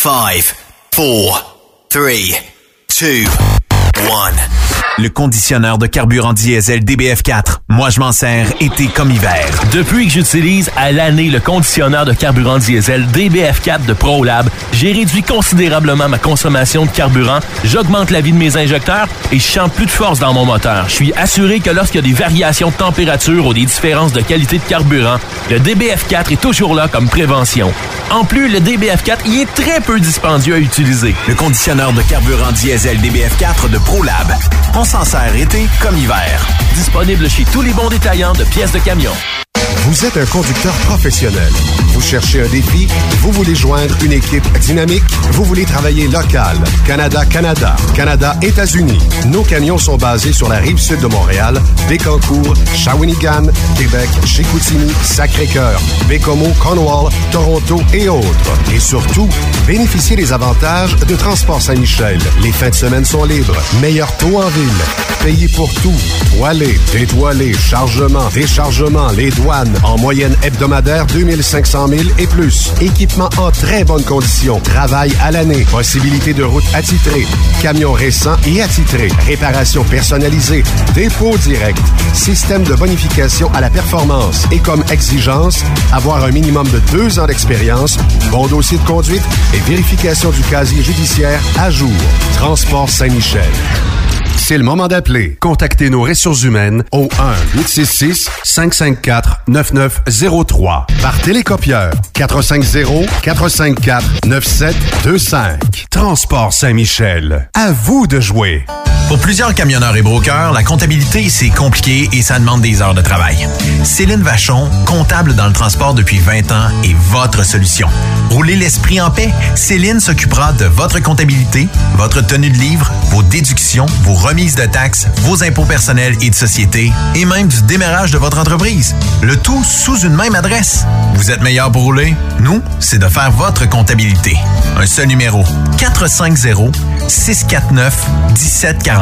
5, 4, 3, 2, 1. Le conditionneur de carburant diesel DBF4. Moi, je m'en sers été comme hiver. Depuis que j'utilise à l'année le conditionneur de carburant diesel DBF4 de ProLab, j'ai réduit considérablement ma consommation de carburant, j'augmente la vie de mes injecteurs et je sens plus de force dans mon moteur. Je suis assuré que lorsqu'il y a des variations de température ou des différences de qualité de carburant, le DBF4 est toujours là comme prévention. En plus, le DBF4 y est très peu dispendieux à utiliser. Le conditionneur de carburant diesel DBF4 de ProLab. On s'en sert été comme hiver. Disponible chez tous les bons détaillants de pièces de camion. Vous êtes un conducteur professionnel. Vous cherchez un défi? Vous voulez joindre une équipe dynamique? Vous voulez travailler local? Canada, États-Unis. Nos camions sont basés sur la rive sud de Montréal, Bécancour, Shawinigan, Québec, Chicoutimi, Sacré-Cœur, Bécomo, Cornwall, Toronto et autres. Et surtout, bénéficiez des avantages de Transport Saint-Michel. Les fins de semaine sont libres. Meilleur taux en ville. Payez pour tout. Toilé, détoilé, chargement, déchargement, les douanes. En moyenne hebdomadaire, 2500 000 et plus. Équipement en très bonne condition. Travail à l'année. Possibilité de route attitrée. Camions récents et attitrés. Réparation personnalisée. Dépôt direct. Système de bonification à la performance. Et comme exigence, avoir un minimum de 2 ans d'expérience, bon dossier de conduite et vérification du casier judiciaire à jour. Transport Saint-Michel. C'est le moment d'appeler. Contactez nos ressources humaines au 1-866-554-9903 par télécopieur 450-454-9725. Transport Saint-Michel. À vous de jouer. Pour plusieurs camionneurs et brokers, la comptabilité, c'est compliqué et ça demande des heures de travail. Céline Vachon, comptable dans le transport depuis 20 ans, est votre solution. Roulez l'esprit en paix. Céline s'occupera de votre comptabilité, votre tenue de livre, vos déductions, vos remises de taxes, vos impôts personnels et de société, et même du démarrage de votre entreprise. Le tout sous une même adresse. Vous êtes meilleur pour rouler? Nous, c'est de faire votre comptabilité. Un seul numéro. 450-649-1744.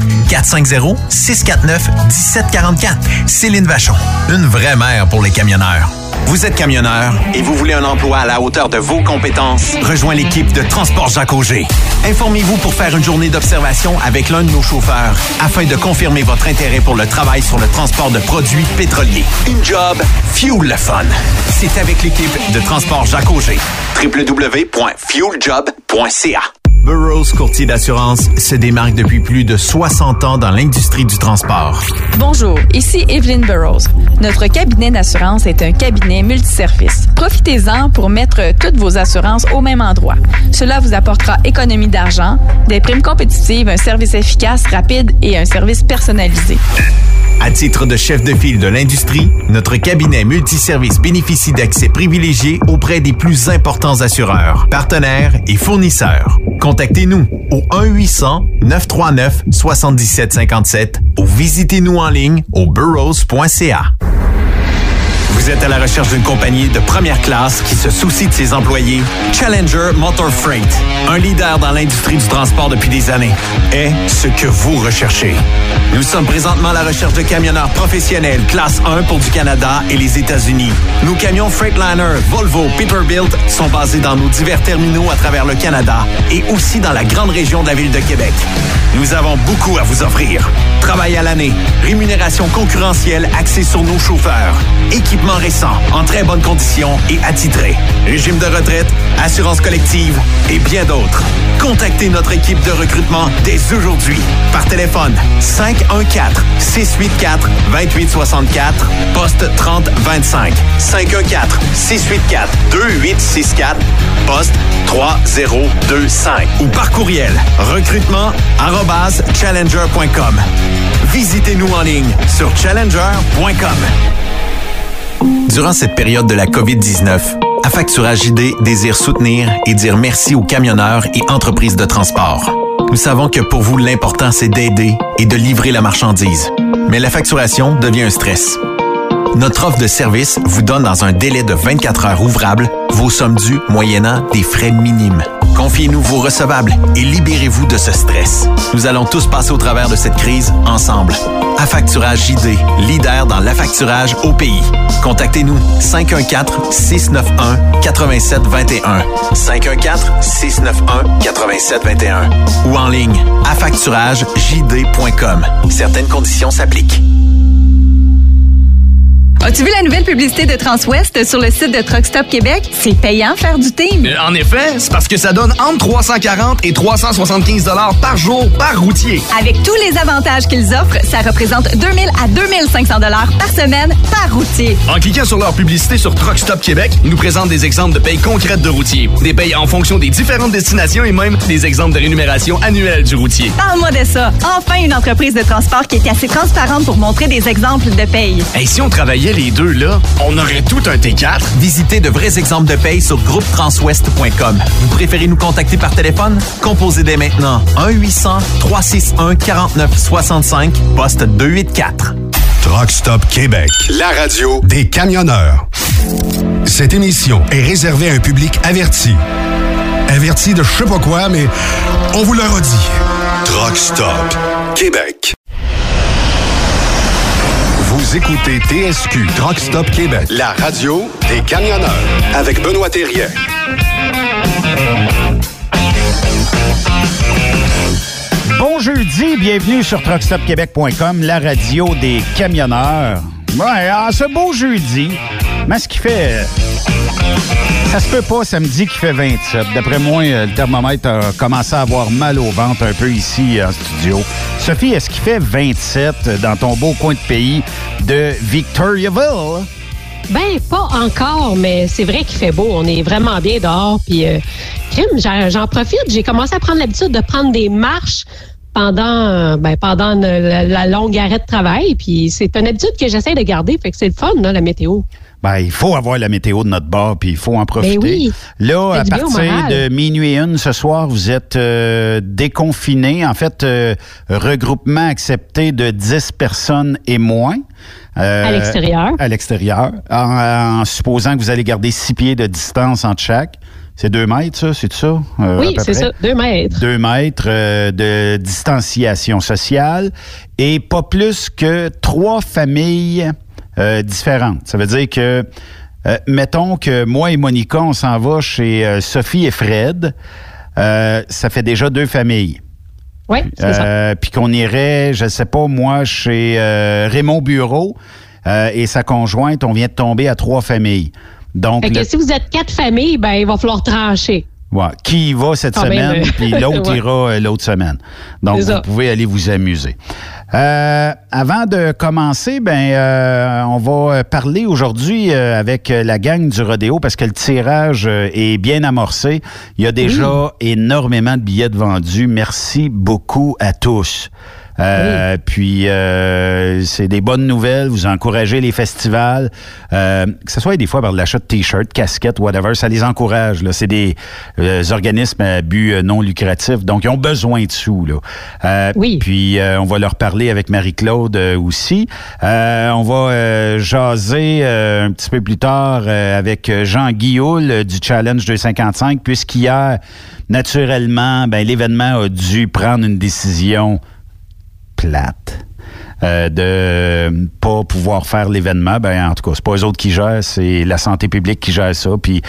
450-649-1744. Céline Vachon, une vraie mère pour les camionneurs. Vous êtes camionneur et vous voulez un emploi à la hauteur de vos compétences? Rejoins l'équipe de Transport Jacques Auger. Informez-vous pour faire une journée d'observation avec l'un de nos chauffeurs afin de confirmer votre intérêt pour le travail sur le transport de produits pétroliers. Une job, fuel le fun. C'est avec l'équipe de Transport Jacques Auger. www.fueljob.ca. Burroughs Courtier d'assurance se démarque depuis plus de 60 ans dans l'industrie du transport. Bonjour, ici Evelyn Burroughs. Notre cabinet d'assurance est un cabinet multiservice. Profitez-en pour mettre toutes vos assurances au même endroit. Cela vous apportera économie d'argent, des primes compétitives, un service efficace, rapide et un service personnalisé. À titre de chef de file de l'industrie, notre cabinet multiservice bénéficie d'accès privilégié auprès des plus importants assureurs, partenaires et fournisseurs. Contactez-nous au 1-800-939-7757 ou visitez-nous en ligne au burroughs.ca. Vous êtes à la recherche d'une compagnie de première classe qui se soucie de ses employés? Challenger Motor Freight, un leader dans l'industrie du transport depuis des années, est ce que vous recherchez. Nous sommes présentement à la recherche de camionneurs professionnels classe 1 pour du Canada et les États-Unis. Nos camions Freightliner, Volvo, Peterbilt sont basés dans nos divers terminaux à travers le Canada et aussi dans la grande région de la ville de Québec. Nous avons beaucoup à vous offrir. Travail à l'année, rémunération concurrentielle axée sur nos chauffeurs, équipement récent, en très bonne condition et attitré, régime de retraite, assurance collective et bien d'autres. Contactez notre équipe de recrutement dès aujourd'hui par téléphone 514-684-2864, poste 3025. 514-684-2864, poste 3025. Ou par courriel recrutement@challenger.com. Visitez-nous en ligne sur challenger.com. Durant cette période de la COVID-19, Affacturage ID désire soutenir et dire merci aux camionneurs et entreprises de transport. Nous savons que pour vous, l'important, c'est d'aider et de livrer la marchandise. Mais la facturation devient un stress. Notre offre de service vous donne dans un délai de 24 heures ouvrables vos sommes dues moyennant des frais minimes. Confiez-nous vos recevables et libérez-vous de ce stress. Nous allons tous passer au travers de cette crise ensemble. Affacturage JD, leader dans l'affacturage au pays. Contactez-nous 514-691-8721. 514-691-8721. Ou en ligne, affacturagejd.com. Certaines conditions s'appliquent. As-tu vu la nouvelle publicité de Transwest sur le site de Truck Stop Québec? C'est payant faire du team. En effet, c'est parce que ça donne entre 340 et 375 $ par jour par routier. Avec tous les avantages qu'ils offrent, ça représente 2000 à 2500 $ par semaine par routier. En cliquant sur leur publicité sur Truck Stop Québec, ils nous présentent des exemples de payes concrètes de routiers, des payes en fonction des différentes destinations et même des exemples de rémunération annuelle du routier. Parle-moi de ça. Enfin, une entreprise de transport qui est assez transparente pour montrer des exemples de paye. Hey, si on travaillait les deux, là, on aurait tout un T4. Visitez de vrais exemples de paye sur groupetranswest.com. Vous préférez nous contacter par téléphone? Composez dès maintenant 1-800-361-4965, poste 284. Truck Stop Québec, la radio des camionneurs. Cette émission est réservée à un public averti. Averti de je sais pas quoi, mais on vous le redit. Truck Stop Québec. Vous écoutez TSQ Truck Stop Québec, la radio des camionneurs, avec Benoît Thérien. Bon jeudi, bienvenue sur truckstopquebec.com, la radio des camionneurs. Ouais, ce beau jeudi, mais ce qui fait... Ça se peut pas samedi qui fait 27. D'après moi, le thermomètre a commencé à avoir mal au ventre un peu ici en studio. Sophie, est-ce qu'il fait 27 dans ton beau coin de pays de Victoriaville? Ben, pas encore, mais c'est vrai qu'il fait beau. On est vraiment bien dehors. Puis, j'en profite. J'ai commencé à prendre l'habitude de prendre des marches pendant la longue arrêt de travail. Puis, c'est une habitude que j'essaie de garder. Fait que c'est le fun, là, la météo. Ben, il faut avoir la météo de notre bord, puis il faut en profiter. Ben oui. Là, à partir de minuit 1 ce soir, vous êtes déconfinés. En fait, regroupement accepté de 10 personnes et moins. À l'extérieur. À l'extérieur. En supposant que vous allez garder 6 pieds de distance entre chaque. C'est 2 mètres, ça? C'est ça? Oui, c'est ça. 2 mètres. 2 mètres de distanciation sociale. Et pas plus que 3 familles différentes. Ça veut dire que, mettons que moi et Monica, on s'en va chez Sophie et Fred. Ça fait déjà 2 familles. Oui, c'est ça. Puis qu'on irait, je sais pas, moi, chez Raymond Bureau et sa conjointe, on vient de tomber à 3 familles. Donc, fait que si vous êtes 4 familles, ben il va falloir trancher. Ouais. Qui y va cette semaine, puis l'autre ira l'autre semaine. Donc, vous pouvez aller vous amuser. Avant de commencer, on va parler aujourd'hui avec la gang du rodéo parce que le tirage est bien amorcé. Il y a déjà énormément de billets de vendus. Merci beaucoup à tous. Puis c'est des bonnes nouvelles, vous encouragez les festivals, que ce soit des fois par l'achat de t-shirts, casquettes, whatever, ça les encourage. Là. C'est des organismes à but non lucratif, donc ils ont besoin de sous. Là. Puis on va leur parler avec Marie-Claude aussi. On va jaser un petit peu plus tard avec Jean Guilloul du Challenge 255, puisqu'hier, naturellement, l'événement a dû prendre une décision plate. De pas pouvoir faire l'événement, en tout cas, c'est pas eux autres qui gèrent, c'est la santé publique qui gère ça. Puis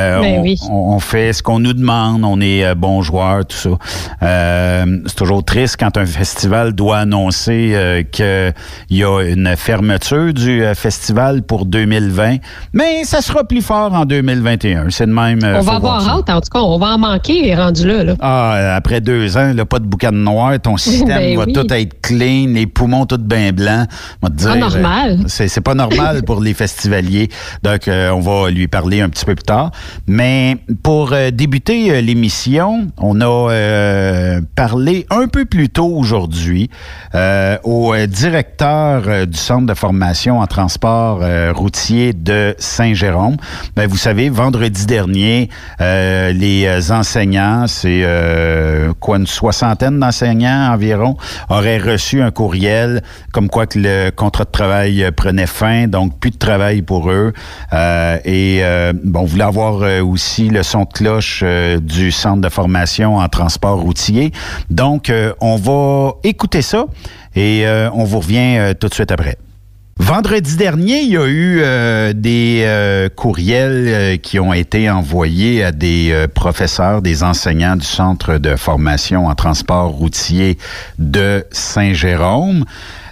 on fait ce qu'on nous demande, on est bons joueurs, tout ça. C'est toujours triste quand un festival doit annoncer qu'il y a une fermeture du festival pour 2020, mais ça sera plus fort en 2021. C'est de même. On va avoir hâte, en tout cas, on va en manquer rendu là. Après 2 ans, là, pas de boucan noir, ton système va tout être clean, les poumons tout bien blanc. On va te dire, normal. C'est pas normal pour les festivaliers. Donc, on va lui parler un petit peu plus tard. Mais pour débuter l'émission, on a parlé un peu plus tôt aujourd'hui au directeur du Centre de formation en transport routier de Saint-Jérôme. Vous savez, vendredi dernier, les enseignants, c'est une 60aine d'enseignants environ, auraient reçu un courriel comme quoi que le contrat de travail prenait fin, donc plus de travail pour eux. On voulait avoir aussi le son de cloche du centre de formation en transport routier. Donc, on va écouter ça et on vous revient tout de suite après. Vendredi dernier, il y a eu des courriels qui ont été envoyés à des professeurs, des enseignants du Centre de formation en transport routier de Saint-Jérôme.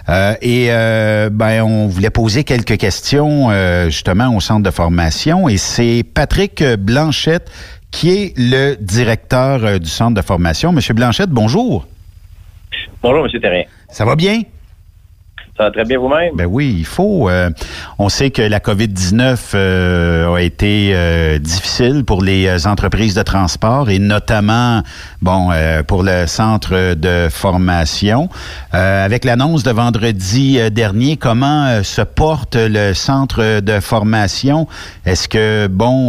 On voulait poser quelques questions justement au Centre de formation et c'est Patrick Blanchette qui est le directeur du Centre de formation. Monsieur Blanchette, bonjour. Bonjour, Monsieur Terrien. Ça va bien? Ça va très bien vous-même? Ben oui, il faut. On sait que la COVID-19 a été difficile pour les entreprises de transport et notamment, pour le centre de formation. Avec l'annonce de vendredi dernier, comment se porte le centre de formation? Est-ce que,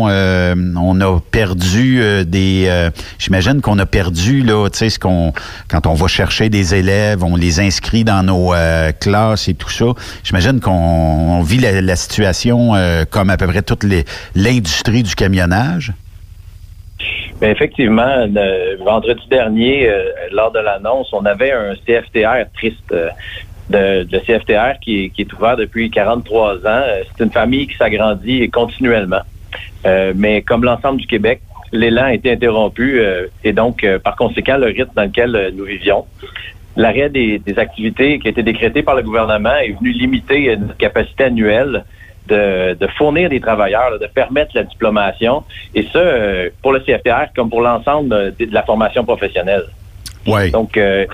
on a perdu j'imagine qu'on a perdu, là, tu sais, quand on va chercher des élèves, on les inscrit dans nos classes et tout ça. J'imagine qu'on vit la situation comme à peu près toute l'industrie du camionnage. Bien, effectivement, vendredi dernier, lors de l'annonce, on avait un CFTR triste. Le CFTR qui est ouvert depuis 43 ans. C'est une famille qui s'agrandit continuellement. Mais comme l'ensemble du Québec, l'élan a été interrompu et donc, par conséquent, le rythme dans lequel nous vivions. L'arrêt des activités qui a été décrété par le gouvernement est venu limiter notre capacité annuelle de fournir des travailleurs, de permettre la diplomation, et ça, pour le CFTR comme pour l'ensemble de la formation professionnelle. Oui. Donc,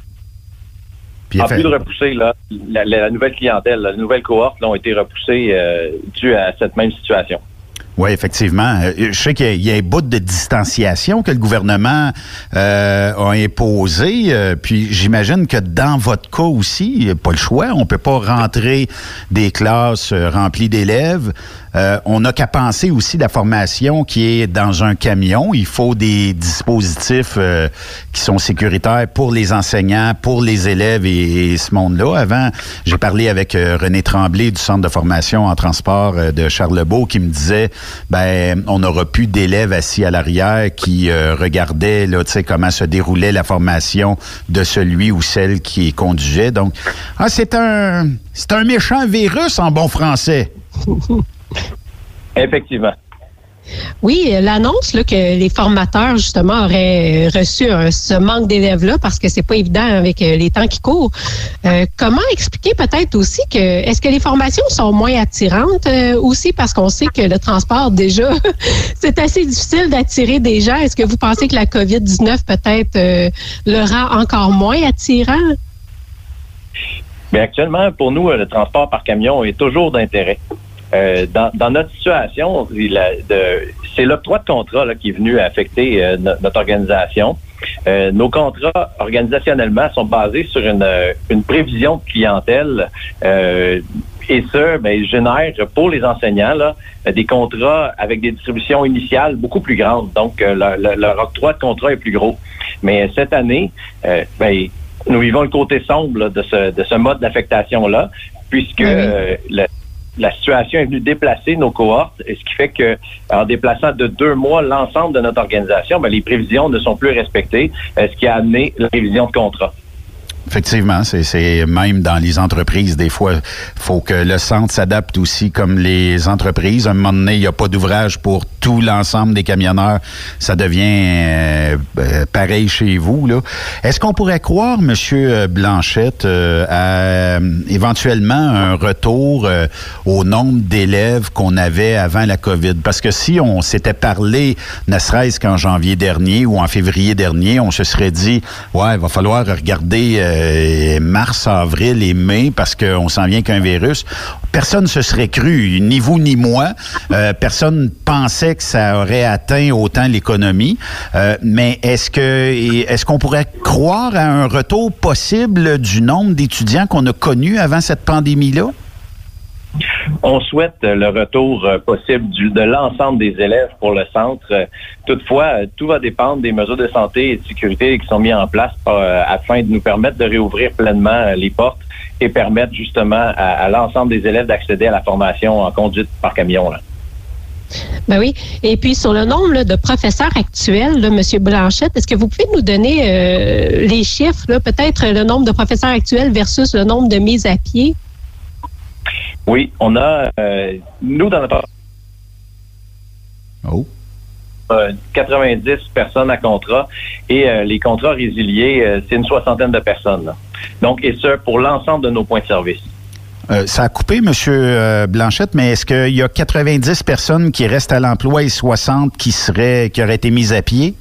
en plus de repousser la nouvelle clientèle, la nouvelle cohorte ont été repoussées dû à cette même situation. Oui, effectivement. Je sais qu'il y a un bout de distanciation que le gouvernement a imposé. Puis j'imagine que dans votre cas aussi, il n'y a pas le choix. On peut pas rentrer des classes remplies d'élèves. On n'a qu'à penser aussi la formation qui est dans un camion. Il faut des dispositifs qui sont sécuritaires pour les enseignants, pour les élèves et ce monde-là. Avant, j'ai parlé avec René Tremblay du Centre de formation en transport de Charlebourg qui me disait on n'aura plus d'élèves assis à l'arrière qui regardaient là, comment se déroulait la formation de celui ou celle qui conduisait. Donc, c'est un méchant virus en bon français. Effectivement. Oui, l'annonce là, que les formateurs, justement, auraient reçu ce manque d'élèves-là parce que c'est pas évident avec les temps qui courent. Comment expliquer peut-être aussi est-ce que les formations sont moins attirantes aussi parce qu'on sait que le transport, déjà, c'est assez difficile d'attirer des gens. Est-ce que vous pensez que la COVID-19 peut-être le rend encore moins attirant? Bien, actuellement, pour nous, le transport par camion est toujours d'intérêt. Dans notre situation, c'est l'octroi de contrat là, qui est venu affecter notre organisation. Nos contrats, organisationnellement, sont basés sur une prévision de clientèle et ça, génère pour les enseignants là, des contrats avec des distributions initiales beaucoup plus grandes. Donc, leur octroi de contrat est plus gros. Mais cette année, nous vivons le côté sombre là, de ce mode d'affectation-là, puisque la situation est venue déplacer nos cohortes, et ce qui fait que en déplaçant de 2 mois l'ensemble de notre organisation, les prévisions ne sont plus respectées, ce qui a amené la révision de contrat. Effectivement, c'est même dans les entreprises, des fois, faut que le centre s'adapte aussi comme les entreprises. À un moment donné, il n'y a pas d'ouvrage pour tout l'ensemble des camionneurs. Ça devient pareil chez vous, là. Est-ce qu'on pourrait croire, Monsieur Blanchette, à éventuellement un retour au nombre d'élèves qu'on avait avant la COVID? Parce que si on s'était parlé, ne serait-ce qu'en janvier dernier ou en février dernier, on se serait dit, il va falloir regarder mars, avril et mai parce qu'on s'en vient qu'un virus. Personne ne se serait cru, ni vous ni moi. Personne pensait que ça aurait atteint autant l'économie. Mais est-ce qu'on pourrait croire à un retour possible du nombre d'étudiants qu'on a connus avant cette pandémie-là? On souhaite le retour possible de l'ensemble des élèves pour le centre. Toutefois, tout va dépendre des mesures de santé et de sécurité qui sont mises en place afin de nous permettre de réouvrir pleinement les portes et permettre justement à l'ensemble des élèves d'accéder à la formation en conduite par camion. Là. Ben oui. Et puis, sur le nombre de professeurs actuels, là, M. Blanchette, est-ce que vous pouvez nous donner les chiffres, là, peut-être le nombre de professeurs actuels versus le nombre de mises à pied? Oui, on a, nous, dans notre... 90 personnes à contrat et les contrats résiliés, c'est une 60aine de personnes. Là. Donc, et ce, pour l'ensemble de nos points de service. Ça a coupé, M. Blanchette, mais est-ce qu'il y a 90 personnes qui restent à l'emploi et 60 qui auraient été mises à pied?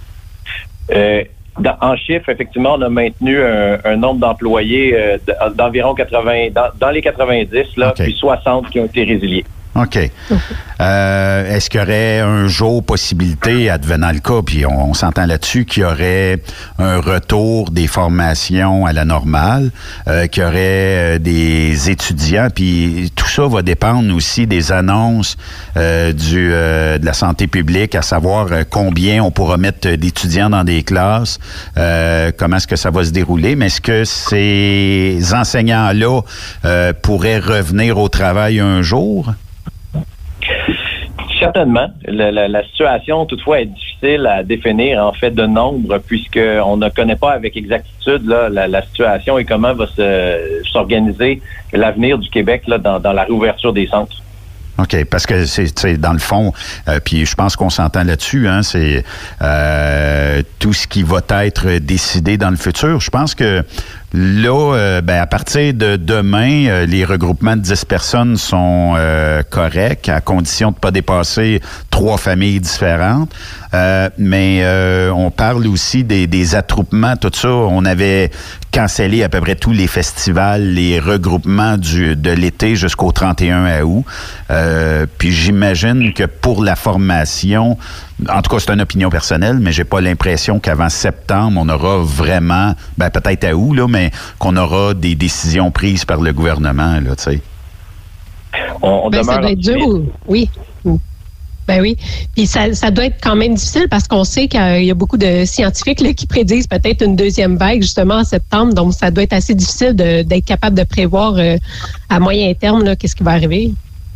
En chiffres, effectivement, on a maintenu un nombre d'employés d'environ 80, dans les 90, là, okay. Puis 60 qui ont été résiliés. OK. Est-ce qu'il y aurait un jour possibilité, advenant le cas, puis on s'entend là-dessus, qu'il y aurait un retour des formations à la normale, qu'il y aurait des étudiants, puis tout ça va dépendre aussi des annonces de la santé publique, à savoir combien on pourra mettre d'étudiants dans des classes, comment est-ce que ça va se dérouler, mais est-ce que ces enseignants-là pourraient revenir au travail un jour? Certainement. La situation, toutefois, est difficile à définir, en fait, de nombre, puisqu'on ne connaît pas avec exactitude là, la situation et comment va s'organiser l'avenir du Québec là, dans la réouverture des centres. OK, parce que c'est dans le fond, puis je pense qu'on s'entend là-dessus, hein, c'est tout ce qui va être décidé dans le futur. Je pense que là, à partir de demain, les regroupements de 10 personnes sont corrects, à condition de ne pas dépasser 3 familles différentes. Mais on parle aussi des attroupements, tout ça. On avait cancellé à peu près tous les festivals, les regroupements de l'été jusqu'au 31 août. Puis j'imagine que pour la formation, en tout cas, c'est une opinion personnelle, mais j'ai pas l'impression qu'avant septembre, on aura vraiment, peut-être à août, là, mais qu'on aura des décisions prises par le gouvernement, là, tu sais. On demeure ça doit être dur, oui. Ben oui. Puis ça doit être quand même difficile parce qu'on sait qu'il y a beaucoup de scientifiques là, qui prédisent peut-être une deuxième vague justement en septembre. Donc, ça doit être assez difficile d'être capable de prévoir à moyen terme là, qu'est-ce qui va arriver.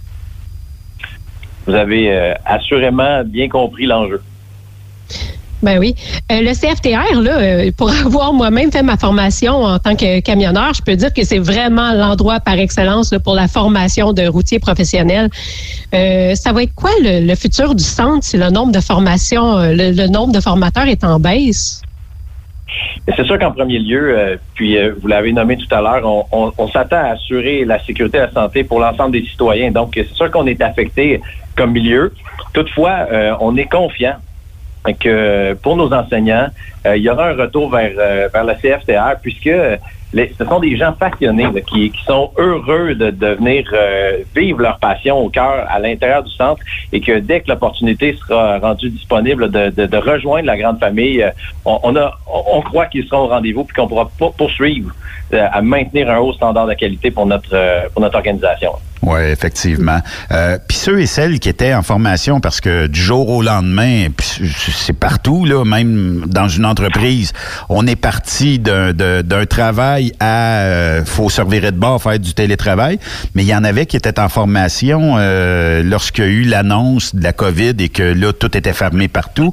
Vous avez assurément bien compris l'enjeu. Ben oui. Le CFTR, là, pour avoir moi-même fait ma formation en tant que camionneur, je peux dire que c'est vraiment l'endroit par excellence là, pour la formation de routiers professionnels. Ça va être quoi le futur du centre si le nombre de formations, le nombre de formateurs est en baisse? C'est sûr qu'en premier lieu, puis vous l'avez nommé tout à l'heure, on s'attend à assurer la sécurité et la santé pour l'ensemble des citoyens. Donc, c'est sûr qu'on est affecté comme milieu. Toutefois, on est confiant que pour nos enseignants, il y aura un retour vers le CFTR puisque ce sont des gens passionnés là, qui sont heureux de venir vivre leur passion au cœur à l'intérieur du centre et que dès que l'opportunité sera rendue disponible de rejoindre la grande famille, on croit qu'ils seront au rendez-vous puis qu'on pourra poursuivre à maintenir un haut standard de qualité pour notre organisation. Oui, effectivement. Puis ceux et celles qui étaient en formation, parce que du jour au lendemain, c'est partout, là, même dans une entreprise, on est parti d'un travail à faut se revirer de bord, faire du télétravail, mais il y en avait qui étaient en formation lorsqu'il y a eu l'annonce de la COVID et que là, tout était fermé partout.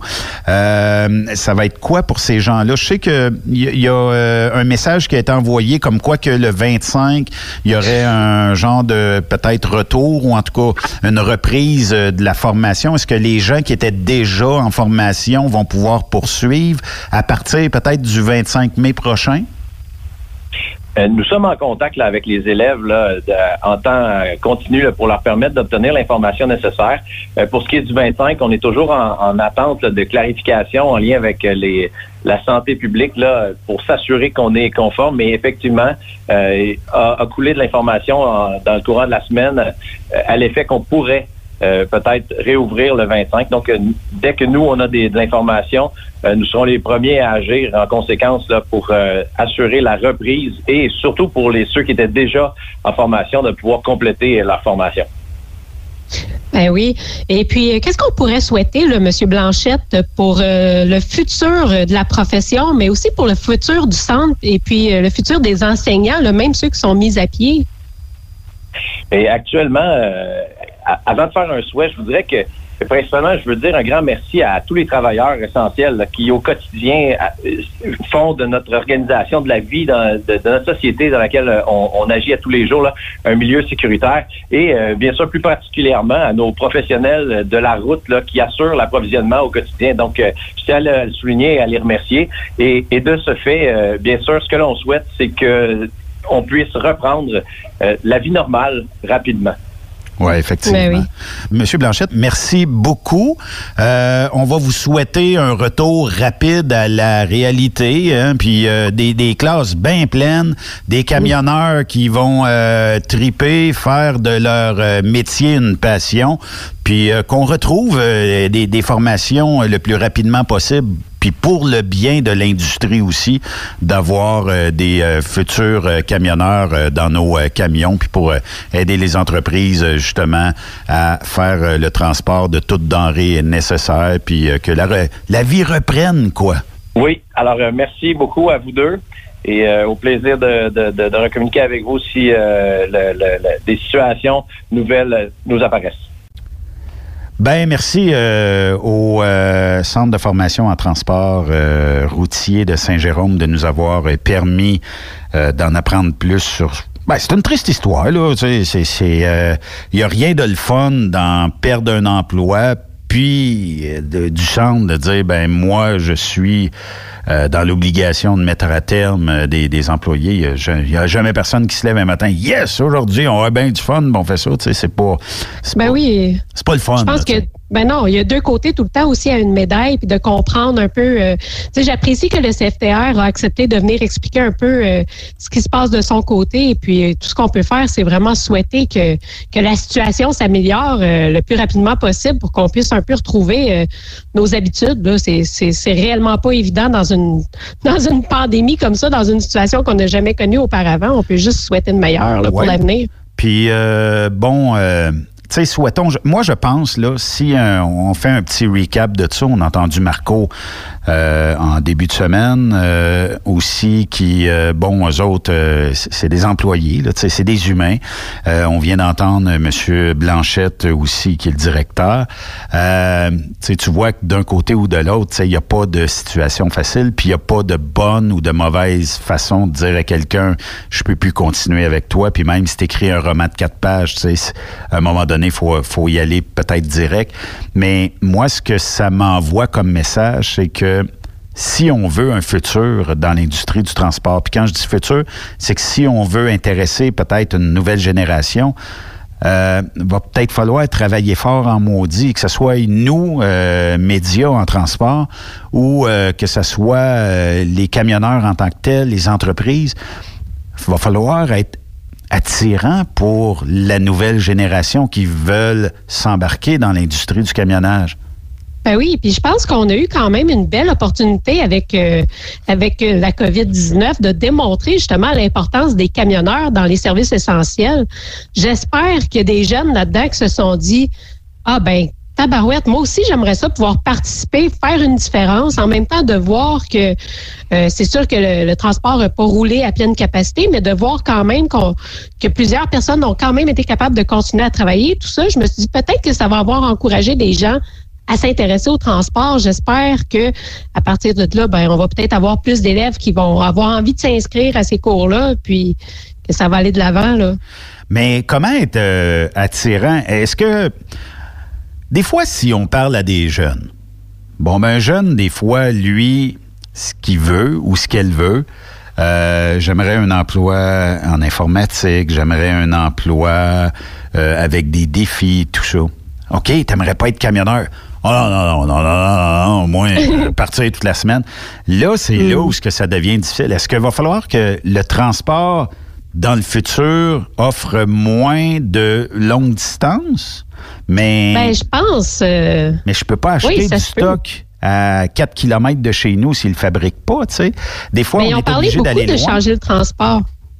Ça va être quoi pour ces gens-là? Je sais qu'il y a un message qui a été envoyé comme quoi que le 25, il y aurait un genre de peut-être retour ou en tout cas une reprise de la formation. Est-ce que les gens qui étaient déjà en formation vont pouvoir poursuivre à partir peut-être du 25 mai prochain? Nous sommes en contact là, avec les élèves là, en temps continu là, pour leur permettre d'obtenir l'information nécessaire. Pour ce qui est du 25, on est toujours en attente là, de clarification en lien avec la santé publique là, pour s'assurer qu'on est conforme. Mais effectivement, a coulé de l'information dans le courant de la semaine à l'effet qu'on pourrait peut-être réouvrir le 25. Donc, dès que nous, on a de l'information, nous serons les premiers à agir en conséquence là, pour assurer la reprise et surtout pour ceux qui étaient déjà en formation de pouvoir compléter leur formation. Ben oui. Et puis, qu'est-ce qu'on pourrait souhaiter, là, M. Blanchette, pour le futur de la profession, mais aussi pour le futur du centre et puis le futur des enseignants, là, même ceux qui sont mis à pied? Et actuellement, avant de faire un souhait, je voudrais que principalement, je veux dire un grand merci à tous les travailleurs essentiels là, qui, au quotidien, font de notre organisation, de la vie de notre société dans laquelle on agit à tous les jours, là, un milieu sécuritaire. Et bien sûr, plus particulièrement à nos professionnels de la route là, qui assurent l'approvisionnement au quotidien. Donc, je tiens à le souligner et à les remercier. Et de ce fait, bien sûr, ce que l'on souhaite, c'est que on puisse reprendre la vie normale rapidement. Oui, effectivement. Ben oui. Monsieur Blanchette, merci beaucoup. On va vous souhaiter un retour rapide à la réalité, hein, puis des classes bien pleines, des camionneurs qui vont triper, faire de leur métier une passion, puis qu'on retrouve des formations le plus rapidement possible, puis pour le bien de l'industrie aussi, d'avoir des futurs camionneurs dans nos camions, puis pour aider les entreprises justement à faire le transport de toutes denrées nécessaires, puis que la vie reprenne, quoi. Oui, alors merci beaucoup à vous deux. Et au plaisir de recommuniquer avec vous si des situations nouvelles nous apparaissent. Ben merci au Centre de formation en transport routier de Saint-Jérôme de nous avoir permis d'en apprendre plus sur... Ben, c'est une triste histoire, là. Y a rien de le fun d'en perdre un emploi, puis du centre de dire, ben moi, je suis dans l'obligation de mettre à terme des employés. Il n'y a jamais personne qui se lève un matin. Yes, aujourd'hui, on a bien du fun, on fait ça. Tu sais, c'est pas oui. C'est pas le fun. Je pense que non, il y a deux côtés tout le temps aussi à une médaille, puis de comprendre un peu. Tu sais, j'apprécie que le CFTR a accepté de venir expliquer un peu ce qui se passe de son côté, et puis tout ce qu'on peut faire, c'est vraiment souhaiter que la situation s'améliore le plus rapidement possible pour qu'on puisse un peu retrouver nos habitudes. Là, c'est réellement pas évident dans une pandémie comme ça, dans une situation qu'on n'a jamais connue auparavant. On peut juste souhaiter le meilleur là, pour l'avenir. Puis tu sais, souhaitons... Moi, je pense, là, si on fait un petit recap de ça, on a entendu Marco en début de semaine aussi qui, eux autres, c'est des employés, là, tu sais, c'est des humains. On vient d'entendre M. Blanchette aussi, qui est le directeur. Tu vois que d'un côté ou de l'autre, tu sais, il n'y a pas de situation facile, puis il n'y a pas de bonne ou de mauvaise façon de dire à quelqu'un « je peux plus continuer avec toi », puis même si tu écris un roman de 4 pages, tu sais, à un moment donné, il faut y aller peut-être direct. Mais moi, ce que ça m'envoie comme message, c'est que si on veut un futur dans l'industrie du transport, puis quand je dis futur, c'est que si on veut intéresser peut-être une nouvelle génération, va peut-être falloir travailler fort en maudit, que ce soit nous, médias en transport, ou que ce soit les camionneurs en tant que tels, les entreprises. Il va falloir être attirant pour la nouvelle génération qui veulent s'embarquer dans l'industrie du camionnage. Ben oui, puis je pense qu'on a eu quand même une belle opportunité avec la COVID-19 de démontrer justement l'importance des camionneurs dans les services essentiels. J'espère qu'il y a des jeunes là-dedans qui se sont dit « Ah ben, tabarouette, moi aussi, j'aimerais ça pouvoir participer, faire une différence, en même temps de voir que c'est sûr que le transport n'a pas roulé à pleine capacité, mais de voir quand même que plusieurs personnes ont quand même été capables de continuer à travailler. Tout ça, je me suis dit peut-être que ça va avoir encouragé des gens à s'intéresser au transport. J'espère que à partir de là, ben, on va peut-être avoir plus d'élèves qui vont avoir envie de s'inscrire à ces cours-là, puis que ça va aller de l'avant, là. Mais comment être attirant? Est-ce que des fois, si on parle à des jeunes, un jeune, des fois, lui, ce qu'il veut ou ce qu'elle veut, j'aimerais un emploi en informatique, j'aimerais un emploi avec des défis, tout ça. OK, t'aimerais pas être camionneur. Oh non, au moins partir toute la semaine. Là, c'est là où ça devient difficile. Est-ce qu'il va falloir que le transport, dans le futur, offre moins de longues distances? Mais je pense... mais je peux pas acheter du stock à 4 km de chez nous s'ils le fabriquent pas, tu sais. Des fois, on est obligé d'aller loin. De changer le transport.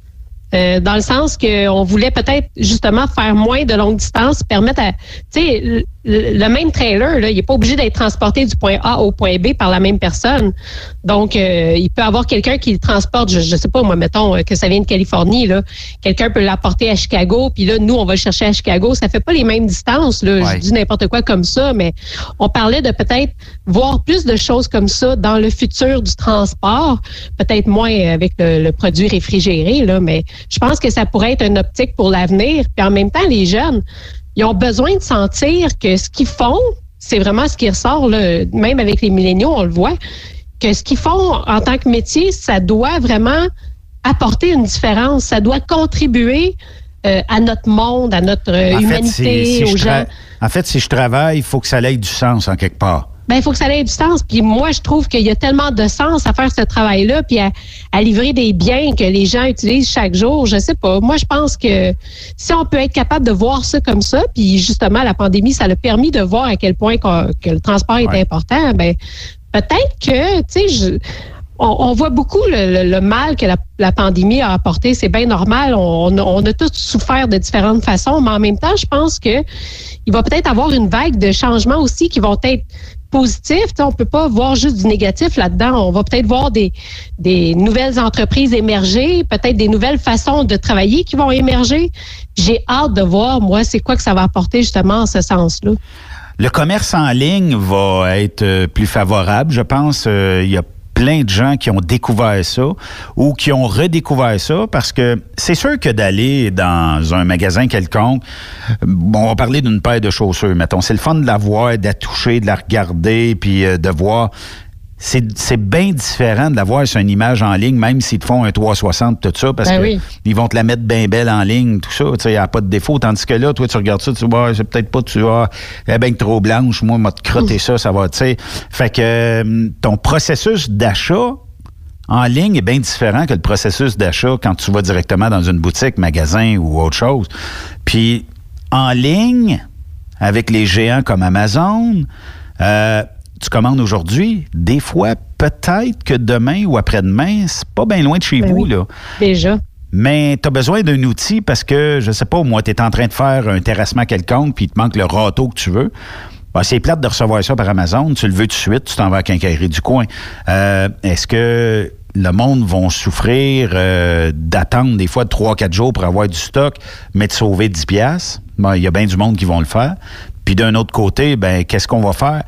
Dans le sens qu'on voulait peut-être justement faire moins de longue distance, permettre à... Tu sais, le même trailer, là, il n'est pas obligé d'être transporté du point A au point B par la même personne. Donc, il peut y avoir quelqu'un qui le transporte, je sais pas, moi, mettons que ça vient de Californie, là. Quelqu'un peut l'apporter à Chicago, puis là, nous, on va le chercher à Chicago. Ça fait pas les mêmes distances, là. Ouais. Je dis n'importe quoi comme ça, mais on parlait de peut-être voir plus de choses comme ça dans le futur du transport. Peut-être moins avec le produit réfrigéré, là, mais je pense que ça pourrait être une optique pour l'avenir. Puis en même temps, les jeunes, ils ont besoin de sentir que ce qu'ils font, c'est vraiment ce qui ressort, là, même avec les milléniaux, on le voit, que ce qu'ils font en tant que métier, ça doit vraiment apporter une différence, ça doit contribuer à notre monde, à notre humanité, aux gens. En fait, si je travaille, il faut que ça ait du sens en quelque part. Il faut que ça ait du sens. Puis moi, je trouve qu'il y a tellement de sens à faire ce travail-là, puis à livrer des biens que les gens utilisent chaque jour. Je sais pas. Moi, je pense que si on peut être capable de voir ça comme ça, puis justement, la pandémie, ça l'a permis de voir à quel point que le transport est important, peut-être que, tu sais, on voit beaucoup le mal que la pandémie a apporté. C'est bien normal. On a tous souffert de différentes façons, mais en même temps, je pense que il va peut-être avoir une vague de changements aussi qui vont être positifs. On ne peut pas voir juste du négatif là-dedans. On va peut-être voir des nouvelles entreprises émerger, peut-être des nouvelles façons de travailler qui vont émerger. J'ai hâte de voir, moi, c'est quoi que ça va apporter justement en ce sens-là. Le commerce en ligne va être plus favorable, je pense. Il y a plein de gens qui ont découvert ça ou qui ont redécouvert ça parce que c'est sûr que d'aller dans un magasin quelconque, on va parler d'une paire de chaussures, mettons, c'est le fun de la voir, de la toucher, de la regarder, puis de voir. C'est bien différent de la voir sur une image en ligne, même s'ils te font un 360, tout ça, parce que ils vont te la mettre bien belle en ligne, tout ça, tu sais, il n'y a pas de défaut. Tandis que là, toi, tu regardes ça, tu vois, c'est peut-être pas, tu vois, elle est bien trop blanche, moi, m'a te crotter ça va, tu sais. Fait que ton processus d'achat en ligne est bien différent que le processus d'achat quand tu vas directement dans une boutique, magasin ou autre chose. Puis, en ligne, avec les géants comme Amazon, tu commandes aujourd'hui, des fois, peut-être que demain ou après-demain, c'est pas bien loin de chez vous, là. Déjà. Mais tu as besoin d'un outil parce que, je sais pas, moi, tu es en train de faire un terrassement quelconque puis il te manque le râteau que tu veux. C'est plate de recevoir ça par Amazon. Tu le veux tout de suite, tu t'en vas à la quincaillerie du coin. Est-ce que le monde va souffrir d'attendre des fois 3-4 jours pour avoir du stock, mais de sauver 10$? Il y a bien du monde qui vont le faire. Puis d'un autre côté, qu'est-ce qu'on va faire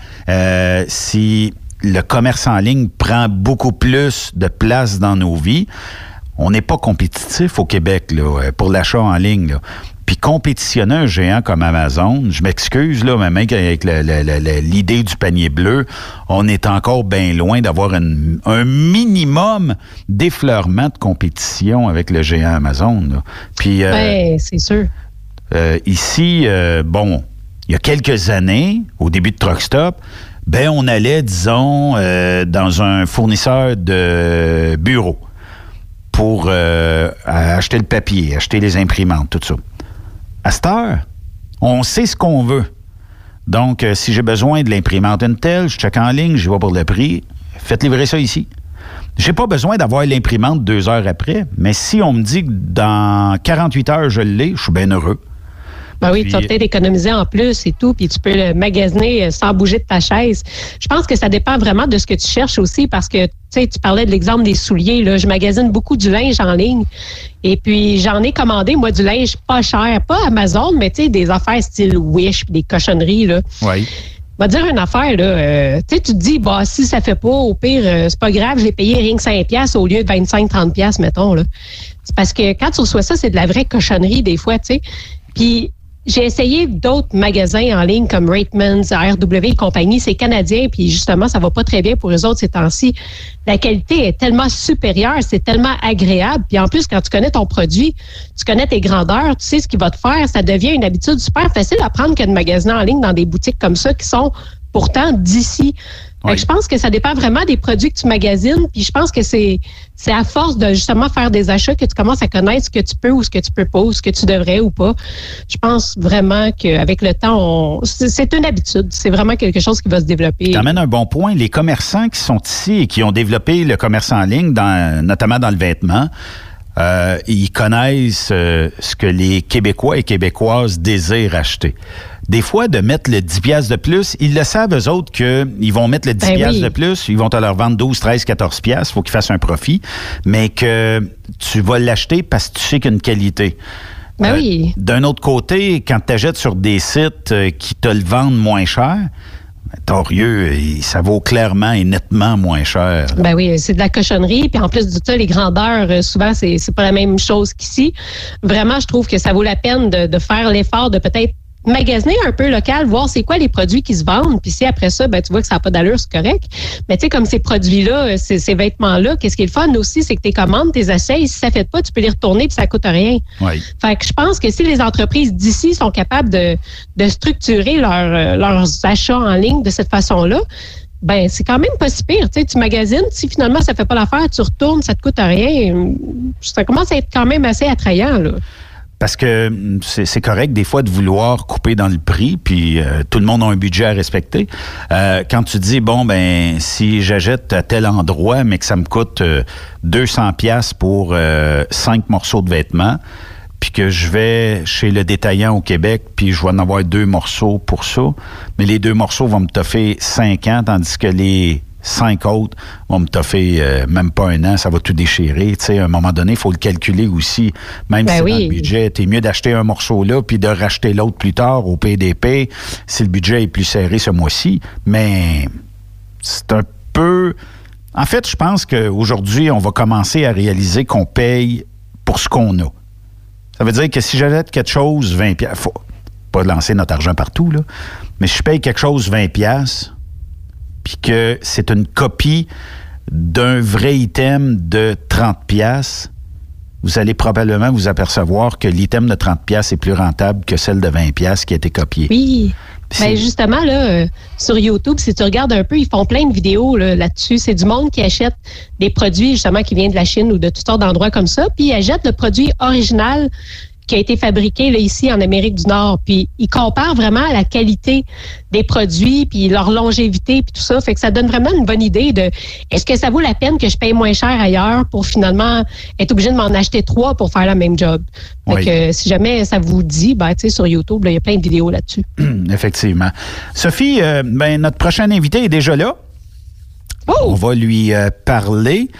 si le commerce en ligne prend beaucoup plus de place dans nos vies? On n'est pas compétitif au Québec là, pour l'achat en ligne. Là. Puis compétitionner un géant comme Amazon, je m'excuse, là, mais même avec l'idée du panier bleu, on est encore bien loin d'avoir un minimum d'effleurement de compétition avec le géant Amazon. Là. Puis, c'est sûr. Ici, il y a quelques années, au début de Truck Stop, on allait, disons, dans un fournisseur de bureaux pour acheter le papier, acheter les imprimantes, tout ça. À cette heure, on sait ce qu'on veut. Donc, si j'ai besoin de l'imprimante Intel, je check en ligne, j'y vais pour le prix, faites livrer ça ici. J'ai pas besoin d'avoir l'imprimante 2 heures après, mais si on me dit que dans 48 heures, je l'ai, je suis bien heureux. Oui, tu vas peut-être économiser en plus et tout, puis tu peux le magasiner sans bouger de ta chaise. Je pense que ça dépend vraiment de ce que tu cherches aussi, parce que, tu sais, tu parlais de l'exemple des souliers, là. Je magasine beaucoup du linge en ligne, et puis j'en ai commandé, moi, du linge pas cher, pas Amazon, mais tu sais, des affaires style Wish, puis des cochonneries, là. Oui. Va dire une affaire, là, tu te dis, si ça fait pas, au pire, c'est pas grave, j'ai payé rien que 5$ au lieu de 25-30$, mettons, là. C'est parce que quand tu reçois ça, c'est de la vraie cochonnerie, des fois, tu sais. Puis, j'ai essayé d'autres magasins en ligne comme Ratemans, RW et compagnie. C'est canadien, puis justement, ça va pas très bien pour eux autres ces temps-ci. La qualité est tellement supérieure, c'est tellement agréable. Puis en plus, quand tu connais ton produit, tu connais tes grandeurs, tu sais ce qu'il va te faire, ça devient une habitude super facile à prendre que de magasiner en ligne dans des boutiques comme ça qui sont pourtant d'ici. Oui. Je pense que ça dépend vraiment des produits que tu magasines. Puis je pense que c'est à force de justement faire des achats que tu commences à connaître ce que tu peux ou ce que tu peux pas ou ce que tu devrais ou pas. Je pense vraiment qu'avec le temps, c'est une habitude. C'est vraiment quelque chose qui va se développer. Tu amènes un bon point. Les commerçants qui sont ici et qui ont développé le commerce en ligne, notamment dans le vêtement, ils connaissent ce que les Québécois et Québécoises désirent acheter. Des fois, de mettre le 10 piastres de plus, ils le savent, eux autres, qu'ils vont mettre le 10 piastres de plus, ils vont te leur vendre 12, 13, 14 piastres, il faut qu'ils fassent un profit, mais que tu vas l'acheter parce que tu sais qu'il y a une qualité. Oui. D'un autre côté, quand tu achètes sur des sites qui te le vendent moins cher, Torieux, ça vaut clairement et nettement moins cher. Ben oui, c'est de la cochonnerie. Puis en plus de ça, les grandeurs, souvent, c'est pas la même chose qu'ici. Vraiment, je trouve que ça vaut la peine de faire l'effort de peut-être magasiner un peu local, voir c'est quoi les produits qui se vendent. Puis si après ça, ben tu vois que ça n'a pas d'allure, c'est correct. Mais tu sais, comme ces produits-là, ces vêtements-là, qu'est-ce qui est le fun aussi, c'est que tes commandes, tes essais, si ça ne fait pas, tu peux les retourner puis ça coûte rien. Oui. Fait que je pense que si les entreprises d'ici sont capables de structurer leurs achats en ligne de cette façon-là, ben c'est quand même pas si pire. Tu sais, tu magasines, si finalement ça fait pas l'affaire, tu retournes, ça te coûte rien. Ça commence à être quand même assez attrayant, là. Parce que c'est correct des fois de vouloir couper dans le prix, puis tout le monde a un budget à respecter. Quand tu dis, bon, ben si j'achète à tel endroit, mais que ça me coûte 200 piastres pour 5 morceaux de vêtements, puis que je vais chez le détaillant au Québec, puis je vais en avoir 2 morceaux pour ça, mais les 2 morceaux vont me toffer 5 ans, tandis que les 5 autres vont me toffer même pas 1 an, ça va tout déchirer. Tu sais, à un moment donné, il faut le calculer aussi. Même si c'est dans le budget, t'es mieux d'acheter un morceau là puis de racheter l'autre plus tard au PDP si le budget est plus serré ce mois-ci. Mais c'est un peu... En fait, je pense qu'aujourd'hui, on va commencer à réaliser qu'on paye pour ce qu'on a. Ça veut dire que si j'achète quelque chose, 20 piastres, faut pas lancer notre argent partout, là, mais si je paye quelque chose 20 piastres, puis que c'est une copie d'un vrai item de 30 piastres, vous allez probablement vous apercevoir que l'item de 30 piastres est plus rentable que celle de 20 piastres qui a été copiée. Oui. Bien, justement, là, sur YouTube, si tu regardes un peu, ils font plein de vidéos là-dessus. C'est du monde qui achète des produits, justement, qui viennent de la Chine ou de toutes sortes d'endroits comme ça, puis ils achètent le produit original qui a été fabriqué là, ici en Amérique du Nord. Puis ils comparent vraiment la qualité des produits, puis leur longévité, puis tout ça. Fait que ça donne vraiment une bonne idée de est-ce que ça vaut la peine que je paye moins cher ailleurs pour finalement être obligé de m'en acheter 3 pour faire la même job. Fait que si jamais ça vous dit, ben tu sais, sur YouTube, il y a plein de vidéos là-dessus. Effectivement. Sophie, notre prochain invité est déjà là. Oh! On va lui parler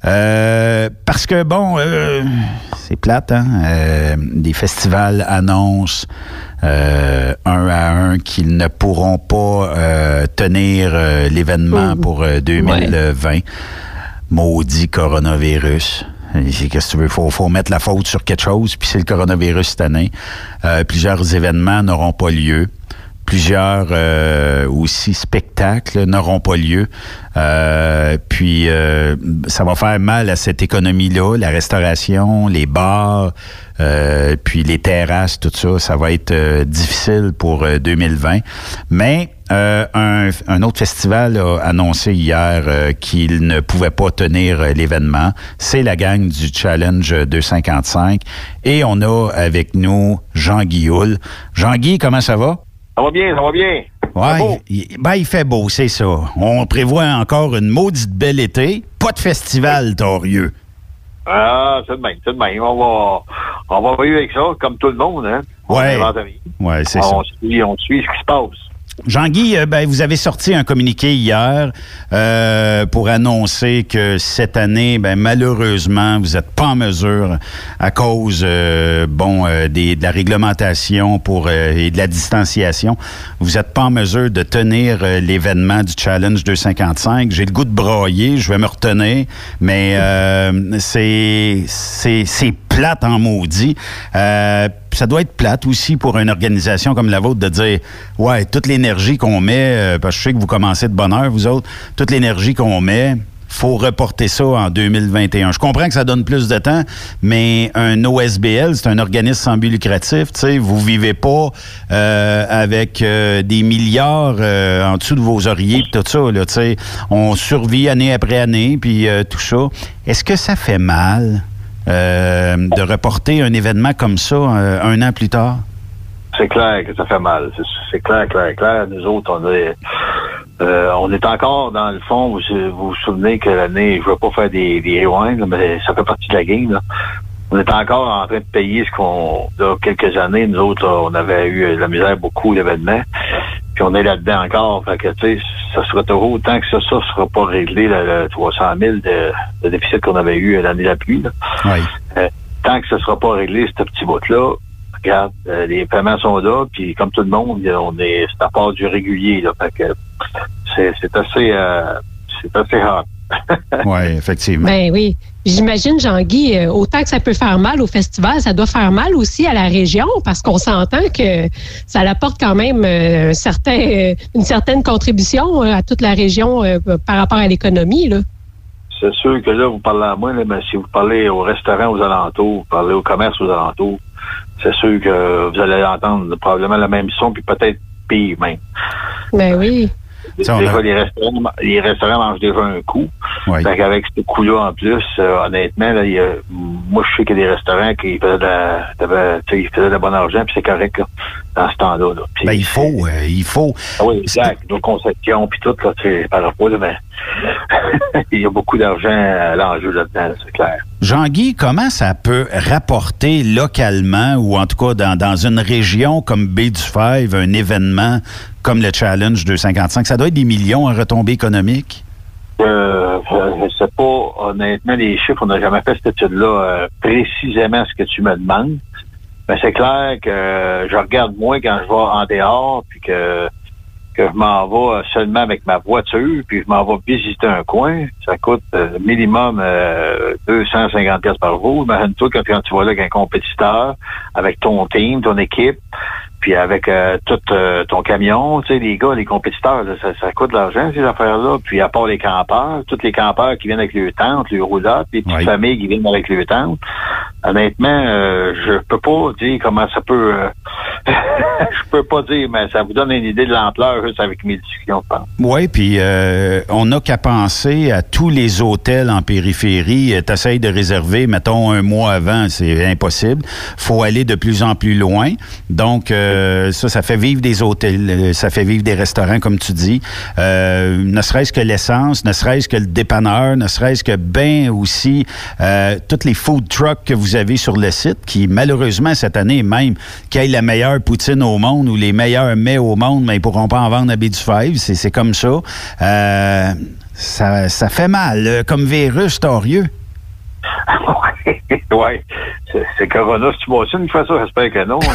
parce que, bon, c'est plate, hein? Des festivals annoncent un à un qu'ils ne pourront pas tenir l'événement pour 2020. Ouais. Maudit coronavirus. Qu'est-ce que tu veux? Faut mettre la faute sur quelque chose, puis c'est le coronavirus cette année. Plusieurs événements n'auront pas lieu. Plusieurs aussi spectacles n'auront pas lieu. Puis ça va faire mal à cette économie-là, la restauration, les bars, puis les terrasses, tout ça. Ça va être difficile pour 2020. Mais un autre festival a annoncé hier qu'il ne pouvait pas tenir l'événement. C'est la gang du Challenge 255. Et on a avec nous Jean-Guy Houle. Jean-Guy, comment ça va? Ça va bien, ça va bien. Ouais, il fait beau, c'est ça. On prévoit encore une maudite belle été. Pas de festival, Torieux. Ah, c'est de même, c'est de même. On va vivre avec ça, comme tout le monde, hein. Ouais, c'est ça. On suit ce qui se passe. Jean-Guy, vous avez sorti un communiqué hier pour annoncer que cette année, malheureusement, vous n'êtes pas en mesure, à cause de la réglementation et de la distanciation, vous n'êtes pas en mesure de tenir l'événement du Challenge 255. J'ai le goût de brailler, je vais me retenir, mais c'est plate en maudit. Ça doit être plate aussi pour une organisation comme la vôtre de dire, ouais, toute l'énergie qu'on met, parce que je sais que vous commencez de bonne heure, vous autres, toute l'énergie qu'on met, faut reporter ça en 2021. Je comprends que ça donne plus de temps, mais un OSBL, c'est un organisme sans but lucratif. Tu sais, vous vivez pas avec des milliards en dessous de vos oreillers et tout ça. Là, tu sais, on survit année après année, puis tout ça. Est-ce que ça fait mal de reporter un événement comme ça un an plus tard? C'est clair que ça fait mal. C'est clair. Nous autres, on est encore dans le fond. Vous vous souvenez que l'année, je ne veux pas faire des rewinds, mais ça fait partie de la game. Là. On est encore en train de payer ce qu'on, là, quelques années, nous autres, on avait eu de la misère beaucoup d'événements. Puis on est là-dedans encore. Fait que, tu sais, ça sera toujours, tant que ça sera pas réglé, le 300 000 de déficit qu'on avait eu l'année de la pluie. Là. Oui. Tant que ça sera pas réglé, ce petit bout-là, regarde, les paiements sont là, puis comme tout le monde, c'est à part du régulier, là. Fait que c'est assez hard. Oui, effectivement. Ben oui. J'imagine, Jean-Guy, autant que ça peut faire mal au festival, ça doit faire mal aussi à la région, parce qu'on s'entend que ça apporte quand même une certaine contribution à toute la région par rapport à l'économie, là. C'est sûr que là, vous parlez à moi, là, mais si vous parlez aux restaurants aux alentours, vous parlez au commerce aux alentours, c'est sûr que vous allez entendre probablement le même son, puis peut-être pire même. Ben oui. Déjà, les restaurants mangent déjà un coup. Oui. Fait qu'avec ce coup-là, en plus, honnêtement, là, moi, je sais qu'il y a des restaurants qui faisaient de la bonne argent, puis c'est correct, là, dans ce temps-là. Là. Puis, ben, il faut. Ah oui, exact. Nos conceptions, puis tout, là, par rapport, là, mais il y a beaucoup d'argent à l'enjeu là-dedans, là, c'est clair. Jean-Guy, comment ça peut rapporter localement, ou en tout cas dans une région comme Baie-du-Fèvre, un événement comme le Challenge 255? Ça doit être des millions en retombées économiques? Je sais pas, honnêtement, les chiffres, on n'a jamais fait cette étude-là précisément ce que tu me demandes. Mais c'est clair que je regarde moins quand je vais en dehors, puis que je m'en vais seulement avec ma voiture, puis je m'en vais visiter un coin. Ça coûte minimum 250 $ par jour. Imagine-toi quand tu vas là avec un compétiteur, avec ton team, ton équipe, puis avec tout ton camion, tu sais, les gars, les compétiteurs, là, ça coûte de l'argent, ces affaires-là. Puis à part les campeurs, tous les campeurs qui viennent avec leurs tentes, leurs roulottes, les petites familles qui viennent avec leurs tentes. Honnêtement, je peux pas dire comment ça peut... je peux pas dire, mais ça vous donne une idée de l'ampleur juste avec mes discussions, je pense. Oui, puis on n'a qu'à penser à tous les hôtels en périphérie. T'essayes de réserver, mettons, un mois avant, c'est impossible. Faut aller de plus en plus loin. Donc, ça fait vivre des hôtels, ça fait vivre des restaurants, comme tu dis. Ne serait-ce que l'essence, ne serait-ce que le dépanneur, ne serait-ce que aussi toutes les food trucks que vous avez sur le site, qui, malheureusement, cette année même, qui aient la meilleure poutine au monde ou les meilleurs mets au monde, mais ils ne pourront pas en vendre à Baie-du-Fèvre. C'est comme ça. Ça fait mal, comme virus torieux. Oui, c'est Corona. Si tu vois ça une fois, ça, j'espère que non.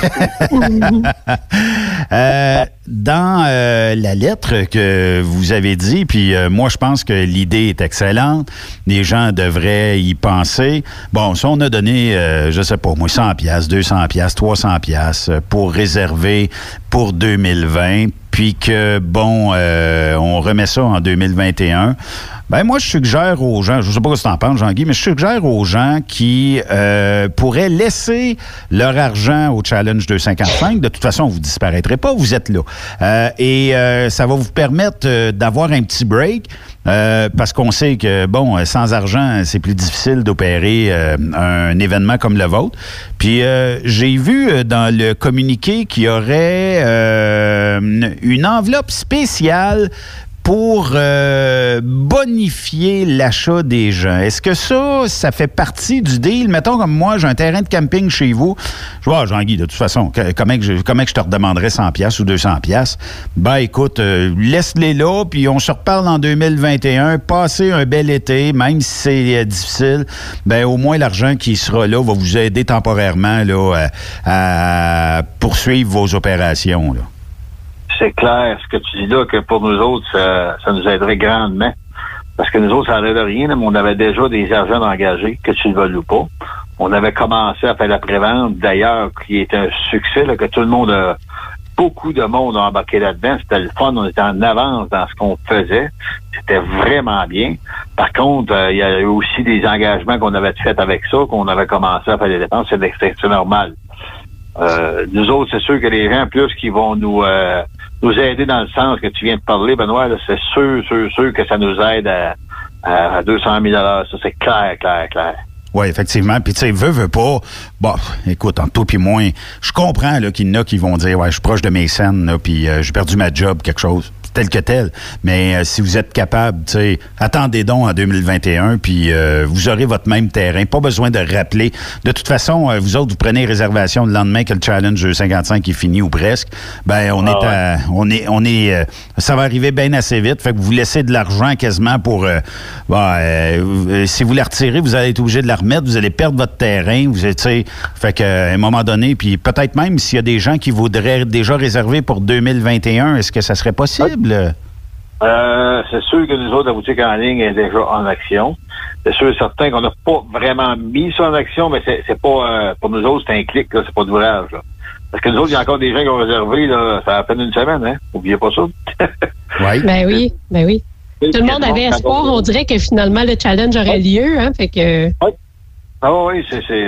Dans la lettre que vous avez dit, puis moi, je pense que l'idée est excellente. Les gens devraient y penser. Bon, ça, on a donné, je sais pas, moi, 100 $, 200 $, 300 $ pour réserver pour 2020, puis que, bon, on remet ça en 2021. Ben moi, je suggère aux gens, je sais pas ce que tu en penses, Jean-Guy, mais je suggère aux gens qui pourraient laisser leur argent au Challenge 255. De toute façon, vous disparaîtrez pas, vous êtes là. Et ça va vous permettre d'avoir un petit break. Parce qu'on sait que, bon, sans argent, c'est plus difficile d'opérer un événement comme le vôtre. Puis, j'ai vu dans le communiqué qu'il y aurait une enveloppe spéciale pour bonifier l'achat des gens. Est-ce que ça fait partie du deal? Mettons comme moi, j'ai un terrain de camping chez vous. Je vois, Jean-Guy, de toute façon, comment que je te redemanderais 100 $ ou 200 $? Ben, écoute, laisse-les là, puis on se reparle en 2021. Passez un bel été, même si c'est difficile. Ben, au moins, l'argent qui sera là va vous aider temporairement là, à poursuivre vos opérations, là. C'est clair, ce que tu dis là, que pour nous autres, ça nous aiderait grandement. Parce que nous autres, ça n'enlève rien, mais on avait déjà des argents engagés, que tu le veuilles ou pas. On avait commencé à faire la prévente, d'ailleurs, qui était un succès, là, que tout le monde a beaucoup de monde a embarqué là-dedans. C'était le fun. On était en avance dans ce qu'on faisait. C'était vraiment bien. Par contre, il y a eu aussi des engagements qu'on avait faits avec ça, qu'on avait commencé à faire des dépenses. C'est normal. Nous autres, c'est sûr que les gens, plus qui vont nous aider dans le sens que tu viens de parler, Benoît, là, c'est sûr que ça nous aide à 200 000 $. Ça, c'est clair. Oui, effectivement. Puis, tu sais, veut pas. Bon, écoute, entre toi et moi, je comprends là, qu'il y en a qui vont dire, ouais, je suis proche de mes scènes, là, puis j'ai perdu ma job, quelque chose. Tel que tel. Mais si vous êtes capable, tu sais, attendez donc en 2021, puis vous aurez votre même terrain. Pas besoin de rappeler. De toute façon, vous autres, vous prenez réservation le lendemain que le Challenge 255 est fini ou presque. Ben, ça va arriver bien assez vite. Fait que vous laissez de l'argent quasiment pour... si vous la retirez, vous allez être obligé de la remettre. Vous allez perdre votre terrain. Vous êtes, tu sais, fait qu'à un moment donné, puis peut-être même s'il y a des gens qui voudraient déjà réserver pour 2021, est-ce que ça serait possible? C'est sûr que nous autres, la boutique en ligne est déjà en action. C'est sûr et certain qu'on n'a pas vraiment mis ça en action, mais c'est pas pour nous autres, c'est un clic, là, c'est pas d'ouvrage. Là. Parce que nous autres, il y a encore des gens qui ont réservé, là, ça a à peine une semaine, hein? Oubliez pas ça. Oui. Ben oui. Tout le monde avait espoir, on dirait que finalement le challenge aurait lieu, hein? Fait que. Oui. Ah oui,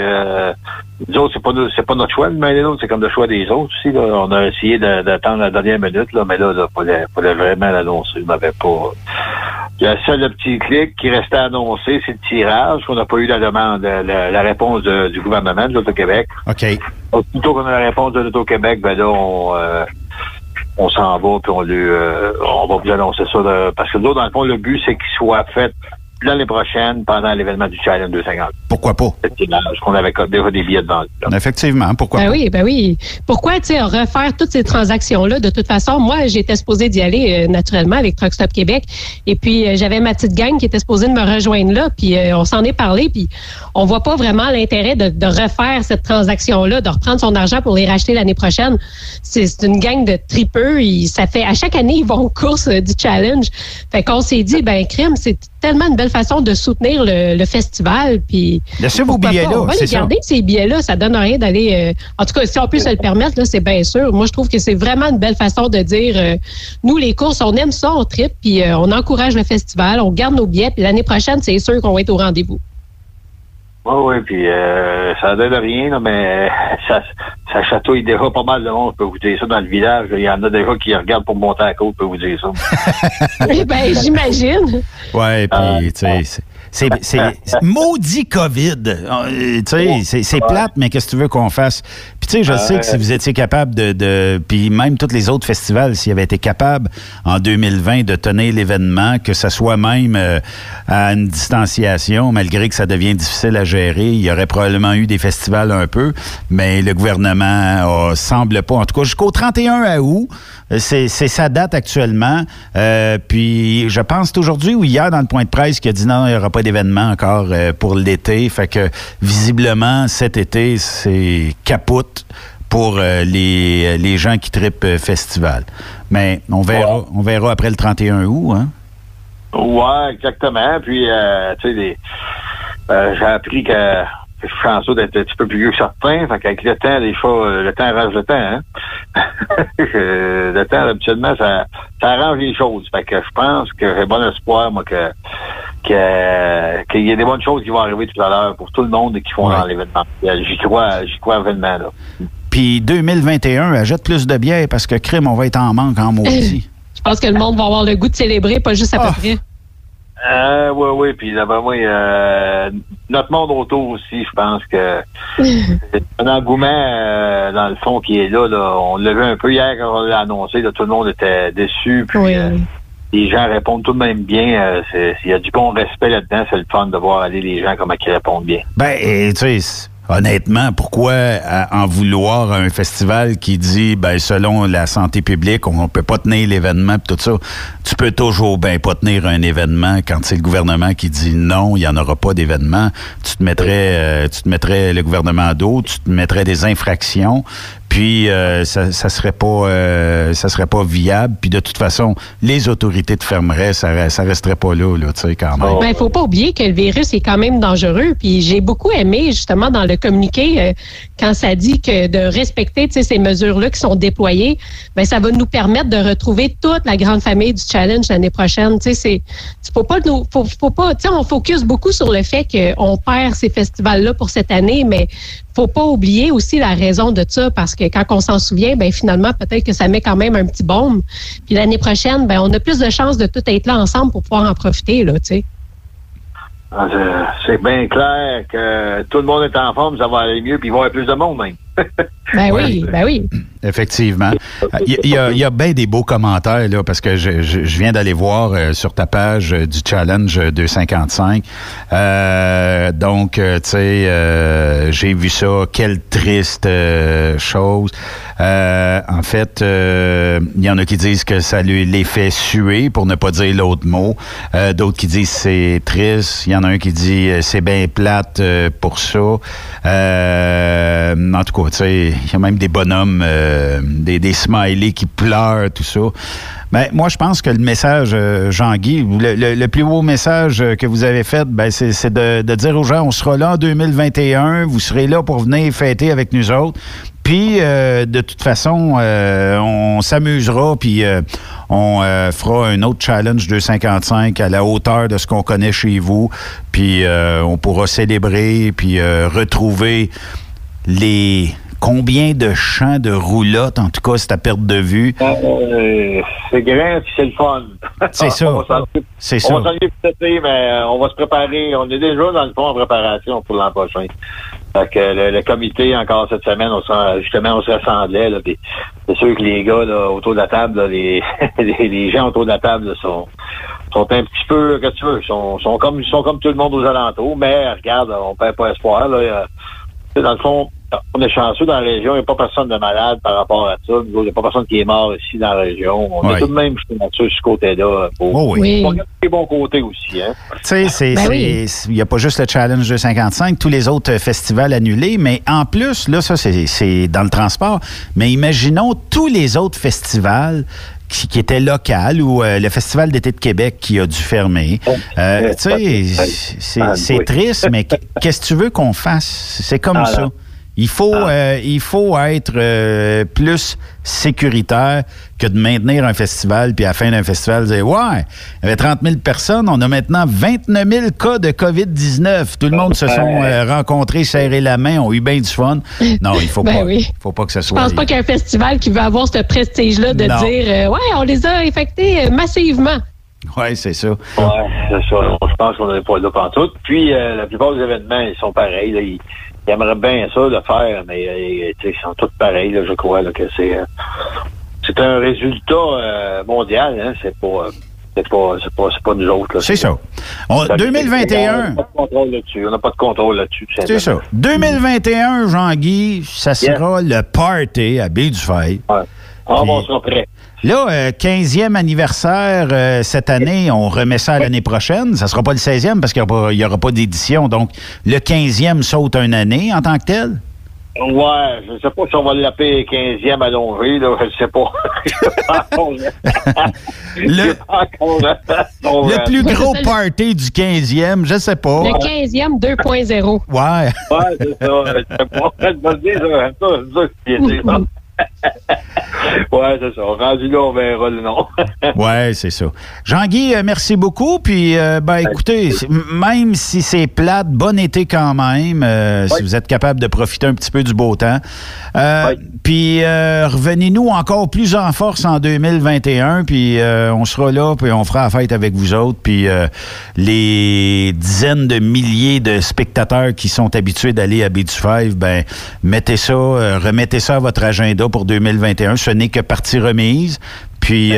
nous autres, c'est pas notre choix, mais les autres, c'est comme le choix des autres aussi. Là. On a essayé d'attendre la dernière minute, là, mais là, fallait vraiment l'annoncer. On n'avait pas. Le seul petit clic qui restait à annoncer, c'est le tirage, qu'on n'a pas eu la demande, la réponse du gouvernement de l'Auto-Québec. OK. Plutôt qu'on a la réponse de l'Auto-Québec, ben là, on s'en va, puis on va vous annoncer ça. Parce que nous autres, dans le fond, le but, c'est qu'il soit fait l'année prochaine, pendant l'événement du Challenge 250. Pourquoi pas? C'est qu'on avait déjà des billets de vente. Là. Effectivement, pourquoi pas? Ben oui. Pourquoi, tu sais, refaire toutes ces transactions-là? De toute façon, moi, j'étais supposée d'y aller, naturellement, avec Truck Stop Québec. Et puis, j'avais ma petite gang qui était supposée de me rejoindre là. Puis, on s'en est parlé. Puis, on voit pas vraiment l'intérêt de refaire cette transaction-là, de reprendre son argent pour les racheter l'année prochaine. C'est une gang de tripeux. Ça fait, à chaque année, ils vont aux courses du Challenge. Fait qu'on s'est dit, ben, crime, c'est tellement une belle façon de soutenir le festival. Puis, laissez vos billets là. On va les garder, ces billets-là. Ça donne rien d'aller... en tout cas, si on peut se le permettre, là, c'est bien sûr. Moi, je trouve que c'est vraiment une belle façon de dire, nous, les courses, on aime ça, on tripe, puis on encourage le festival, on garde nos billets, puis l'année prochaine, c'est sûr qu'on va être au rendez-vous. Oui, puis ça donne rien, là, mais ça chatouille déjà pas mal de monde, je peux vous dire ça, dans le village. Il y en a déjà qui regardent pour monter à la côte, je peux vous dire ça. Ben, j'imagine. Oui, puis, tu sais... C'est maudit COVID. Tu sais, c'est plate, mais qu'est-ce que tu veux qu'on fasse? Puis tu sais, je sais que si vous étiez capable puis même tous les autres festivals, s'ils avaient été capables en 2020 de tenir l'événement, que ça soit même à une distanciation, malgré que ça devient difficile à gérer, il y aurait probablement eu des festivals un peu, mais le gouvernement semble pas, en tout cas jusqu'au 31 août, c'est sa date actuellement. Puis je pense c'est aujourd'hui ou hier dans le point de presse qu'il a dit non, il n'y aura pas d'événement encore pour l'été. Fait que visiblement, cet été, c'est capote pour les gens qui trippent festival. Mais on verra après le 31 août, hein? Ouais, exactement. Puis, tu sais, j'ai appris que je suis chanceux d'être un petit peu plus vieux que certains. Fait qu'avec le temps, des fois, le temps arrange le temps, hein? Le temps, habituellement, ça arrange les choses. Fait que je pense que j'ai bon espoir, moi, qu'il y ait des bonnes choses qui vont arriver tout à l'heure pour tout le monde qui font dans l'événement. J'y crois événement, là. Puis 2021, achète plus de bière parce que crime, on va être en manque en maudit. Je pense que le monde va avoir le goût de célébrer, pas juste à peu près. Oui. Puis là, moi, notre monde autour aussi, je pense que c'est un engouement, dans le fond, qui est là. On l'a vu un peu hier quand on l'a annoncé. Là, tout le monde était déçu. Puis les gens répondent tout de même bien. Il y a du bon respect là-dedans. C'est le fun de voir aller les gens comment ils répondent bien. Ben, tu sais... Honnêtement, pourquoi en vouloir à un festival qui dit, ben selon la santé publique, on peut pas tenir l'événement pis tout ça. Tu peux toujours pas tenir un événement quand c'est le gouvernement qui dit non, il y en aura pas d'événement. Tu te mettrais le gouvernement à dos, tu te mettrais des infractions. Puis ça serait pas viable. Puis de toute façon, les autorités te fermeraient, ça resterait pas là, tu sais, quand même. Ben, il faut pas oublier que le virus est quand même dangereux. Puis j'ai beaucoup aimé, justement, dans le communiqué, quand ça dit que de respecter, tu sais, ces mesures-là qui sont déployées, ben ça va nous permettre de retrouver toute la grande famille du Challenge l'année prochaine. Tu sais, faut pas, tu sais, on focus beaucoup sur le fait qu'on perd ces festivals-là pour cette année, mais faut pas oublier aussi la raison de ça, parce que quand on s'en souvient, ben finalement, peut-être que ça met quand même un petit baume. Puis l'année prochaine, ben on a plus de chances de tout être là ensemble pour pouvoir en profiter, là, tu sais. C'est bien clair que tout le monde est en forme, ça va aller mieux, puis il va y avoir plus de monde même. Ben oui. Effectivement. Il y a bien des beaux commentaires, là, parce que je viens d'aller voir sur ta page du Challenge 255. Donc, tu sais, j'ai vu ça. Quelle triste chose. En fait, il y en a qui disent que ça les fait suer, pour ne pas dire l'autre mot. D'autres qui disent c'est triste. Il y en a un qui dit c'est bien plate pour ça. En tout cas, tu sais, il y a même des bonhommes, des smileys qui pleurent, tout ça. Ben, moi, je pense que le message, Jean-Guy, le plus beau message que vous avez fait, ben, c'est de dire aux gens, on sera là en 2021, vous serez là pour venir fêter avec nous autres. Puis, de toute façon, on s'amusera, puis on fera un autre Challenge 255 à la hauteur de ce qu'on connaît chez vous. Puis, on pourra célébrer, puis retrouver les... Combien de champs de roulotte, en tout cas, c'est à perte de vue? C'est grand, puis c'est le fun. C'est ça. C'est ça. On va s'ennuyer cet été, mais on va se préparer. On est déjà, dans le fond, en préparation pour l'an prochain. Fait que le comité, encore cette semaine, on se rassemblait. Là, puis c'est sûr que les gars là, autour de la table, là, les gens autour de la table là, sont un petit peu, qu'est-ce que tu veux, sont comme tout le monde aux alentours. Mais regarde, on perd pas espoir. Là, dans le fond, on est chanceux dans la région. Il n'y a pas personne de malade par rapport à ça. Il n'y a pas personne qui est mort ici dans la région. On est tout de même chanceux sur ce côté-là. Pour regarder les bons côtés aussi. Hein? Tu sais, il n'y a pas juste le Challenge 255, tous les autres festivals annulés, mais en plus, là, ça, c'est dans le transport. Mais imaginons tous les autres festivals qui était local, ou le Festival d'été de Québec qui a dû fermer. Tu sais, c'est triste, mais qu'est-ce que tu veux qu'on fasse? C'est comme ça. Il faut être plus sécuritaire que de maintenir un festival, puis à la fin d'un festival, dire « Ouais, il y avait 30 000 personnes, on a maintenant 29 000 cas de COVID-19. Tout le monde se sont rencontrés, serré la main, ont eu bien du fun. » Non, il faut faut pas que ce soit... Je pense pas qu'il y a un festival qui veut avoir ce prestige-là de dire « Ouais, on les a infectés massivement. » Oui, c'est ça. Oui, c'est ça. Je pense qu'on n'est pas là pantoute. Puis, la plupart des événements, ils sont pareils. Là. Ils aimeraient bien ça de faire, mais ils sont tous pareils, là, je crois, là, que c'est un résultat mondial, hein, c'est pas nous autres. Là, c'est ça. 2021. On n'a pas de contrôle là-dessus. C'est ça. 2021, Jean-Guy, ça sera le party à Baie-du-Fay. Ouais. On sera prêt. Là, 15e anniversaire cette année, on remet ça à l'année prochaine. Ça sera pas le 16e parce qu'il n'y aura pas d'édition. Donc, le 15e saute une année en tant que tel? Ouais, je sais pas si on va l'appeler 15e allongé, là, je sais pas. le plus gros party du 15e, je sais pas. Le 15e 2.0. Ouais. Ouais, c'est ça. Ouais, c'est ça. Rendu là, on verra le nom. Ouais, c'est ça. Jean-Guy, merci beaucoup. Puis, écoutez, même si c'est plate, bon été quand même, si vous êtes capable de profiter un petit peu du beau temps. Puis, revenez-nous encore plus en force en 2021. Puis, on sera là, puis on fera la fête avec vous autres. Puis, les dizaines de milliers de spectateurs qui sont habitués d'aller à Baie-du-Fay, ben, mettez ça, remettez ça à votre agenda pour 2021. Ce n'est que partie remise. Puis,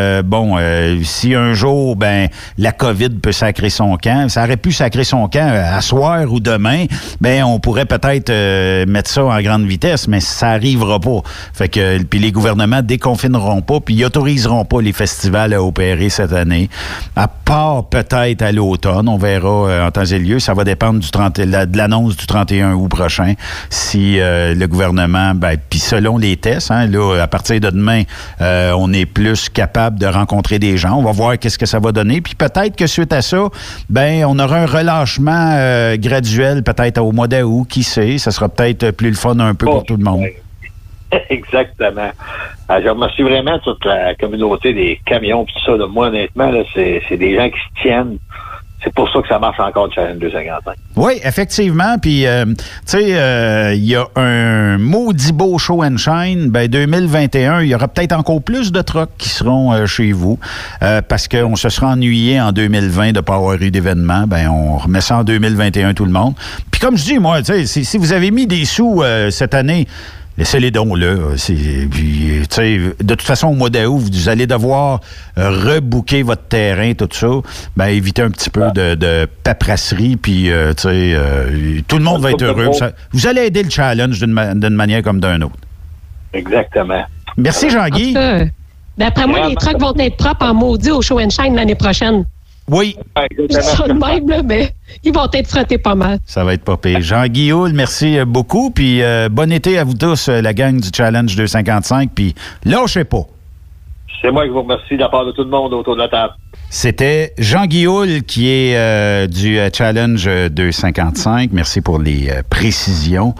si un jour, la COVID peut sacrer son camp, ça aurait pu sacrer son camp à soir ou demain, on pourrait peut-être mettre ça en grande vitesse, mais ça arrivera pas. Fait que, puis les gouvernements déconfineront pas, puis ils autoriseront pas les festivals à opérer cette année. À part peut-être à l'automne, on verra en temps et lieu. Ça va dépendre de l'annonce du 31 août prochain. Si le gouvernement, puis selon les tests, là, à partir de demain, on est plus capable de rencontrer des gens. On va voir qu'est-ce que ça va donner. Puis peut-être que suite à ça, on aura un relâchement graduel, peut-être au mois d'août, qui sait. Ça sera peut-être plus le fun un peu pour tout le monde. Exactement. Je remercie vraiment toute la communauté des camions et tout ça. Moi, honnêtement, là, c'est des gens qui se tiennent. C'est pour ça que ça marche encore le Challenge 255. Oui, effectivement. Puis, tu sais, il y a un maudit beau show and shine. 2021, il y aura peut-être encore plus de trucks qui seront chez vous parce qu'on se sera ennuyé en 2020 de ne pas avoir eu d'événement. On remet ça en 2021, tout le monde. Puis, comme je dis, moi, tu sais, si vous avez mis des sous cette année, laissez-les donc là. Puis, tu sais, de toute façon, au mois d'août, vous allez devoir rebooker votre terrain, tout ça. Évitez un petit peu de paperasserie, puis, tu sais, tout le monde va être heureux. Vous allez aider le challenge d'une manière comme d'une autre. Exactement. Merci, Jean-Guy. D'après moi, les trucks vont être propres en maudit au Show and Shine l'année prochaine. Oui. Je dis ça de même, là, mais ils vont être frottés pas mal. Ça va être pas pire. Jean-Guy Houle, merci beaucoup. Puis bon été à vous tous, la gang du Challenge 255. Puis lâchez pas. C'est moi qui vous remercie de la part de tout le monde autour de la table. C'était Jean-Guy Houle qui est du Challenge 255. Merci pour les précisions.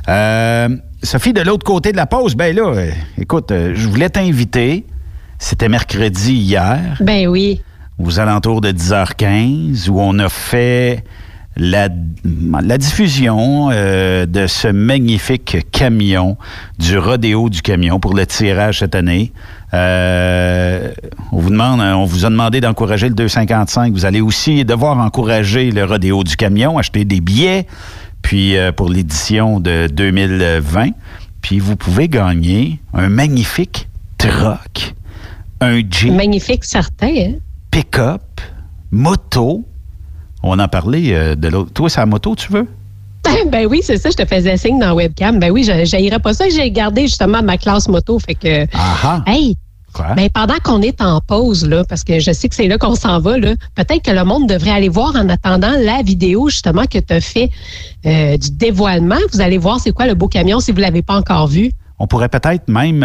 Sophie, de l'autre côté de la pause, écoute, je voulais t'inviter. C'était mercredi hier. Ben oui. Aux alentours de 10h15, où on a fait la diffusion de ce magnifique camion, du rodéo du camion pour le tirage cette année. On vous a demandé d'encourager le 255. Vous allez aussi devoir encourager le rodéo du camion, acheter des billets, puis pour l'édition de 2020. Puis vous pouvez gagner un magnifique truck, un Jeep. Magnifique, certain, hein? Pick-up, moto. On en parlait de l'autre. Toi, c'est la moto, tu veux? Ben oui, c'est ça, je te faisais signe dans la webcam. Ben oui, j'haïrais pas ça. J'ai gardé justement ma classe moto. Fait que. Ah. Hey! Quoi? Ben pendant qu'on est en pause, là, parce que je sais que c'est là qu'on s'en va, là, peut-être que le monde devrait aller voir en attendant la vidéo justement que tu as fait du dévoilement. Vous allez voir c'est quoi le beau camion si vous l'avez pas encore vu. On pourrait peut-être même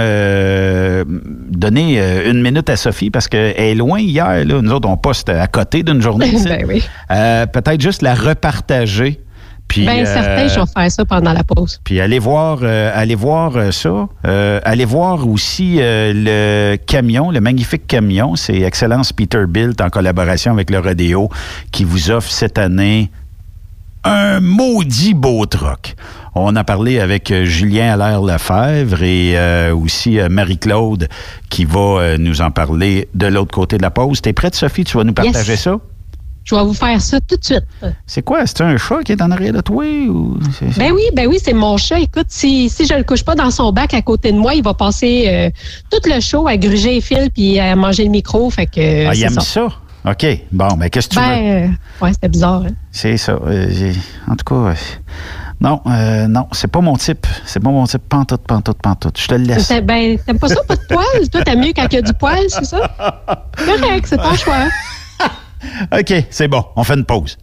donner une minute à Sophie parce qu'elle est loin hier. Là. Nous autres, on poste à côté d'une journée. Ben oui. Peut-être juste la repartager. Puis, certain, je vais faire ça pendant la pause. Puis allez voir ça. Allez voir aussi le camion, le magnifique camion. C'est Excellence Peterbilt en collaboration avec le Rodéo qui vous offre cette année un maudit beau truck. On a parlé avec Julien Allaire-Lefebvre et aussi Marie-Claude qui va nous en parler de l'autre côté de la pause. T'es prête, Sophie? Tu vas nous partager ça? Je vais vous faire ça tout de suite. C'est quoi? C'est un chat qui est en arrière de toi? Ou Ben oui, c'est mon chat. Écoute, si je le couche pas dans son bac à côté de moi, il va passer tout le show à gruger les fils puis à manger le micro. Fait que, il aime ça? OK. Bon, mais qu'est-ce que tu veux? Ouais, c'était bizarre. Hein? C'est ça. En tout cas, non, c'est pas mon type. C'est pas mon type. Pantoute. Je te le laisse. T'aimes pas ça, pas de poil? Toi, t'aimes mieux quand il y a du poil, c'est ça? Correct, c'est ton choix. OK, c'est bon. On fait une pause.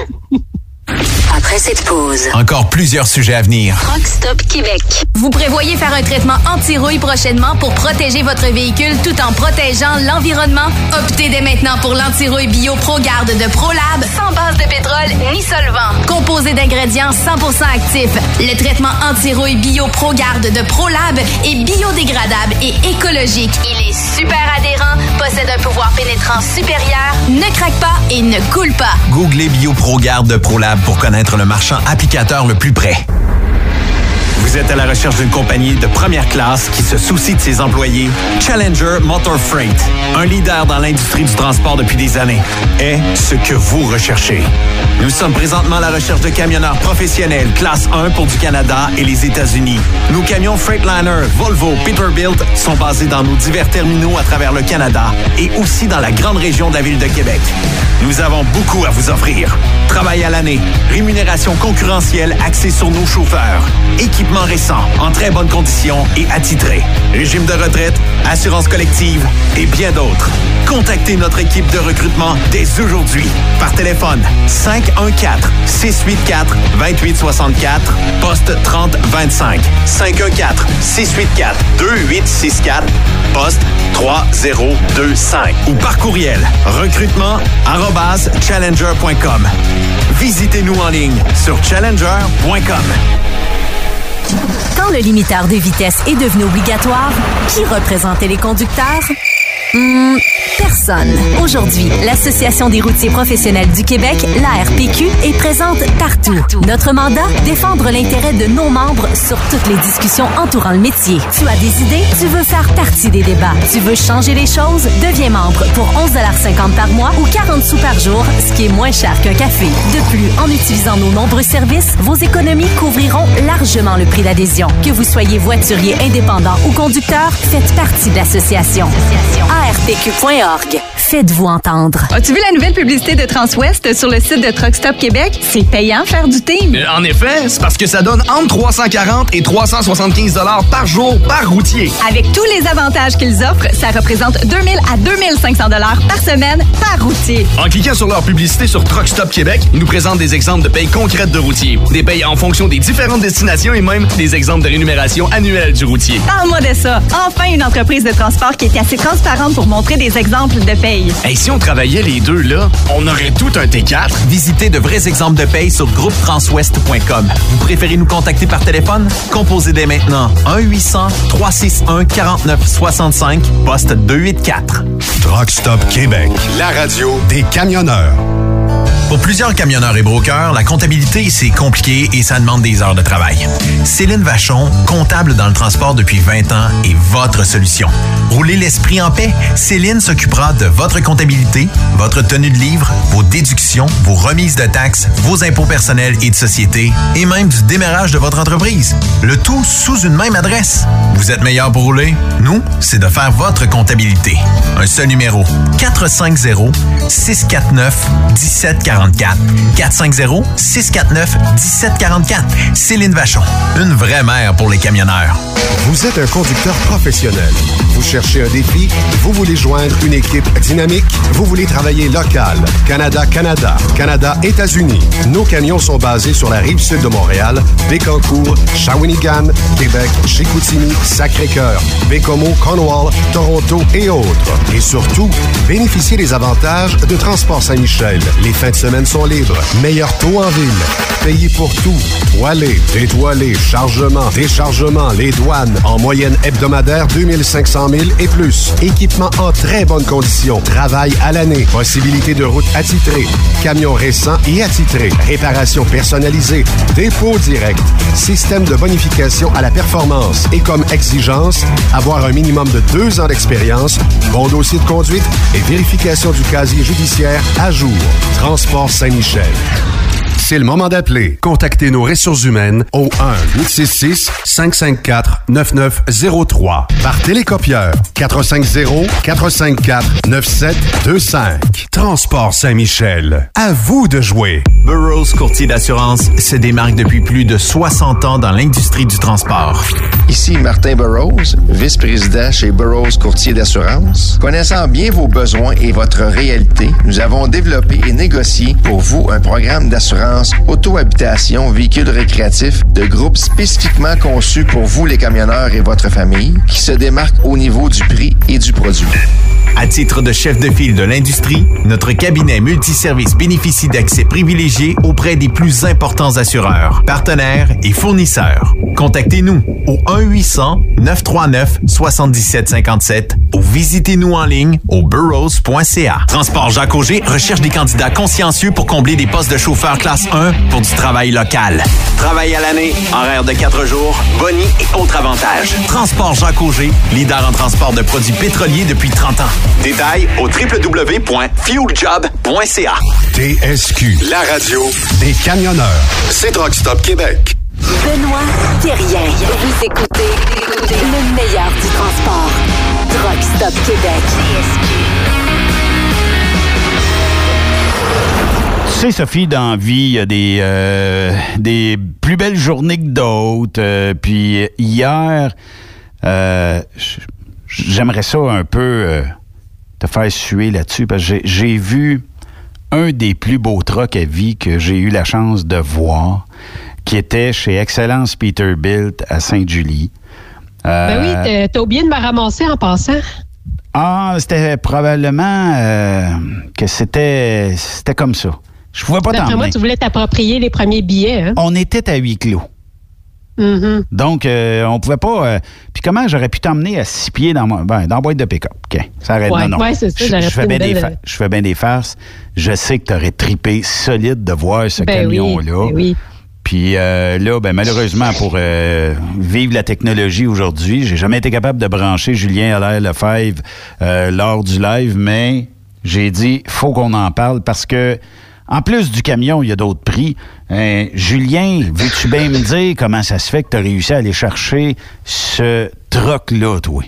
Après cette pause, encore plusieurs sujets à venir. Truck Stop Québec. Vous prévoyez faire un traitement anti-rouille prochainement pour protéger votre véhicule tout en protégeant l'environnement? Optez dès maintenant pour l'anti-rouille bio ProGarde de ProLab, sans base de pétrole ni solvant. Composé d'ingrédients 100% actifs, le traitement anti-rouille bio ProGarde de ProLab est biodégradable et écologique. Il est super adhérent, possède un pouvoir pénétrant supérieur, ne craque pas et ne coule pas. Googlez bio ProGarde de ProLab pour connaître le marchand applicateur le plus près. Vous êtes à la recherche d'une compagnie de première classe qui se soucie de ses employés? Challenger Motor Freight, un leader dans l'industrie du transport depuis des années, est ce que vous recherchez. Nous sommes présentement à la recherche de camionneurs professionnels classe 1 pour du Canada et les États-Unis. Nos camions Freightliner, Volvo, Peterbilt sont basés dans nos divers terminaux à travers le Canada et aussi dans la grande région de la ville de Québec. Nous avons beaucoup à vous offrir. Travail à l'année, rémunération concurrentielle axée sur nos chauffeurs, équipement récent, en très bonnes conditions et attitré, régime de retraite, assurance collective et bien d'autres. Contactez notre équipe de recrutement dès aujourd'hui par téléphone 514-684-2864, poste 3025. 514-684-2864, poste 3025. Ou par courriel recrutement@challenger.com. Visitez-nous en ligne sur challenger.com. Quand le limiteur de vitesse est devenu obligatoire, qui représentait les conducteurs? Personne. Aujourd'hui, l'Association des routiers professionnels du Québec, l'ARPQ, est présente partout. Notre mandat, défendre l'intérêt de nos membres sur toutes les discussions entourant le métier. Tu as des idées? Tu veux faire partie des débats? Tu veux changer les choses? Deviens membre pour 11,50 $ par mois ou 40 sous par jour, ce qui est moins cher qu'un café. De plus, en utilisant nos nombreux services, vos économies couvriront largement le prix d'adhésion. Que vous soyez voiturier indépendant ou conducteur, faites partie de l'association. ARPQ.org. Faites-vous entendre. As-tu vu la nouvelle publicité de Transwest sur le site de Truck Stop Québec? C'est payant faire du team. En effet, c'est parce que ça donne entre 340 et 375 $ par jour par routier. Avec tous les avantages qu'ils offrent, ça représente 2000 à 2500 $ par semaine par routier. En cliquant sur leur publicité sur Truck Stop Québec, ils nous présentent des exemples de payes concrètes de routiers, des payes en fonction des différentes destinations et même des exemples de rémunération annuelle du routier. Parle-moi de ça. Enfin, une entreprise de transport qui est assez transparente pour montrer des exemples de paye. Hey, si on travaillait les deux, là, on aurait tout un T4. Visitez de vrais exemples de paye sur groupetranswest.com. Vous préférez nous contacter par téléphone? Composez dès maintenant 1-800-361-4965, poste 284. Truck Stop Québec, la radio des camionneurs. Pour plusieurs camionneurs et brokers, la comptabilité, c'est compliqué et ça demande des heures de travail. Céline Vachon, comptable dans le transport depuis 20 ans, est votre solution. Roulez l'esprit en paix. Céline s'occupera de votre comptabilité, votre tenue de livre, vos déductions, vos remises de taxes, vos impôts personnels et de société, et même du démarrage de votre entreprise. Le tout sous une même adresse. Vous êtes meilleur pour rouler? Nous, c'est de faire votre comptabilité. Un seul numéro. 450-649-1744. 450-649-1744. Céline Vachon, une vraie mère pour les camionneurs. Vous êtes un conducteur professionnel. Vous cherchez un défi? Vous voulez joindre une équipe dynamique? Vous voulez travailler local? Canada-Canada, Canada-États-Unis. Nos camions sont basés sur la rive sud de Montréal, Bécancour, Shawinigan, Québec, Chicoutimi, Sacré-Cœur, Bécomo, Cornwall, Toronto et autres. Et surtout, bénéficiez des avantages de Transport Saint-Michel. Les fins de semaine sont libres. Meilleur taux en ville. Payé pour tout. Toilé, détoilé, chargement, déchargement, les douanes. En moyenne hebdomadaire, 2500 000 et plus. Équipement en très bonne condition. Travail à l'année. Possibilité de route attitrée. Camions récents et attitrés. Réparation personnalisée. Dépôt direct. Système de bonification à la performance. Et comme exigence, avoir un minimum de 2 ans d'expérience, bon dossier de conduite et vérification du casier judiciaire à jour. Transport Saint-Michel. C'est le moment d'appeler. Contactez nos ressources humaines au 1-866-554-9903. Par télécopieur, 450-454-9725. Transport Saint-Michel. À vous de jouer. Burroughs Courtier d'assurance se démarque depuis plus de 60 ans dans l'industrie du transport. Ici Martin Burroughs, vice-président chez Burroughs Courtier d'assurance. Connaissant bien vos besoins et votre réalité, nous avons développé et négocié pour vous un programme d'assurance auto-habitation, véhicules récréatifs de groupe spécifiquement conçu pour vous les camionneurs et votre famille, qui se démarque au niveau du prix et du produit. À titre de chef de file de l'industrie, notre cabinet multiservice bénéficie d'accès privilégié auprès des plus importants assureurs, partenaires et fournisseurs. Contactez-nous au 1-800-939-7757 ou visitez-nous en ligne au burrows.ca. Transport Jacques Auger recherche des candidats consciencieux pour combler des postes de chauffeur classe 1 pour du travail local. Travail à l'année, horaire de 4 jours, boni et autres avantages. Transport Jacques Auger, leader en transport de produits pétroliers depuis 30 ans. Détails au www.fueljob.ca. TSQ, la radio des camionneurs. C'est Truck Stop Québec. Benoît Thérien. Vous écoutez le meilleur du transport. Truck Stop Québec. Tu sais, Sophie, dans la vie, il y a des plus belles journées que d'autres. Puis hier, j'aimerais ça un peu te faire suer là-dessus, parce que j'ai vu un des plus beaux trucks à vie que j'ai eu la chance de voir, qui était chez Excellence Peterbilt à Sainte-Julie. Ben oui, t'as oublié de me ramasser en passant. Ah, c'était probablement que c'était comme ça. Je pouvais pas t'emmener. D'après moi, tu voulais t'approprier les premiers billets. Hein? On était à huis clos. Mm-hmm. Donc, on pouvait pas... puis comment j'aurais pu t'emmener à 6 pieds dans la boîte de pick-up? OK, ça arrête. Ouais, non. Ouais, c'est ça, je fais bien des farces. Je sais que tu aurais trippé solide de voir ce ben camion-là. Oui, ben oui. Puis là, malheureusement, pour vivre la technologie aujourd'hui, j'ai jamais été capable de brancher Julien Allaire-Lefebvre lors du live, mais j'ai dit, faut qu'on en parle parce que, en plus du camion, il y a d'autres prix. Julien, veux-tu bien me dire comment ça se fait que tu as réussi à aller chercher ce truck-là, toi?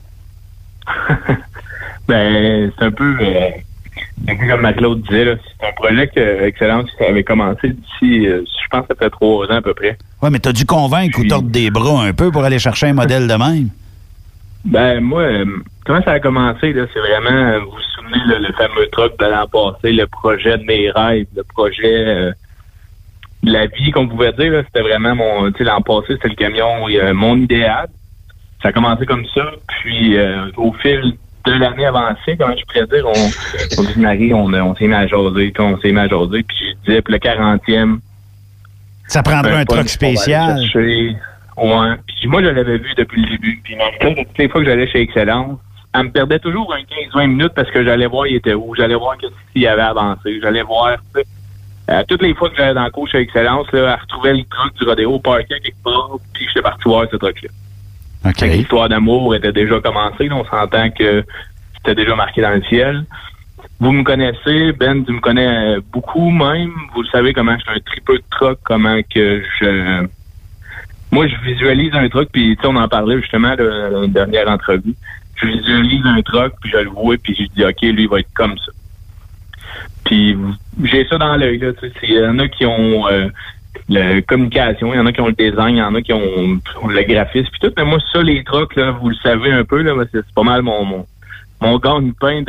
Ben, c'est un peu comme Marie-Claude disait, là, c'est un projet que Excellence avait commencé d'ici, je pense, ça fait 3 ans à peu près. Oui, mais tu as dû convaincre ou tordre des bras un peu pour aller chercher un modèle de même? Ben, moi, comment ça a commencé, là, c'est vraiment, vous vous souvenez, là, le fameux truck de l'an passé, le projet de mes rêves, le projet de la vie qu'on pouvait dire, là, c'était vraiment l'an passé, c'était le camion, mon idéal. Ça a commencé comme ça, puis au fil de l'année avancée, comment je pourrais dire, on dit Marie, on s'est mis à jaser, puis je disais, puis le 40e... Ça prendrait un truck spécial. Ouais. Puis moi, je l'avais vu depuis le début. Puis toutes les fois que j'allais chez Excellence, elle me perdait toujours un 15-20 minutes parce que j'allais voir il était où, j'allais voir qu'est-ce qu'il avait avancé, j'allais voir, tu sais. Toutes les fois que j'allais dans le cours chez Excellence, là, elle retrouvait le truck du rodéo parqué quelque part, puis j'étais parti voir ce truc-là. OK. L'histoire d'amour était déjà commencée, là, on s'entend que c'était déjà marqué dans le ciel. Vous me connaissez, Ben, tu me connais beaucoup même. Vous le savez comment je suis un tripeux de truck, comment que je... Moi, je visualise un truck, puis tu sais, on en parlait justement dans une dernière entrevue. Je visualise un truck, puis je le vois, puis je dis, OK, lui, il va être comme ça. Puis j'ai ça dans l'œil, là. Il y en a qui ont la communication, il y en a qui ont le design, il y en a qui ont le graphisme, puis tout. Mais moi, ça, les trucks, là, vous le savez un peu, là, c'est pas mal mon gagne-pain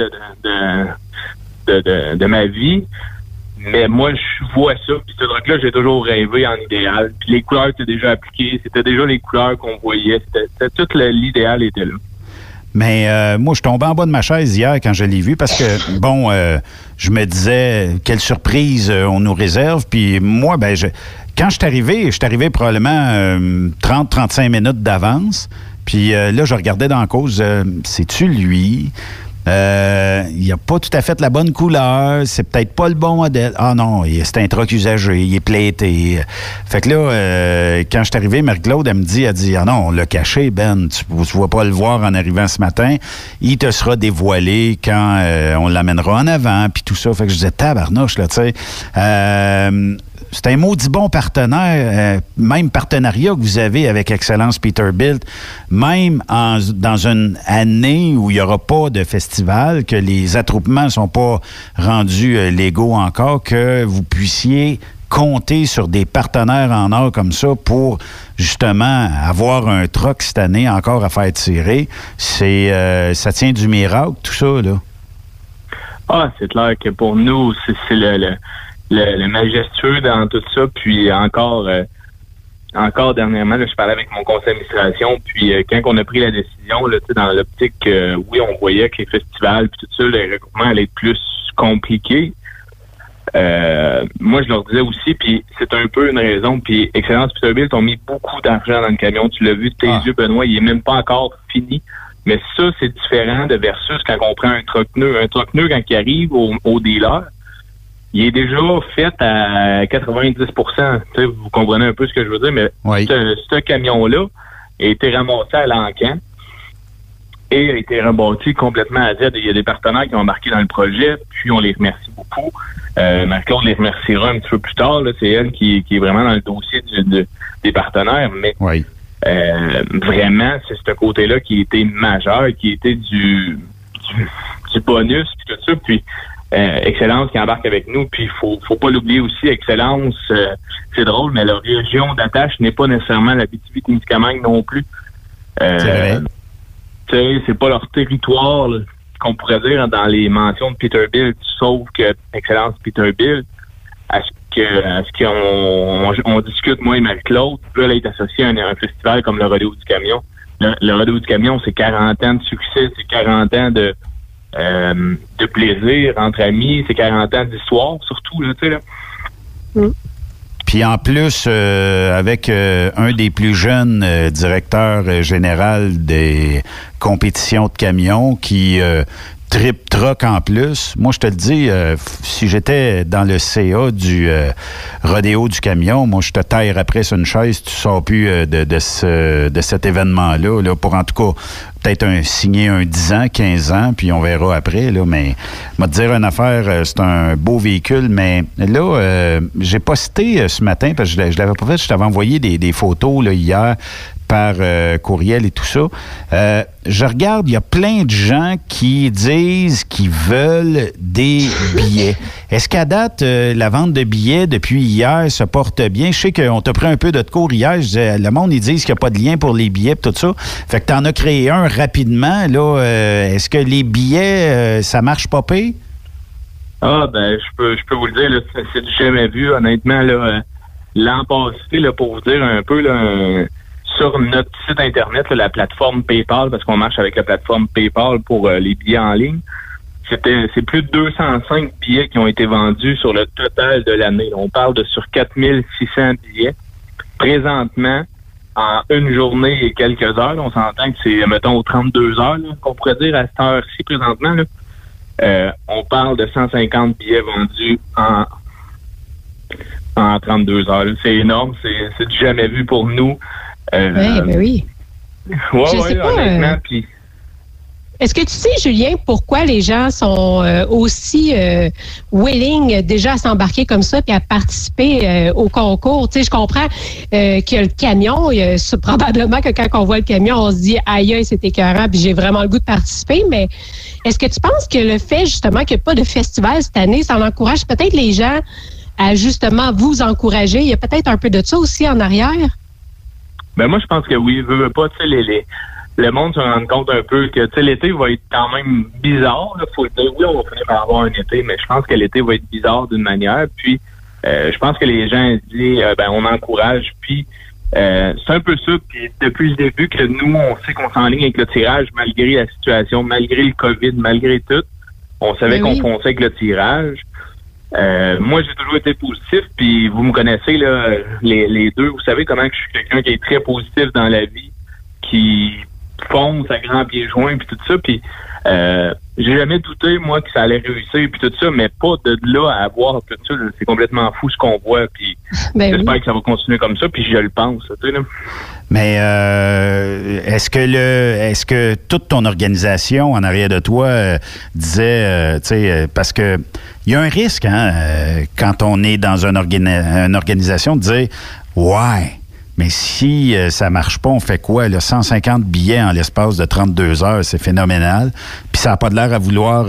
de ma vie. Mais moi, je vois ça, puis ce truc-là, j'ai toujours rêvé en idéal. Puis les couleurs étaient déjà appliquées, c'était déjà les couleurs qu'on voyait. C'était tout l'idéal était là. Mais moi, je tombais en bas de ma chaise hier quand je l'ai vu parce que, je me disais, quelle surprise on nous réserve. Puis moi, quand je suis arrivé probablement 30-35 minutes d'avance. Puis là, je regardais dans la cause, c'est-tu lui? Il n'a pas tout à fait la bonne couleur, c'est peut-être pas le bon modèle. Ah non, c'est un truck usagé, il est platé. Fait que là, quand je suis arrivé, Marie-Claude, elle dit, ah non, on l'a caché, Ben, tu ne vas pas le voir en arrivant ce matin. Il te sera dévoilé quand on l'amènera en avant, puis tout ça. Fait que je disais, tabarnouche, là, tu sais. C'est un maudit bon partenaire, même partenariat que vous avez avec Excellence Peterbilt, même dans une année où il n'y aura pas de festival, que les attroupements ne sont pas rendus légaux encore, que vous puissiez compter sur des partenaires en or comme ça pour justement avoir un truck cette année encore à faire tirer. Ça tient du miracle, tout ça, là. Ah, c'est clair que pour nous, c'est le majestueux dans tout ça, puis encore dernièrement, là, je parlais avec mon conseil d'administration, puis quand on a pris la décision, là, dans l'optique oui, on voyait que les festivals, puis tout ça, les regroupements allaient être plus compliqués. Moi, je leur disais aussi, puis c'est un peu une raison, puis Excellence Peterbilt ont mis beaucoup d'argent dans le camion, tu l'as vu de tes yeux, Benoît, il est même pas encore fini. Mais ça, c'est différent de versus quand on prend un troc-pneu. Un troc-pneu, quand il arrive au dealer, il est déjà fait à 90%. Vous comprenez un peu ce que je veux dire, mais ce camion-là a été ramassé à l'encan et a été rebâti complètement à Z. Il y a des partenaires qui ont embarqué dans le projet, puis on les remercie beaucoup. Marc-Claude les remerciera un petit peu plus tard. Là. C'est elle qui est vraiment dans le dossier des partenaires, mais vraiment, c'est ce côté-là qui était majeur, qui était du bonus, puis tout ça, puis Excellence qui embarque avec nous, puis faut pas l'oublier aussi, Excellence, c'est drôle, mais leur région d'attache n'est pas nécessairement la Abitibi-Témiscamingue non plus. C'est vrai. C'est pas leur territoire, là, qu'on pourrait dire dans les mentions de Peterbilt, sauf que Excellence Peterbilt, à ce qu'on discute, moi et Marie-Claude, veulent être associés à un festival comme le Rodéo du Camion. Le Rodéo du Camion, c'est 40 ans de succès, c'est 40 ans de plaisir entre amis, c'est 40 ans d'histoire, surtout, là, tu sais, là. Puis en plus, avec un des plus jeunes directeurs général des compétitions de camions qui trip truck en plus. Moi, je te le dis, si j'étais dans le CA du Rodéo du Camion, moi, je te taillerais après sur une chaise, tu sors plus de cet événement-là, là, pour en tout cas peut-être signer un 10 ans, 15 ans, puis on verra après, là, mais moi te dire une affaire, c'est un beau véhicule, mais là, j'ai posté ce matin, parce que je l'avais pas fait, je t'avais envoyé des photos là, hier, par courriel et tout ça. Je regarde, il y a plein de gens qui disent qu'ils veulent des billets. Est-ce qu'à date, la vente de billets depuis hier se porte bien? Je sais qu'on t'a pris un peu de cours hier. Je disais, le monde, ils disent qu'il n'y a pas de lien pour les billets et tout ça. Fait que tu en as créé un rapidement. Là, est-ce que les billets, ça marche pas pire? Ah, ben, je peux vous le dire, là, c'est du jamais vu, honnêtement, là, l'an passé, là, pour vous dire un peu, là, sur notre site Internet, là, la plateforme PayPal, parce qu'on marche avec la plateforme PayPal pour les billets en ligne, c'est plus de 205 billets qui ont été vendus sur le total de l'année. On parle de sur 4600 billets. Présentement, en une journée et quelques heures, là, on s'entend que c'est, mettons, aux 32 heures, là, qu'on pourrait dire à cette heure-ci présentement, là, on parle de 150 billets vendus en 32 heures. Là. C'est énorme, c'est du jamais vu pour nous. Oui. Ouais, honnêtement, puis... Est-ce que tu sais, Julien, pourquoi les gens sont aussi willing déjà à s'embarquer comme ça puis à participer au concours? Tu sais, je comprends que le camion, probablement que quand on voit le camion, on se dit « Aïe, c'est écœurant, puis j'ai vraiment le goût de participer », mais est-ce que tu penses que le fait, justement, qu'il n'y ait pas de festival cette année, ça encourage peut-être les gens à, justement, vous encourager? Il y a peut-être un peu de ça aussi en arrière? Ben moi, je pense que oui. Veux pas, tu sais, le monde se rend compte un peu que, tu sais, l'été va être quand même bizarre. Là, faut le dire. Oui, on va finir par avoir un été, mais je pense que l'été va être bizarre d'une manière. Puis, je pense que les gens disent, on encourage. Puis, c'est un peu ça. Puis, depuis le début que nous, on sait qu'on s'enligne avec le tirage, malgré la situation, malgré le COVID, malgré tout, on savait qu'on fonçait avec le tirage. Moi, j'ai toujours été positif, puis vous me connaissez, là, les deux. Vous savez comment que je suis quelqu'un qui est très positif dans la vie, qui fonce à grands pieds joints, puis tout ça. Puis j'ai jamais douté, moi, que ça allait réussir, puis tout ça, mais pas de là à avoir tout ça. Là, c'est complètement fou ce qu'on voit, puis j'espère que ça va continuer comme ça, puis je le pense. Tu sais, là. Mais est-ce que toute ton organisation en arrière de toi disait, tu sais, parce que il y a un risque, hein, quand on est dans une organisation, de dire ouais. Mais si ça marche pas, on fait quoi? Là, 150 billets en l'espace de 32 heures, c'est phénoménal. Puis ça n'a pas de l'air à vouloir...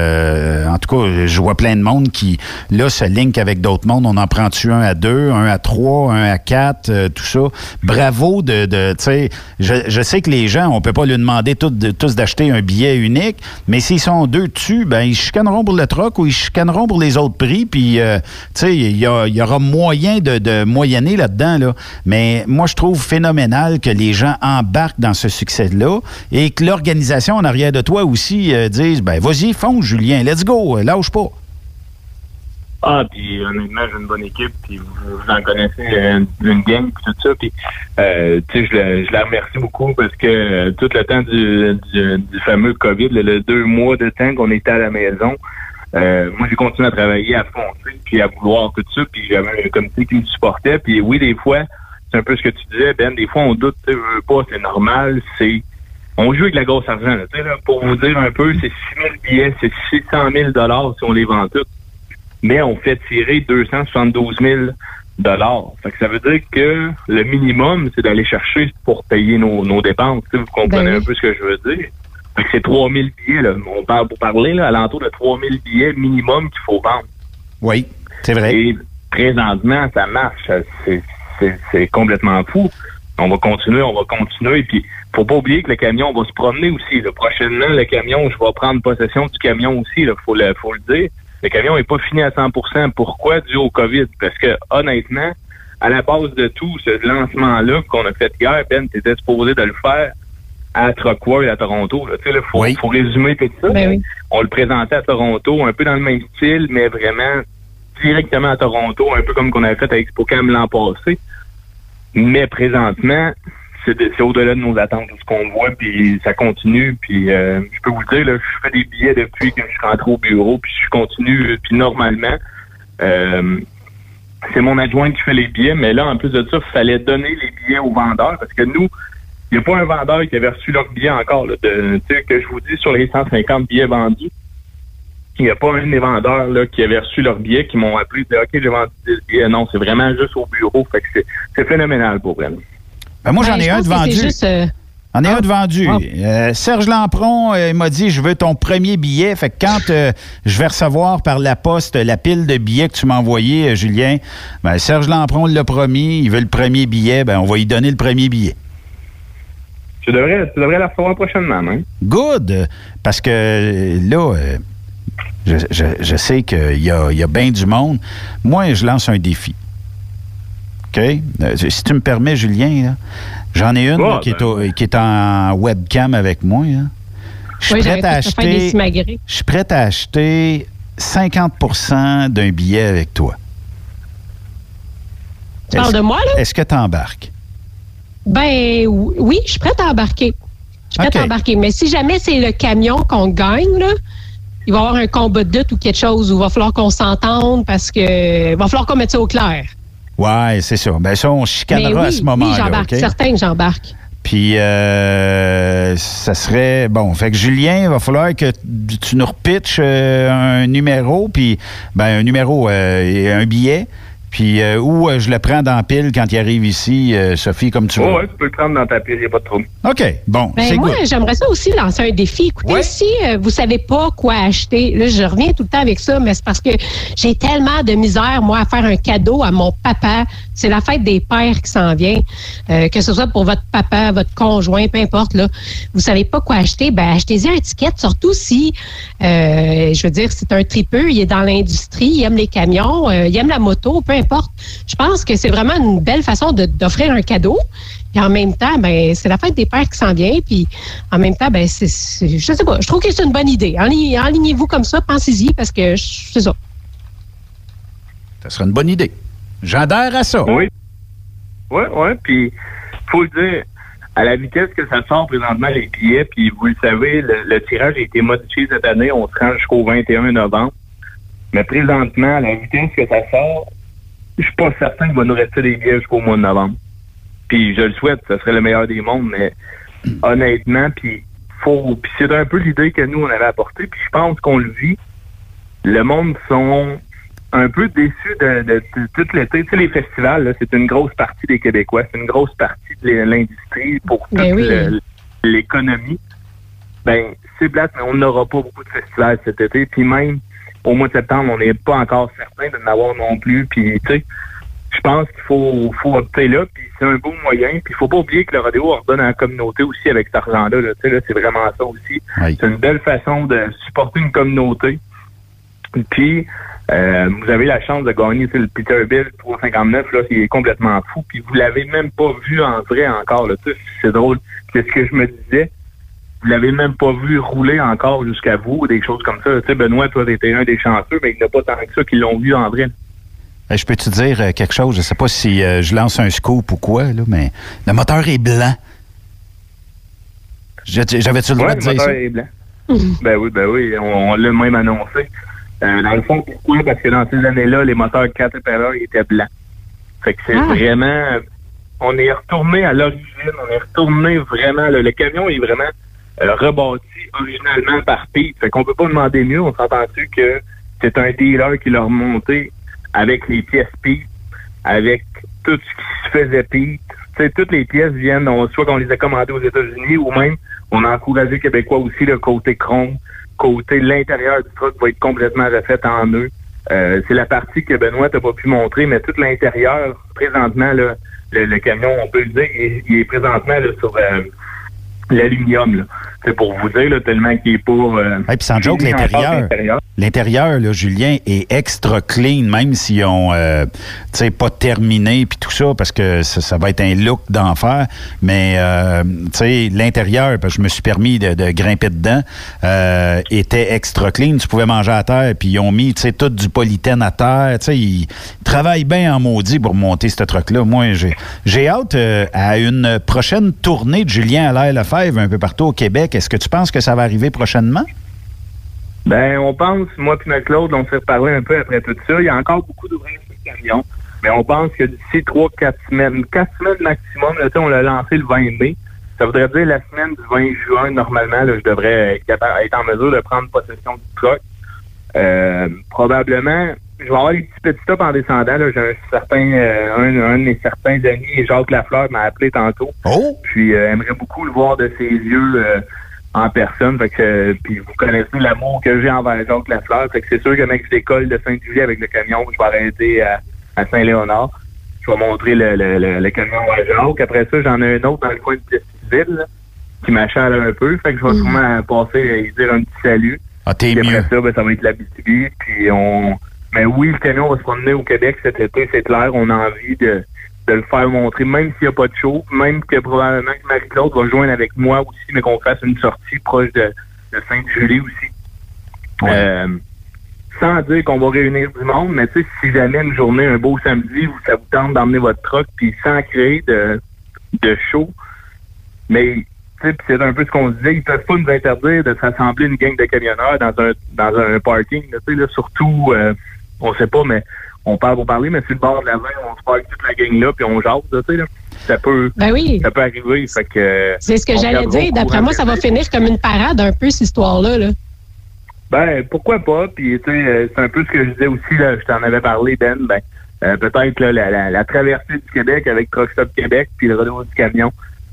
en tout cas, je vois plein de monde qui, là, se link avec d'autres mondes. On en prend-tu un à 2, un à 3, un à 4, tout ça. Bravo tu sais, je sais que les gens, on peut pas leur demander tous d'acheter un billet unique, mais s'ils sont deux dessus, ben ils chicaneront pour le troc ou ils chicaneront pour les autres prix. Puis, tu sais, il y aura moyen de moyenner là-dedans, là. Mais moi, je trouve phénoménal que les gens embarquent dans ce succès-là et que l'organisation en arrière de toi aussi dise, ben vas-y, fonce, Julien, let's go, lâche pas. Puis honnêtement, j'ai une bonne équipe, puis vous en connaissez une gang, puis tout ça, puis je la remercie beaucoup parce que tout le temps du fameux COVID, le 2 mois de temps qu'on était à la maison, moi j'ai continué à travailler, à foncer, puis à vouloir tout ça, puis j'avais un comité qui me supportait, puis oui, des fois, c'est un peu ce que tu disais, Ben, des fois on doute, tu sais, pas, c'est normal, on joue avec de la grosse argent, là, pour vous dire un peu, c'est 6 000 billets, c'est 600 000 $ si on les vend tous. Mais on fait tirer 272 000 $. Fait que ça veut dire que le minimum, c'est d'aller chercher pour payer nos dépenses. Vous comprenez un peu ce que je veux dire? Fait que c'est 3 000 billets. Là. On parle pour parler là, à l'entour de 3 000 billets minimum qu'il faut vendre. Oui, c'est vrai. Et présentement, ça marche. C'est complètement fou. On va continuer. Puis, faut pas oublier que le camion va se promener aussi. Là. Prochainement, le camion, je vais prendre possession du camion aussi. Là. Faut le dire. Le camion n'est pas fini à 100%. Pourquoi? Dû au COVID. Parce que, honnêtement, à la base de tout, ce lancement-là qu'on a fait hier, Ben, t'étais supposé de le faire à Truck World à Toronto. Tu sais, faut résumer tout ça. Ben oui. On le présentait à Toronto, un peu dans le même style, mais vraiment directement à Toronto, un peu comme qu'on avait fait avec Expocam l'an passé. Mais présentement, c'est au-delà de nos attentes, tout ce qu'on voit, puis ça continue. Puis je peux vous dire, là, je fais des billets depuis que je suis rentré au bureau, puis je continue. Puis normalement, c'est mon adjoint qui fait les billets, mais là, en plus de ça, il fallait donner les billets aux vendeurs, parce que nous, il n'y a pas un vendeur qui avait reçu leur billet encore. Là, que je vous dis, sur les 150 billets vendus, il n'y a pas un des vendeurs là, qui avait reçu leur billet, qui m'ont appelé et dit « OK, j'ai vendu 10 billets ». Non, c'est vraiment juste au bureau. Fait que c'est phénoménal pour elle. Ben moi, j'en ai un de vendu. J'en ai un de vendu. Serge Lampron m'a dit « Je veux ton premier billet ». Fait que quand je vais recevoir par la poste la pile de billets que tu m'as envoyé, Julien, ben Serge Lampron l'a promis, il veut le premier billet, ben on va lui donner le premier billet. Tu devrais la recevoir prochainement, hein? Good! Parce que là... Je sais qu'il y a bien du monde. Moi, je lance un défi. OK? Si tu me permets, Julien, là, j'en ai une là, qui est en webcam avec moi. Là. Je suis prêt à acheter 50% d'un billet avec toi. Tu parles de moi, là? Est-ce que tu embarques? Ben oui, je suis prête à embarquer. Mais si jamais c'est le camion qu'on gagne, là, il va y avoir un combat de lutte ou quelque chose où il va falloir qu'on s'entende parce que il va falloir qu'on mette ça au clair. Ouais, c'est ça. Ben ça, on chicanera à ce moment-là. Oui, j'embarque. Okay? Certain que j'embarque. Puis, ça serait... Bon, fait que Julien, il va falloir que tu nous repitches un numéro, puis un numéro et un billet. Puis, où je le prends dans la pile quand il arrive ici, Sophie, comme tu veux. Oui, tu peux le prendre dans ta pile, il n'y a pas de trouble. OK, bon, c'est moi, good. J'aimerais ça aussi lancer un défi. Écoutez, si vous ne savez pas quoi acheter, là, je reviens tout le temps avec ça, mais c'est parce que j'ai tellement de misère, moi, à faire un cadeau à mon papa. C'est la fête des pères qui s'en vient. Que ce soit pour votre papa, votre conjoint, peu importe, là. Vous ne savez pas quoi acheter, achetez-y un ticket, surtout si, je veux dire, c'est un tripeux, il est dans l'industrie, il aime les camions, il aime la moto, peu importe. Je pense que c'est vraiment une belle façon d'offrir un cadeau. Et en même temps, c'est la fête des pères qui s'en vient. Puis en même temps, je sais pas, je trouve que c'est une bonne idée. Enlignez-vous comme ça, pensez-y, parce que c'est ça. Ça serait une bonne idée. J'adhère à ça. Oui. Oui. Puis, faut le dire, à la vitesse que ça sort présentement, les billets, puis vous le savez, le tirage a été modifié cette année. On se rend jusqu'au 21 novembre. Mais présentement, à la vitesse que ça sort, je suis pas certain qu'il va nous rester des billets jusqu'au mois de novembre. Puis je le souhaite, ça serait le meilleur des mondes, mais honnêtement, puis c'est un peu l'idée que nous, on avait apportée, puis je pense qu'on le vit. Le monde sont un peu déçus de tout l'été. Tu sais, les festivals, là, c'est une grosse partie des Québécois, c'est une grosse partie de l'industrie pour toute l'économie. C'est plate, mais on n'aura pas beaucoup de festivals cet été, puis même au mois de septembre, on n'est pas encore certain de n'avoir non plus. Puis, tu sais, je pense qu'il faut opter là. Puis, c'est un beau moyen. Puis, il faut pas oublier que le rodéo ordonne à la communauté aussi avec cet argent-là. Là. Tu sais, là, c'est vraiment ça aussi. Oui. C'est une belle façon de supporter une communauté. Puis, vous avez la chance de gagner le Peterbilt 359. Là, c'est complètement fou. Puis, vous l'avez même pas vu en vrai encore. Là. Tu sais, c'est drôle. C'est ce que je me disais. vous l'avez même pas vu rouler encore jusqu'à vous, ou des choses comme ça. Tu sais, Benoît, toi, t'étais un des chanceux, mais il n'y en a pas tant que ça qui l'ont vu en vrai. Je peux te dire quelque chose? Je sais pas si je lance un scoop ou quoi, là, mais le moteur est blanc. J'avais-tu le droit de dire ça? Le moteur est blanc. Ben oui, on l'a même annoncé. Dans le fond, pourquoi? Parce que dans ces années-là, les moteurs Caterpillar étaient blancs. Fait que c'est vraiment... On est retourné à l'origine, on est retourné vraiment... le camion est vraiment rebâti originalement par Pete. Fait qu'on peut pas demander mieux. On s'entend-tu que c'est un dealer qui l'a remonté avec les pièces Pete, avec tout ce qui se faisait Pete. Tu sais, toutes les pièces viennent, soit qu'on les a commandées aux États-Unis ou même on a encouragé les Québécois aussi, le côté chrome, côté l'intérieur du truck va être complètement refait en nœud. C'est la partie que Benoît n'a pas pu montrer, mais tout l'intérieur, présentement, là, le camion, on peut le dire, il est présentement là, sur l'aluminium. C'est pour vous dire, là, tellement qu'il n'est pas... puis sans joke, l'intérieur, là, Julien, est extra clean, même s'ils ont pas terminé puis tout ça, parce que ça va être un look d'enfer. Mais l'intérieur, parce que je me suis permis de grimper dedans, était extra clean. Tu pouvais manger à terre, puis ils ont mis tout du polythène à terre. Ils travaillent bien en maudit pour monter ce truc-là. Moi, j'ai hâte à une prochaine tournée de Julien Allaire-Lefebvre un peu partout au Québec. Est-ce que tu penses que ça va arriver prochainement? Ben, on pense, moi et Claude, on s'est reparlé un peu après tout ça. Il y a encore beaucoup d'ouvrages sur le camion, mais on pense que d'ici 3-4 semaines, 4 semaines maximum, là, on l'a lancé le 20 mai. Ça voudrait dire la semaine du 20 juin, normalement, là, je devrais être en mesure de prendre possession du truck. Probablement, je vais avoir des petits stops en descendant. Là. J'ai un de mes certains amis, Jacques Lafleur, m'a appelé tantôt. Oh! Puis aimerait beaucoup le voir de ses yeux en personne. Fait que puis vous connaissez l'amour que j'ai envers Jacques Lafleur. Fait que c'est sûr que avec l'école de Saint-Julie avec le camion, je vais arrêter à Saint-Léonard. Je vais montrer le camion à Jacques. Après ça, j'en ai un autre dans le coin de Plessisville qui m'achale un peu. Fait que je vais sûrement passer et dire un petit salut. Ah, t'es puis mieux. Après ça, ça va être la BTB. Puis mais oui, le camion va se promener au Québec cet été, c'est clair. On a envie de le faire montrer, même s'il n'y a pas de show, même que probablement que Marie-Claude va joindre avec moi aussi, mais qu'on fasse une sortie proche de Sainte-Julie aussi. Ouais. Sans dire qu'on va réunir du monde, mais tu sais, si jamais une journée, un beau samedi, ça vous tente d'emmener votre truck, puis sans créer de show, mais tu sais, c'est un peu ce qu'on se disait, ils peuvent pas nous interdire de s'assembler une gang de camionneurs dans un parking, tu sais, là, surtout, on sait pas, mais on parle pour parler, mais sur le bord de la veine, on se parle toute la gang-là, puis on jase, tu sais, là. Ça peut arriver, fait que... C'est ce que j'allais dire. D'après moi, ça va finir comme une parade, un peu, cette histoire-là, là. Ben, pourquoi pas, puis tu sais, c'est un peu ce que je disais aussi, là, je t'en avais parlé, Ben, peut-être, là, la traversée du Québec avec Truck Stop Québec, puis le rodéo du camion.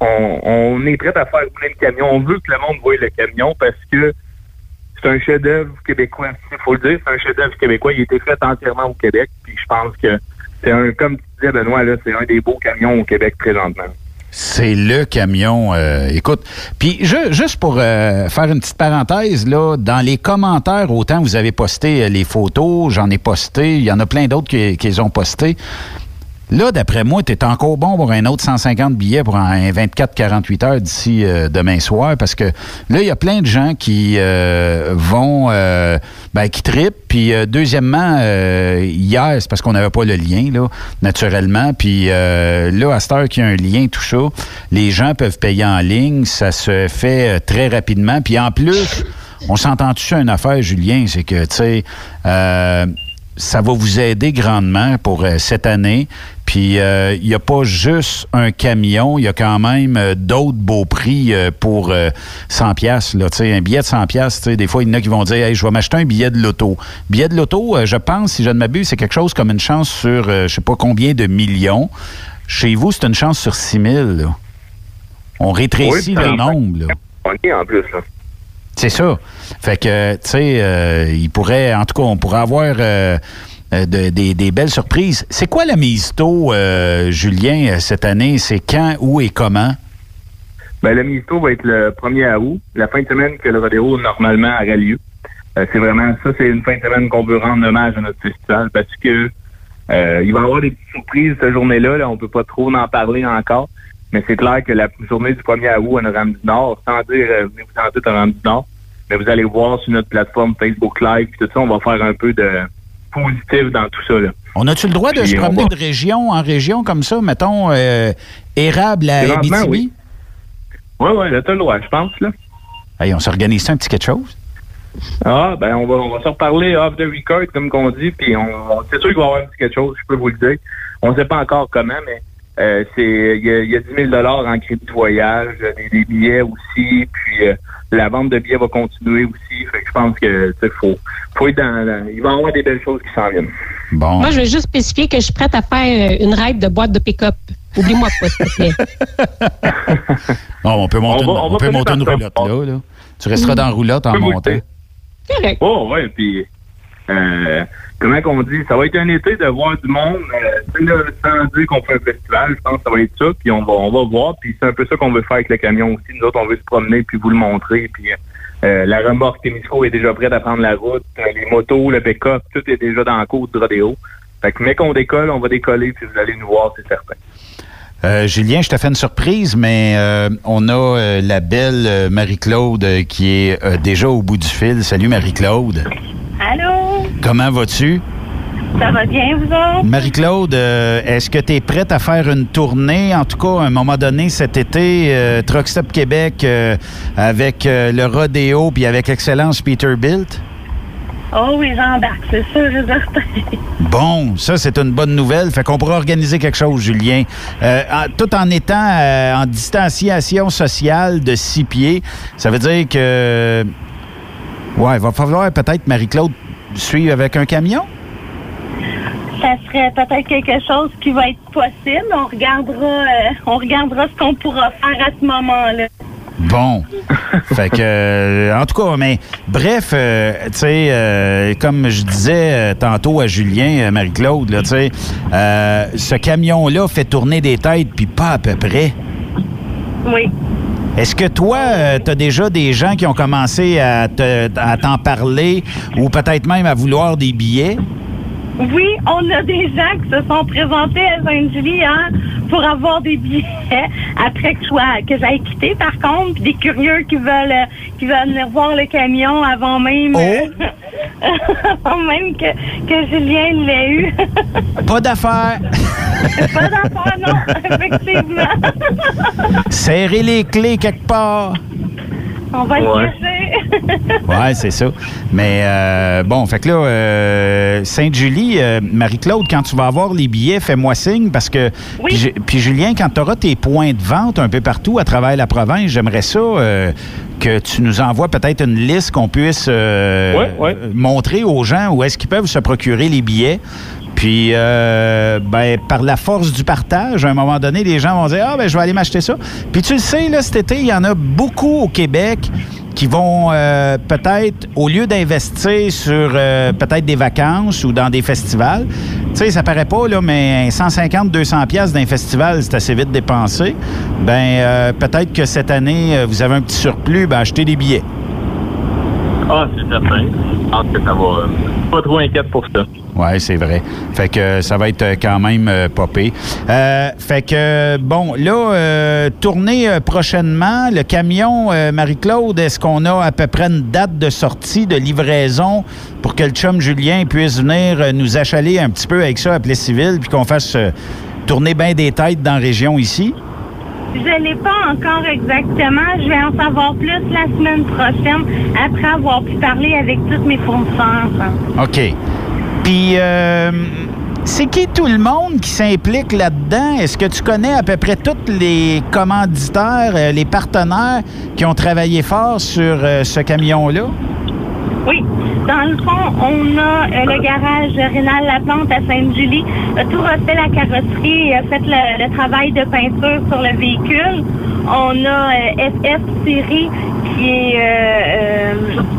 On est prêt à faire rouler le camion. On veut que le monde voie le camion parce que c'est un chef-d'œuvre québécois. Il faut le dire, c'est un chef-d'œuvre québécois. Il a été fait entièrement au Québec. Puis je pense que c'est comme tu disais, Benoît, là, c'est un des beaux camions au Québec présentement. C'est le camion. Écoute, puis juste pour faire une petite parenthèse, là, dans les commentaires, autant vous avez posté les photos, j'en ai posté, il y en a plein d'autres qui les ont postés. Là, d'après moi, tu es encore bon pour un autre 150 billets pour un 24-48 heures d'ici demain soir, parce que là, il y a plein de gens qui vont, qui trippent. Puis, deuxièmement, hier, c'est parce qu'on n'avait pas le lien, là, naturellement. Puis, là, à cette heure qu'il y a un lien, tout ça, les gens peuvent payer en ligne. Ça se fait très rapidement. Puis, en plus, on s'entend-tu sur une affaire, Julien, c'est que, tu sais, ça va vous aider grandement pour cette année. Puis, il n'y a pas juste un camion, il y a quand même d'autres beaux prix pour 100 $. Là, un billet de 100 $, des fois, il y en a qui vont dire « Hey, je vais m'acheter un billet de loto ». Billet de loto, je pense, si je ne m'abuse, c'est quelque chose comme une chance sur je ne sais pas combien de millions. Chez vous, c'est une chance sur 6 000. Là. On rétrécit le nombre. Là. En plus, là. C'est ça. Fait que, tu sais, il pourrait, en tout cas, on pourrait avoir des belles surprises. C'est quoi la mise tôt, Julien, cette année? C'est quand, où et comment? Ben, la mise tôt va être le 1er août, la fin de semaine que le rodéo, normalement, aurait lieu. C'est vraiment ça, c'est une fin de semaine qu'on veut rendre hommage à notre festival parce que il va y avoir des petites surprises cette journée-là. Là, on peut pas trop en parler encore. Mais c'est clair que la journée du 1er août en Oram du Nord, sans dire venez-vous en tout Oram du Nord, mais vous allez voir sur notre plateforme Facebook Live, puis tout ça, on va faire un peu de positif dans tout ça. Là. On a-tu le droit de se promener de région en région comme ça, mettons, érable à Abitibi? Oui, là, t'as le droit, je pense, là. Hey, on s'organise un petit quelque chose? Ah, ben, on va se reparler off the record, comme qu'on dit, puis c'est sûr qu'il va y avoir un petit quelque chose, je peux vous le dire. On ne sait pas encore comment, mais il y a 10 000 en crédit de voyage, des billets aussi, puis la vente de billets va continuer aussi. Fait que je pense que faut être il va y avoir des belles choses qui s'en viennent. Bon. Moi, je vais juste spécifier que je suis prête à faire une ride de boîte de pick-up. Oublie-moi pas, s'il te plaît. Bon, on peut monter une roulotte là. Tu resteras dans la roulotte en montant. Correct. Oh, ouais, puis comment qu'on dit, ça va être un été de voir du monde, sans dire qu'on fait un festival, je pense que ça va être ça, puis on va voir, puis c'est un peu ça qu'on veut faire avec le camion aussi. Nous autres, on veut se promener, puis vous le montrer, puis la remorque Témisco est déjà prête à prendre la route, les motos, le pick-up, tout est déjà dans la cour du rodéo. Fait que mais qu'on décolle, on va décoller, puis vous allez nous voir, c'est certain. Julien, je te fais une surprise, mais on a la belle Marie-Claude qui est déjà au bout du fil. Salut Marie-Claude. Allô? Comment vas-tu? Ça va bien, vous autres? Marie-Claude, est-ce que tu es prête à faire une tournée, en tout cas, à un moment donné cet été, Truck Stop Québec, avec le rodéo puis avec Excellence Peterbilt? Oh oui, j'embarque, c'est sûr et certain. Bon, ça, c'est une bonne nouvelle. Fait qu'on pourra organiser quelque chose, Julien. Tout en étant en distanciation sociale de 6 pieds. Ça veut dire que... Ouais, il va falloir peut-être, Marie-Claude, suivre avec un camion? Ça serait peut-être quelque chose qui va être possible. On regardera ce qu'on pourra faire à ce moment-là. Bon. Fait que, en tout cas, mais bref, tu sais, comme je disais tantôt à Julien, Marie-Claude, là, tu sais, ce camion-là fait tourner des têtes, puis pas à peu près. Oui. Est-ce que toi, tu as déjà des gens qui ont commencé à t'en parler ou peut-être même à vouloir des billets? Oui, on a des gens qui se sont présentés à Sainte-Julie pour avoir des billets après que j'aille quitter, par contre, puis des curieux qui veulent venir voir le camion avant même, avant même que Julien l'ait eu. Pas d'affaires. Pas d'affaires, non, effectivement. Serrer les clés quelque part. On va le cacher. Oui, c'est ça. Mais bon, fait que là, Sainte-Julie, Marie-Claude, quand tu vas avoir les billets, fais-moi signe parce que... Oui. Puis Julien, quand tu auras tes points de vente un peu partout à travers la province, j'aimerais ça que tu nous envoies peut-être une liste qu'on puisse montrer aux gens où est-ce qu'ils peuvent se procurer les billets. Puis, par la force du partage, à un moment donné, les gens vont dire « Ah, je vais aller m'acheter ça. » Puis tu le sais, là, cet été, il y en a beaucoup au Québec qui vont peut-être, au lieu d'investir sur peut-être des vacances ou dans des festivals, tu sais, ça paraît pas, là, mais 150-200 piastres d'un festival, c'est assez vite dépensé. Peut-être que cette année, vous avez un petit surplus, achetez des billets. Ah, c'est certain. Je pense que ça va pas trop inquiète pour ça. Oui, c'est vrai. Fait que ça va être quand même popé. Fait que, bon, là, tournée prochainement. Le camion, Marie-Claude, est-ce qu'on a à peu près une date de sortie, de livraison pour que le chum Julien puisse venir nous achaler un petit peu avec ça à Plessisville puis qu'on fasse tourner bien des têtes dans la région ici? Je ne l'ai pas encore exactement. Je vais en savoir plus la semaine prochaine après avoir pu parler avec tous mes fournisseurs. OK. Puis, c'est qui tout le monde qui s'implique là-dedans? Est-ce que tu connais à peu près tous les commanditaires, les partenaires qui ont travaillé fort sur ce camion-là? Oui. Dans le fond, on a le garage Rénal Laplante à Sainte-Julie. Tout refait la carrosserie et a fait le travail de peinture sur le véhicule. On a FF Série qui est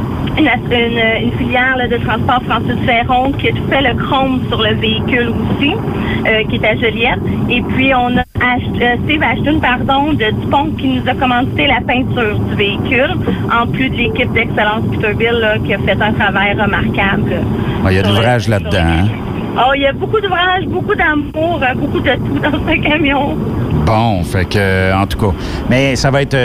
une filière de transport Francis Ferron qui a tout fait le chrome sur le véhicule aussi, qui est à Joliette. Et puis, on a Steve Ashton, de Dupont, qui nous a commandité la peinture du véhicule, en plus de l'équipe d'Excellence Peterbilt qui a fait un travail remarquable. Il y a de l'ouvrage là-dedans. Hein? Oh, il y a beaucoup d'ouvrages, beaucoup d'amour, beaucoup de tout dans ce camion. Bon, fait que, en tout cas. Mais ça va être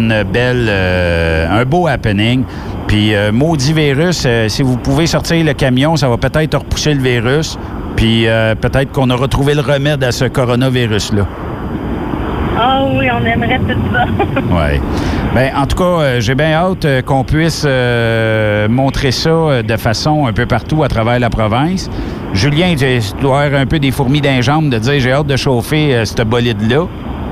un beau happening. Puis, maudit virus, si vous pouvez sortir le camion, ça va peut-être repousser le virus. Puis, peut-être qu'on aura trouvé le remède à ce coronavirus-là. Ah oui, on aimerait tout ça. Oui. Bien, en tout cas, j'ai bien hâte qu'on puisse montrer ça de façon un peu partout à travers la province. Julien, tu dois avoir un peu des fourmis dans les jambes de dire j'ai hâte de chauffer ce bolide-là.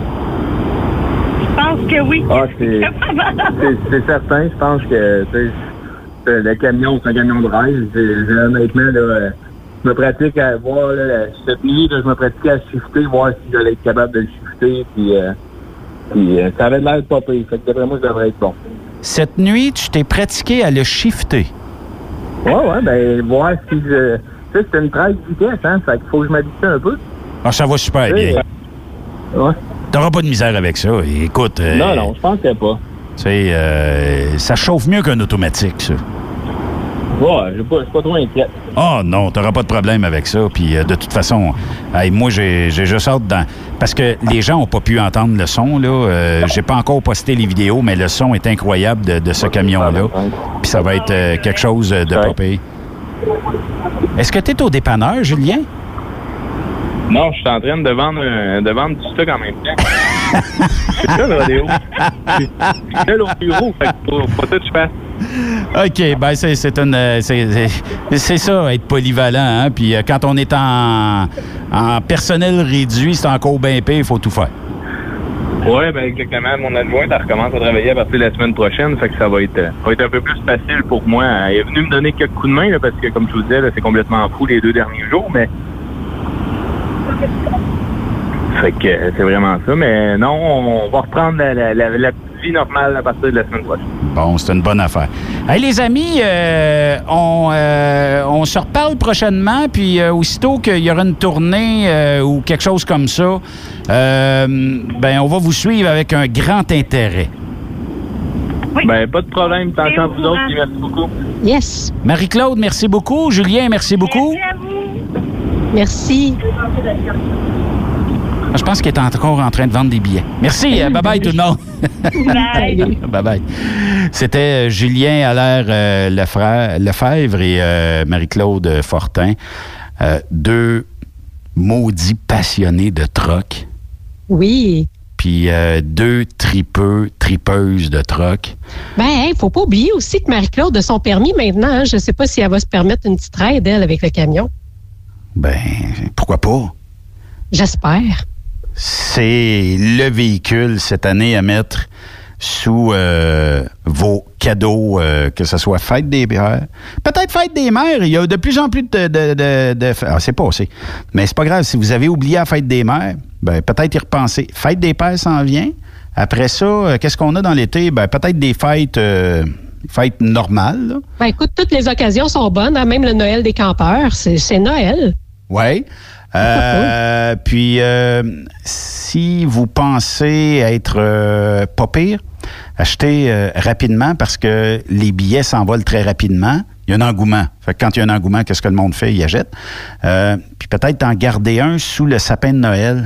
Je pense que oui. Ah, c'est certain. Je pense que le camion, c'est un camion de rêve. Honnêtement, là, je me pratique à voir, là, cette nuit, là, je me pratique à shifter, voir si j'allais être capable de le shifter, puis ça avait l'air de pas pire. Fait que d'après moi, ça devrait être bon. Cette nuit, tu t'es pratiqué à le shifter? Ouais, ben, voir si je... Tu sais, c'est une 13 vitesses, hein, fait qu'il faut que je m'habitue un peu. Ah, ça va super bien. Ouais. T'auras pas de misère avec ça. Écoute... Non, je pense que pas. Tu sais, ça chauffe mieux qu'un automatique, ça. Ouais, je suis pas trop inquiet. Oh non, t'auras pas de problème avec ça. Puis de toute façon, moi, j'ai juste hâte dans... Parce que les gens n'ont pas pu entendre le son, là. J'ai pas encore posté les vidéos, mais le son est incroyable de ce camion-là. Puis ça va être quelque chose de pas pire. Est-ce que tu es au dépanneur, Julien? Non, je suis en train de vendre du stock en même temps. C'est ça, le rodéo. Je suis seul au bureau, fait que faut tout que je fasse. OK, ben c'est ça, être polyvalent, hein? Puis quand on est en personnel réduit, c'est encore bien pire, il faut tout faire. Oui, ben exactement. Mon adjointe, elle recommence à travailler à partir de la semaine prochaine, fait que ça va être un peu plus facile pour moi. Elle est venue me donner quelques coups de main, là, parce que, comme je vous disais, là, c'est complètement fou les 2 derniers jours, mais... Fait que c'est vraiment ça. Mais non, on va reprendre la petite vie normale à partir de la semaine prochaine. Bon, c'est une bonne affaire. Hey, les amis, on se reparle prochainement, puis aussitôt qu'il y aura une tournée ou quelque chose comme ça, ben on va vous suivre avec un grand intérêt. Oui. Ben, pas de problème. Tant qu'à vous autres, puis merci beaucoup. Yes. Marie-Claude, merci beaucoup. Julien, merci beaucoup. Merci à vous. Merci. Je pense qu'il est encore en train de vendre des billets. Merci. Bye-bye tout le monde. Bye. Bye-bye. C'était Julien Allaire Lefebvre et Marie-Claude Fortin. 2 maudits passionnés de troc. Oui. Puis 2 tripeuses de troc. Ben, il faut pas oublier aussi que Marie-Claude a son permis maintenant. Hein. Je sais pas si elle va se permettre une petite raide, elle, avec le camion. Ben, pourquoi pas? J'espère. C'est le véhicule cette année à mettre sous vos cadeaux, que ce soit Fête des Mères. Peut-être Fête des Mères. Il y a de plus en plus c'est passé. Mais c'est pas grave. Si vous avez oublié la Fête des Mères, ben, peut-être y repenser. Fête des Pères s'en vient. Après ça, qu'est-ce qu'on a dans l'été? Ben, peut-être des fêtes normales. Là. Ben, écoute, toutes les occasions sont bonnes. Hein? Même le Noël des campeurs, c'est Noël. Oui. Puis, si vous pensez être pas pire, achetez rapidement parce que les billets s'envolent très rapidement. Il y a un engouement. Fait que quand il y a un engouement, qu'est-ce que le monde fait? Il achète. Puis peut-être en garder un sous le sapin de Noël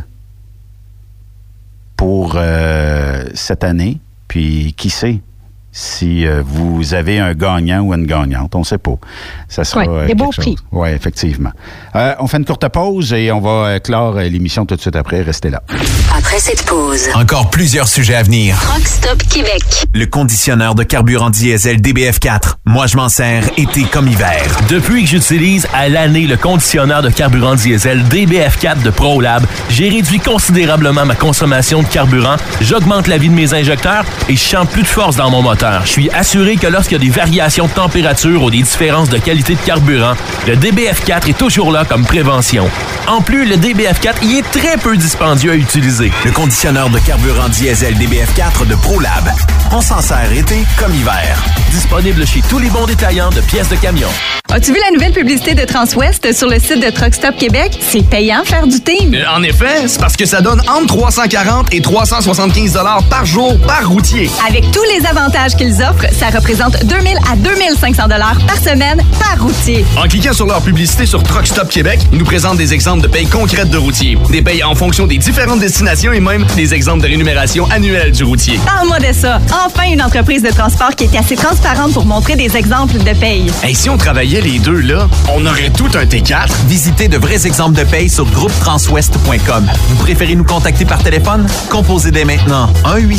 pour cette année. Puis, qui sait? Si vous avez un gagnant ou une gagnante, on ne sait pas. Ça sera des beaux prix. Oui, effectivement. On fait une courte pause et on va clore l'émission tout de suite après. Restez là. Après cette pause, Encore plusieurs sujets à venir. Truck Stop Québec. Le conditionneur de carburant diesel DBF4. Moi, je m'en sers été comme hiver. Depuis que j'utilise à l'année le conditionneur de carburant diesel DBF4 de ProLab, j'ai réduit considérablement ma consommation de carburant, j'augmente la vie de mes injecteurs et je sens plus de force dans mon moteur. Je suis assuré que lorsqu'il y a des variations de température ou des différences de qualité de carburant, le DBF4 est toujours là comme prévention. En plus, le DBF4 y est très peu dispendieux à utiliser. Le conditionneur de carburant diesel DBF4 de ProLab. On s'en sert été comme hiver. Disponible chez tous les bons détaillants de pièces de camion. As-tu vu la nouvelle publicité de Transwest sur le site de Truck Stop Québec? C'est payant faire du team. En effet, c'est parce que ça donne entre 340 et 375 $ par jour par routier. Avec tous les avantages qu'ils offrent, ça représente 2000 à 2500 $ par semaine par routier. En cliquant sur leur publicité sur Truck Stop Québec, ils nous présentent des exemples de payes concrètes de routiers. Des payes en fonction des différentes destinations et même des exemples de rémunération annuelle du routier. Parle-moi de ça. Enfin, une entreprise de transport qui est assez transparente pour montrer des exemples de paye. Hey, si on travaillait les deux, là, on aurait tout un T4. Visitez de vrais exemples de paye sur groupetranswest.com. Vous préférez nous contacter par téléphone? Composez dès maintenant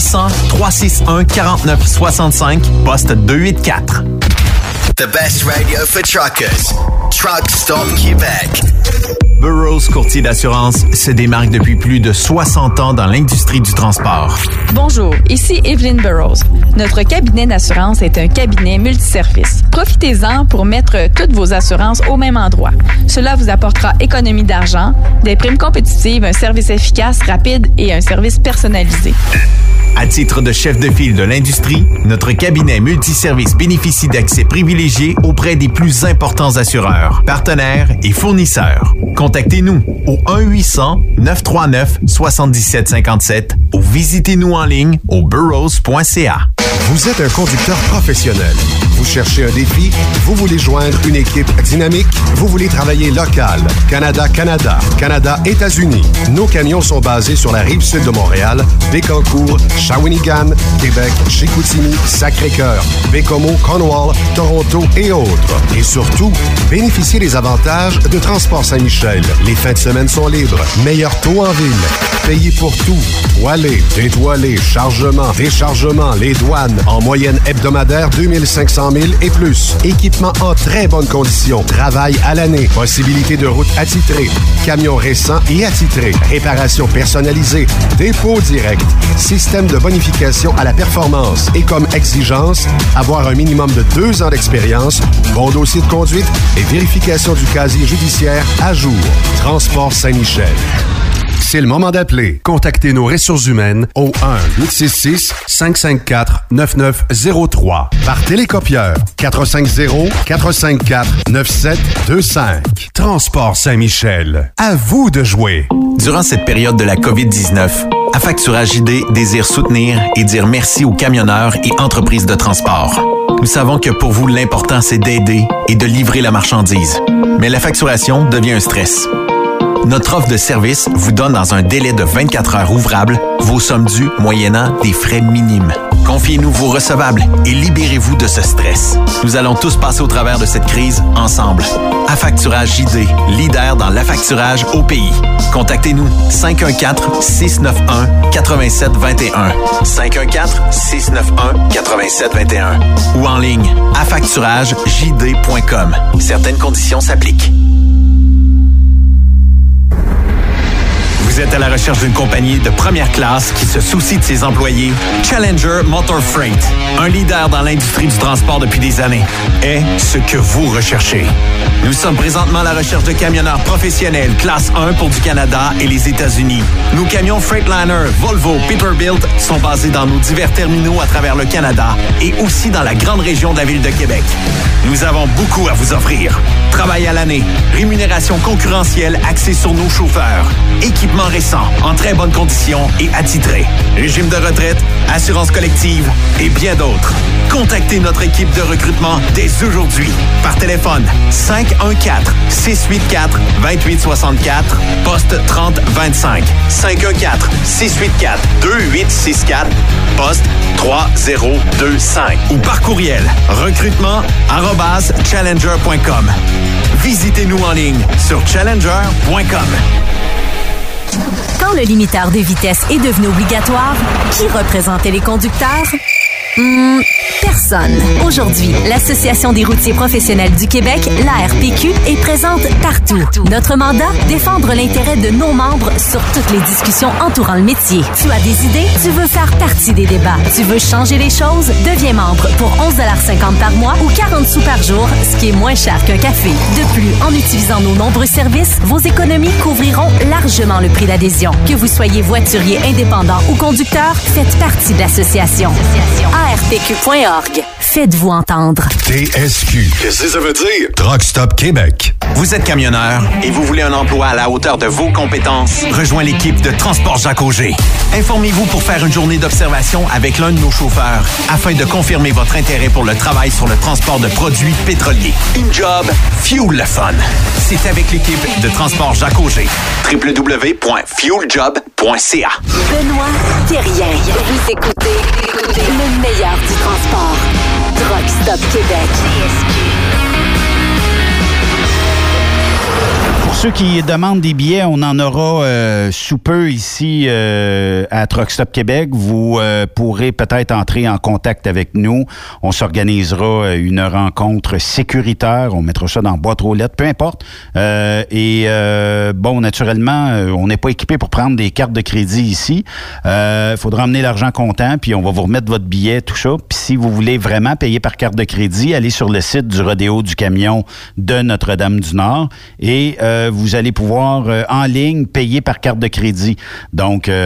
1-800-361-4965, poste 284. The best radio for truckers. Truck Stop Québec. Burroughs Courtier d'assurance se démarque depuis plus de 60 ans dans l'industrie du transport. Bonjour, ici Evelyn Burroughs. Notre cabinet d'assurance est un cabinet multiservice. Profitez-en pour mettre toutes vos assurances au même endroit. Cela vous apportera économie d'argent, des primes compétitives, un service efficace, rapide et un service personnalisé. À titre de chef de file de l'industrie, notre cabinet multiservice bénéficie d'accès privilégié auprès des plus importants assureurs, partenaires et fournisseurs. Contactez-nous au 1-800-939-7757 ou visitez-nous en ligne au burroughs.ca. Vous êtes un conducteur professionnel. Vous cherchez un défi? Vous voulez joindre une équipe dynamique? Vous voulez travailler local? Canada-Canada, Canada-États-Unis. Nos camions sont basés sur la rive sud de Montréal, Bécancour, Shawinigan, Québec, Chicoutimi, Sacré-Cœur, Bécomo, Cornwall, Toronto et autres. Et surtout, bénéficiez des avantages de Transport Saint-Michel. Les fins de semaine sont libres. Meilleur taux en ville. Payez pour tout. Toilé, détoilé, chargement, déchargement, les douanes. En moyenne hebdomadaire, 2500 000 et plus. Équipement en très bonne condition. Travail à l'année. Possibilité de route attitrée. Camions récents et attitrés. Réparation personnalisée. Dépôt direct. Système de bonification à la performance. Et comme exigence, avoir un minimum de 2 ans d'expérience, bon dossier de conduite et vérification du casier judiciaire à jour. Transport Saint-Michel. C'est le moment d'appeler. Contactez nos ressources humaines au 1-866-554-9903. Par télécopieur 450-454-9725. Transport Saint-Michel. À vous de jouer. Durant cette période de la COVID-19, Affacturage JD désire soutenir et dire merci aux camionneurs et entreprises de transport. Nous savons que pour vous, l'important, c'est d'aider et de livrer la marchandise. Mais la facturation devient un stress. Notre offre de service vous donne dans un délai de 24 heures ouvrables vos sommes dues moyennant des frais minimes. Confiez-nous vos recevables et libérez-vous de ce stress. Nous allons tous passer au travers de cette crise ensemble. Affacturage JD, leader dans l'affacturage au pays. Contactez-nous 514-691-8721. 514-691-8721. Ou en ligne, affacturagejd.com. Certaines conditions s'appliquent. Vous êtes à la recherche d'une compagnie de première classe qui se soucie de ses employés? Challenger Motor Freight, un leader dans l'industrie du transport depuis des années, est ce que vous recherchez. Nous sommes présentement à la recherche de camionneurs professionnels classe 1 pour du Canada et les États-Unis. Nos camions Freightliner, Volvo, Peterbilt sont basés dans nos divers terminaux à travers le Canada et aussi dans la grande région de la ville de Québec. Nous avons beaucoup à vous offrir. Travail à l'année, rémunération concurrentielle axée sur nos chauffeurs, équipement récent, en très bonne condition et attitré, régime de retraite, assurance collective et bien d'autres. Contactez notre équipe de recrutement dès aujourd'hui par téléphone 514-684-2864, poste 3025. 514-684-2864, poste 3025. Ou par courriel recrutement@challenger.com. Visitez-nous en ligne sur challenger.com. Quand le limiteur de vitesse est devenu obligatoire, qui représentait les conducteurs? Personne. Aujourd'hui, l'Association des routiers professionnels du Québec, l'ARPQ, est présente partout. Notre mandat, défendre l'intérêt de nos membres sur toutes les discussions entourant le métier. Tu as des idées? Tu veux faire partie des débats? Tu veux changer les choses? Deviens membre pour 11,50 $ par mois ou 40 sous par jour, ce qui est moins cher qu'un café. De plus, en utilisant nos nombreux services, vos économies couvriront largement le prix d'adhésion. Que vous soyez voiturier indépendant ou conducteur, faites partie de l'association. ARPQ.org. Faites-vous entendre. TSQ. Qu'est-ce que ça veut dire? Truck Stop Québec. Vous êtes camionneur et vous voulez un emploi à la hauteur de vos compétences? Rejoins l'équipe de Transport Jacques Auger. Informez-vous pour faire une journée d'observation avec l'un de nos chauffeurs afin de confirmer votre intérêt pour le travail sur le transport de produits pétroliers. Une job, fuel le fun. C'est avec l'équipe de Transport Jacques Auger. www.fueljob.ca. Benoît Thérien. Vous écoutez le meilleur du transport. Truck Stop Québec. Pour ceux qui demandent des billets, on en aura sous peu ici à Truck Stop Québec. Vous pourrez peut-être entrer en contact avec nous. On s'organisera une rencontre sécuritaire. On mettra ça dans boîte aux lettres, peu importe. Bon, naturellement, on n'est pas équipé pour prendre des cartes de crédit ici. Il faudra emmener l'argent comptant, puis on va vous remettre votre billet, tout ça. Puis si vous voulez vraiment payer par carte de crédit, allez sur le site du Rodéo du Camion de Notre-Dame-du-Nord et vous allez pouvoir en ligne payer par carte de crédit. Donc, tout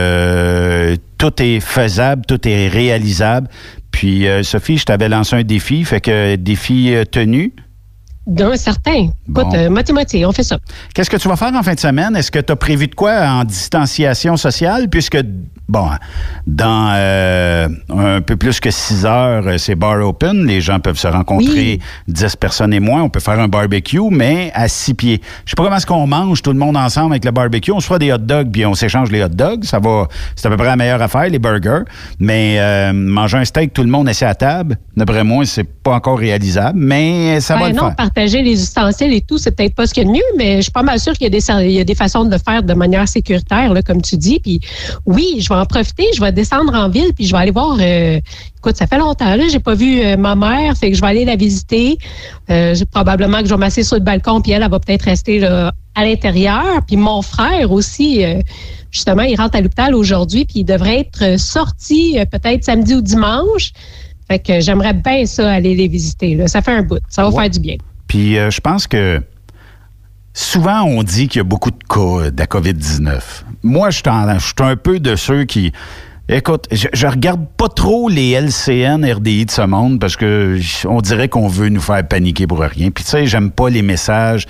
est faisable, tout est réalisable. Puis, Sophie, je t'avais lancé un défi, fait que défi tenu. D'un certain. Écoute, moitié-moitié, on fait ça. Qu'est-ce que tu vas faire en fin de semaine? Est-ce que tu as prévu de quoi en distanciation sociale? Puisque, bon, dans un peu plus que 6 heures, c'est bar open. Les gens peuvent se rencontrer, 10 personnes et moins. On peut faire un barbecue, mais à 6 pieds. Je sais pas comment est-ce qu'on mange tout le monde ensemble avec le barbecue. On se fera des hot dogs, puis on s'échange les hot dogs. Ça va, c'est à peu près la meilleure affaire, les burgers. Mais manger un steak, tout le monde assis à table, d'après moi, c'est pas encore réalisable, mais ça va le faire. Partager les ustensiles et tout, c'est peut-être pas ce qu'il y a de mieux, mais je suis pas mal sûre qu'il y a des façons de le faire de manière sécuritaire, là, comme tu dis. Puis oui, je vais en profiter, je vais descendre en ville, puis je vais aller voir. Écoute, ça fait longtemps, là, j'ai pas vu ma mère, fait que je vais aller la visiter. Probablement que je vais m'asseoir sur le balcon, puis elle va peut-être rester là, à l'intérieur. Puis mon frère aussi, justement, il rentre à l'hôpital aujourd'hui, puis il devrait être sorti peut-être samedi ou dimanche. Fait que j'aimerais bien ça, aller les visiter. Là. Ça fait un bout. Ça va faire du bien. Puis je pense que souvent, on dit qu'il y a beaucoup de cas de la COVID-19. Moi, je suis un peu de ceux qui... Écoute, je regarde pas trop les LCN, RDI de ce monde parce que on dirait qu'on veut nous faire paniquer pour rien. Puis tu sais, j'aime pas les messages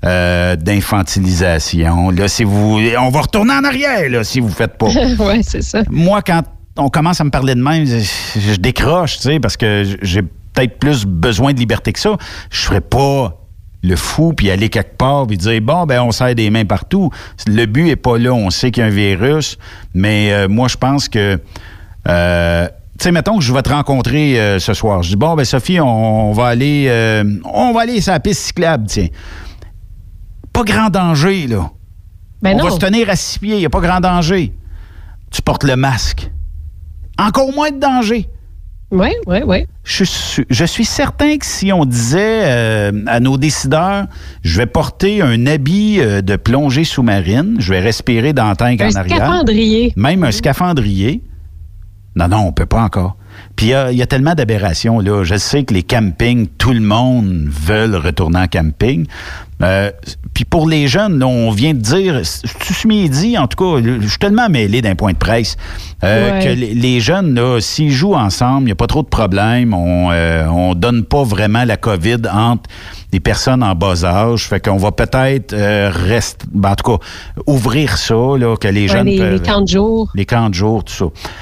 d'infantilisation. Là, si vous... On va retourner en arrière, là, si vous faites pas. Oui, c'est ça. Moi, quand on commence à me parler de même, je décroche, tu sais, parce que j'ai peut-être plus besoin de liberté que ça. Je ferais pas le fou puis aller quelque part puis dire bon ben on serre des mains partout. Le but est pas là. On sait qu'il y a un virus, mais moi je pense que tu sais, mettons que je vais te rencontrer ce soir. Je dis bon ben Sophie, on va aller sur la piste cyclable, tiens. Pas grand danger là. Ben on va se tenir à 6 pieds. Il y a pas grand danger. Tu portes le masque. Encore moins de danger. Oui. Je suis certain que si on disait à nos décideurs, je vais porter un habit de plongée sous-marine, je vais respirer dans le tank en arrière. Un scaphandrier. Même un scaphandrier. Non, on peut pas encore. Puis il y a tellement d'aberrations, là. Je sais que les campings, tout le monde veut retourner en camping. Puis pour les jeunes, là, on vient de dire, ce midi, en tout cas, je suis tellement mêlé d'un point de presse, que les jeunes, là, s'ils jouent ensemble, il n'y a pas trop de problèmes. On donne pas vraiment la COVID entre les personnes en bas âge. Fait qu'on va peut-être en tout cas, ouvrir ça, là, que les jeunes peuvent... Les camps de jour. Les camps de jour, tout ça.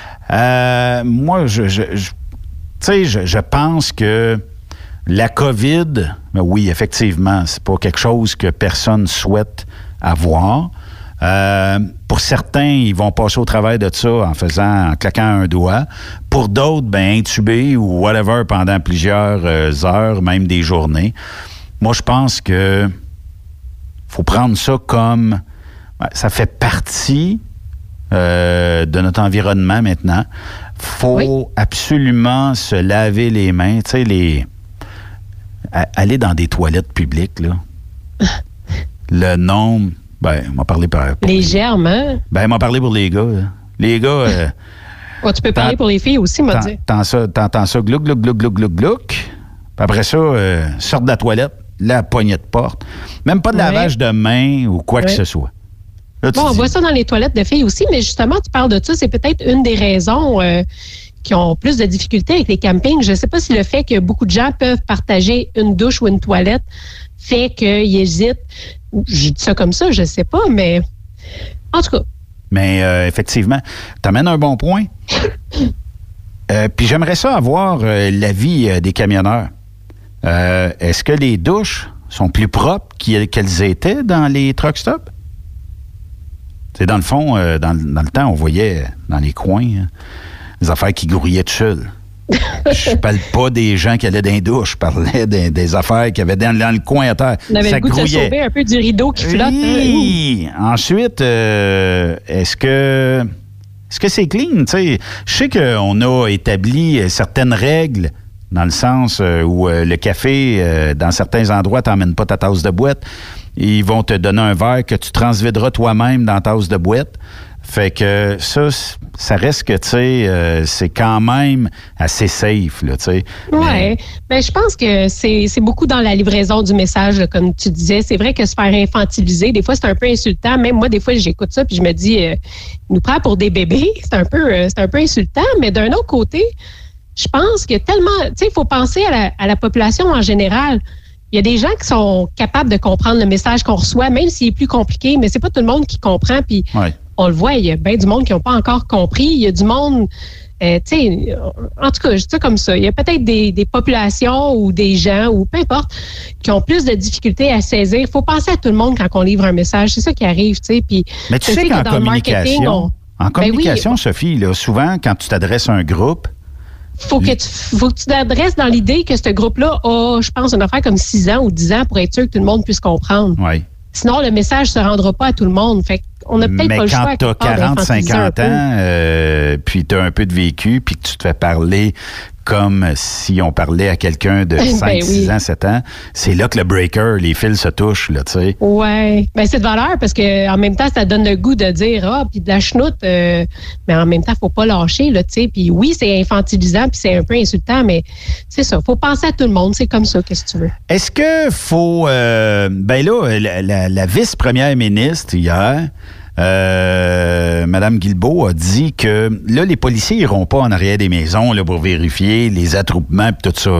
Moi, je pense que la COVID, ben oui, effectivement, c'est pas quelque chose que personne souhaite avoir. Pour certains, ils vont passer au travers de ça en claquant un doigt. Pour d'autres, ben intubés ou whatever pendant plusieurs heures, même des journées. Moi, je pense que faut prendre ça comme ça fait partie de notre environnement maintenant. Faut absolument se laver les mains. Tu sais, aller dans des toilettes publiques, là. Le nombre... Ben, on m'a parlé pour les germes, hein? Ben, on m'a parlé pour les gars. Là. Les gars... tu peux parler pour les filles aussi, m'a dit. T'entends ça, glouc, glouc, glouc, glouc, glouc, glouc. Puis après ça, sorte de la toilette, la poignée de porte. Même pas de lavage de mains ou quoi que ce soit. Là, on voit ça dans les toilettes de filles aussi, mais justement, tu parles de ça, c'est peut-être une des raisons qui ont plus de difficultés avec les campings. Je ne sais pas si le fait que beaucoup de gens peuvent partager une douche ou une toilette fait qu'il hésite? Je dis ça comme ça, je sais pas, mais en tout cas. Mais effectivement, tu amènes un bon point. Puis j'aimerais ça avoir l'avis des camionneurs. Est-ce que les douches sont plus propres qu'elles étaient dans les truck stops? C'est dans le fond, dans le temps, on voyait dans les coins des affaires qui grouillaient de chul. Je parle pas des gens qui allaient dans les douches, je parlais des affaires qu'il y avait dans le coin à terre. On avait ça le goût de se sauver un peu du rideau qui flotte. Oui. Ensuite, est-ce que c'est clean? T'sais? Je sais qu'on a établi certaines règles dans le sens où le café, dans certains endroits, t'emmènes pas ta tasse de boîte. Ils vont te donner un verre que tu transvideras toi-même dans ta tasse de boîte. Fait que ça reste que, tu sais, c'est quand même assez safe, là, tu sais. Oui. Ben, je pense que c'est beaucoup dans la livraison du message, là, comme tu disais. C'est vrai que se faire infantiliser, des fois, c'est un peu insultant. Même moi, des fois, j'écoute ça puis je me dis, il nous prend pour des bébés. C'est un peu insultant. Mais d'un autre côté, je pense que tellement, tu sais, il faut penser à la population en général. Il y a des gens qui sont capables de comprendre le message qu'on reçoit, même s'il est plus compliqué, mais c'est pas tout le monde qui comprend. Puis on le voit, il y a bien du monde qui n'ont pas encore compris. Il y a du monde, tu sais, en tout cas, je dis ça comme ça. Il y a peut-être des populations ou des gens, ou peu importe, qui ont plus de difficultés à saisir. Il faut penser à tout le monde quand on livre un message. C'est ça qui arrive, tu sais. Puis, mais tu sais qu'en communication, Sophie, là, souvent, quand tu t'adresses à un groupe, faut que tu t'adresses dans l'idée que ce groupe-là a, je pense, une affaire comme 6 ans ou 10 ans pour être sûr que tout le monde puisse comprendre. Oui. Sinon, le message ne se rendra pas à tout le monde. Fait qu'on a peut-être pas le choix. Mais quand tu as 40, 50 ans, puis tu as un peu de vécu, puis que tu te fais parler comme si on parlait à quelqu'un de 5, 6 ans, 7 ans, c'est là que le breaker, les fils se touchent, là, tu sais. Oui. Ben, c'est de valeur parce que en même temps, ça donne le goût de dire, puis de la chenoute, mais en même temps, faut pas lâcher, là, tu sais. Puis oui, c'est infantilisant, puis c'est un peu insultant, mais c'est ça. Faut penser à tout le monde. C'est comme ça, qu'est-ce que tu veux. Est-ce que faut, ben là, la vice-première ministre, hier, Mme Guilbeault a dit que là, les policiers iront pas en arrière des maisons là, pour vérifier les attroupements et tout ça.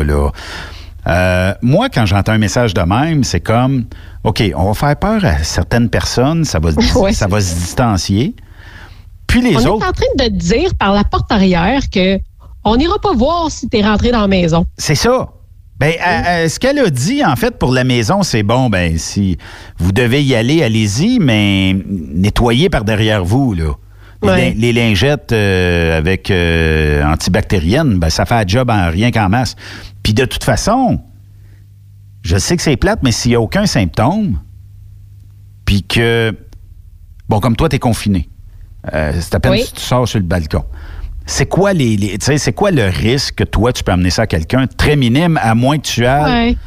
Là. Moi, quand j'entends un message de même, c'est comme, OK, on va faire peur à certaines personnes, ça va se distancier. Puis les autres... On est en train de te dire par la porte arrière que on n'ira pas voir si tu es rentré dans la maison. C'est ça. Ben, ce qu'elle a dit, en fait, pour la maison, c'est bon, ben, si vous devez y aller, allez-y, mais nettoyez par derrière vous, là. Les lingettes avec antibactériennes, ben, ça fait un job en rien qu'en masse. Puis de toute façon, je sais que c'est plate, mais s'il n'y a aucun symptôme, puis que, bon, comme toi, t'es confiné, c'est à peine si tu sors sur le balcon. C'est quoi c'est quoi le risque que toi, tu peux amener ça à quelqu'un? Très minime, à moins que tu ailles,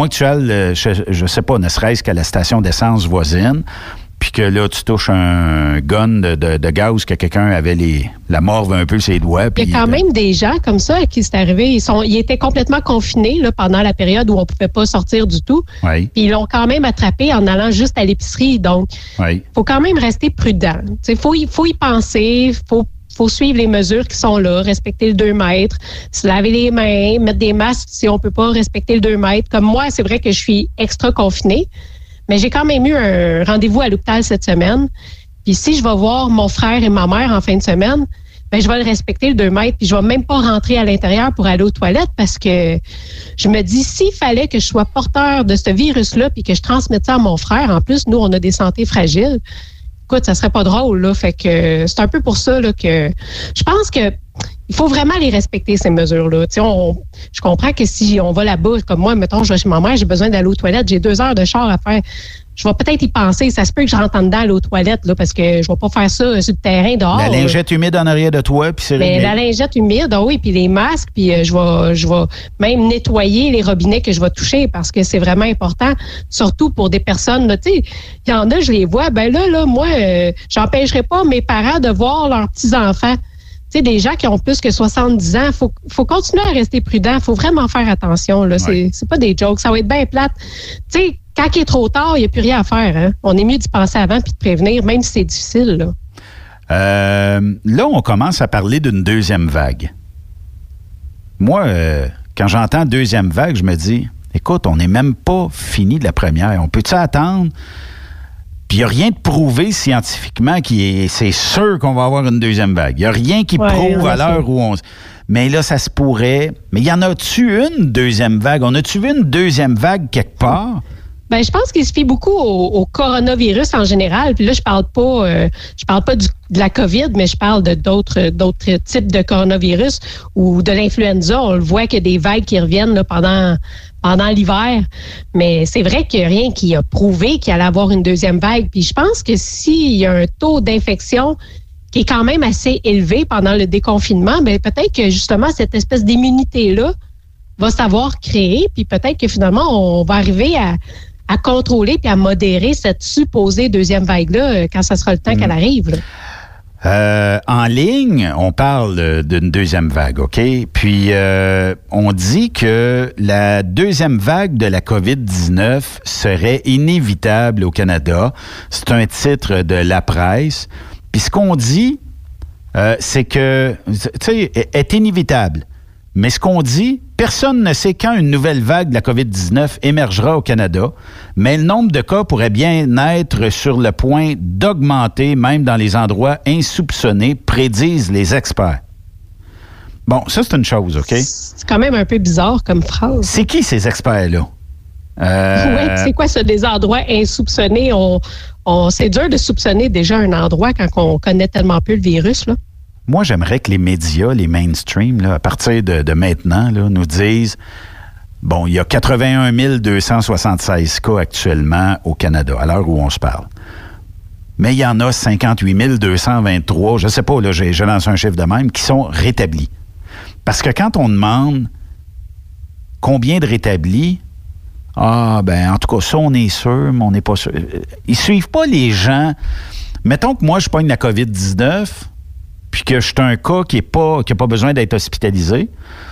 je sais pas, ne serait-ce qu'à la station d'essence voisine, puis que là, tu touches un gun de gaz que quelqu'un avait la morve un peu ses doigts. Il y a quand même des gens comme ça à qui c'est arrivé. Ils étaient complètement confinés là, pendant la période où on pouvait pas sortir du tout. Oui. Puis ils l'ont quand même attrapé en allant juste à l'épicerie. Donc, faut quand même rester prudent. Il faut y penser, faut suivre les mesures qui sont là, respecter le 2 mètres, se laver les mains, mettre des masques si on peut pas respecter le 2 mètres. Comme moi, c'est vrai que je suis extra confinée, mais j'ai quand même eu un rendez-vous à l'hôpital cette semaine. Puis si je vais voir mon frère et ma mère en fin de semaine, ben je vais le respecter le 2 mètres, puis je vais même pas rentrer à l'intérieur pour aller aux toilettes parce que je me dis, s'il fallait que je sois porteur de ce virus-là puis que je transmette ça à mon frère, en plus, nous, on a des santé fragiles, écoute, ça serait pas drôle, là. Fait que c'est un peu pour ça là, que je pense que il faut vraiment les respecter, ces mesures-là. Je comprends que si on va là-bas, comme moi, mettons, je vais chez ma mère, j'ai besoin d'aller aux toilettes, j'ai 2 heures de char à faire. Je vais peut-être y penser. Ça se peut que je rentre en dedans, aller aux toilettes, là, parce que je vais pas faire ça sur le terrain dehors. La lingette humide en arrière de toi, puis c'est réglé. La lingette humide, oui, puis les masques, puis je vais même nettoyer les robinets que je vais toucher parce que c'est vraiment important, surtout pour des personnes, tu sais, il y en a, je les vois, ben là, moi, j'empêcherai pas mes parents de voir leurs petits-enfants. Tu sais, des gens qui ont plus que 70 ans, faut continuer à rester prudent, faut vraiment faire attention, là. C'est pas des jokes, ça va être bien plate. Tu sais, quand il est trop tard, il n'y a plus rien à faire. Hein? On est mieux d'y penser avant puis de prévenir, même si c'est difficile. Là, on commence à parler d'une deuxième vague. Moi, quand j'entends deuxième vague, je me dis, Écoute, on n'est même pas fini de la première. On peut-tu attendre? Puis il n'y a rien de prouvé scientifiquement c'est sûr qu'on va avoir une deuxième vague. Il n'y a rien qui prouve à l'heure où on... Mais là, ça se pourrait. Mais y en a-tu une deuxième vague? On a-tu vu une deuxième vague quelque part? Ben, je pense qu'il se fie beaucoup au coronavirus en général. Puis là, je parle pas de la COVID, mais je parle de d'autres types de coronavirus ou de l'influenza. On le voit qu'il y a des vagues qui reviennent là, pendant l'hiver. Mais c'est vrai qu'il n'y a rien qui a prouvé qu'il allait avoir une deuxième vague. Puis je pense que s'il y a un taux d'infection qui est quand même assez élevé pendant le déconfinement, bien, peut-être que justement cette espèce d'immunité-là va savoir créer, puis peut-être que finalement, on va arriver à contrôler puis à modérer cette supposée deuxième vague-là quand ça sera le temps qu'elle arrive. En ligne, on parle d'une deuxième vague, OK? Puis, on dit que la deuxième vague de la COVID-19 serait inévitable au Canada. C'est un titre de la presse. Puis, ce qu'on dit, c'est que, tu sais, est inévitable. Mais ce qu'on dit, personne ne sait quand une nouvelle vague de la COVID-19 émergera au Canada, mais le nombre de cas pourrait bien être sur le point d'augmenter, même dans les endroits insoupçonnés, prédisent les experts. Bon, ça, c'est une chose, OK? C'est quand même un peu bizarre comme phrase. C'est qui ces experts-là? Oui, c'est quoi ça, des endroits insoupçonnés? C'est dur de soupçonner déjà un endroit quand on connaît tellement peu le virus, là. Moi, j'aimerais que les médias, les mainstream, là, à partir de maintenant, là, nous disent, bon, il y a 81 276 cas actuellement au Canada, à l'heure où on se parle. Mais il y en a 58 223, je ne sais pas, là, j'ai lancé un chiffre de même, qui sont rétablis. Parce que quand on demande combien de rétablis, en tout cas, ça, on est sûr, mais on n'est pas sûr. Ils ne suivent pas les gens. Mettons que moi, je pogne la COVID-19, puis que je suis un cas qui n'a pas besoin d'être hospitalisé,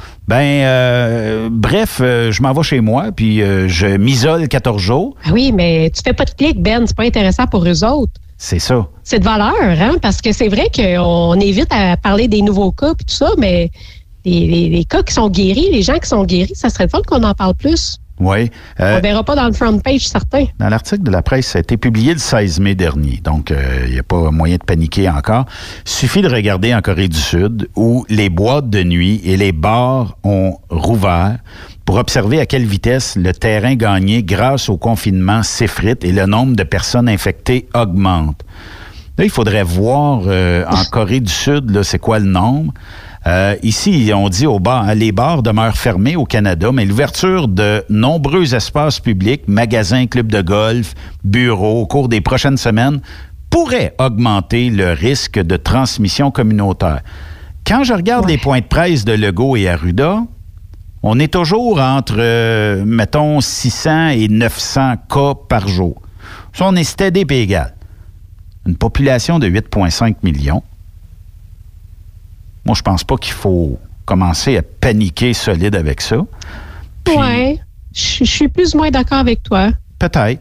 je m'en vais chez moi, puis je m'isole 14 jours. Ah oui, mais tu fais pas de clic, Ben, c'est pas intéressant pour eux autres. C'est ça. C'est de valeur, hein, parce que c'est vrai qu'on évite à parler des nouveaux cas et tout ça, mais les cas qui sont guéris, les gens qui sont guéris, ça serait le fun qu'on en parle plus. Oui. On ne verra pas dans le front page, certain. Dans l'article de la presse, ça a été publié le 16 mai dernier, donc il n'y a pas moyen de paniquer encore. Suffit de regarder en Corée du Sud, où les boîtes de nuit et les bars ont rouvert pour observer à quelle vitesse le terrain gagné grâce au confinement s'effrite et le nombre de personnes infectées augmente. Là, il faudrait voir en Corée du Sud, là, c'est quoi le nombre. Ici, on dit les bars demeurent fermés au Canada, mais l'ouverture de nombreux espaces publics, magasins, clubs de golf, bureaux, au cours des prochaines semaines, pourrait augmenter le risque de transmission communautaire. Quand je regarde les points de presse de Legault et Arruda, on est toujours entre, mettons, 600 et 900 cas par jour. Ça, on est steady et égal. Une population de 8,5 millions. Moi, je pense pas qu'il faut commencer à paniquer solide avec ça. Oui, je suis plus ou moins d'accord avec toi. Peut-être.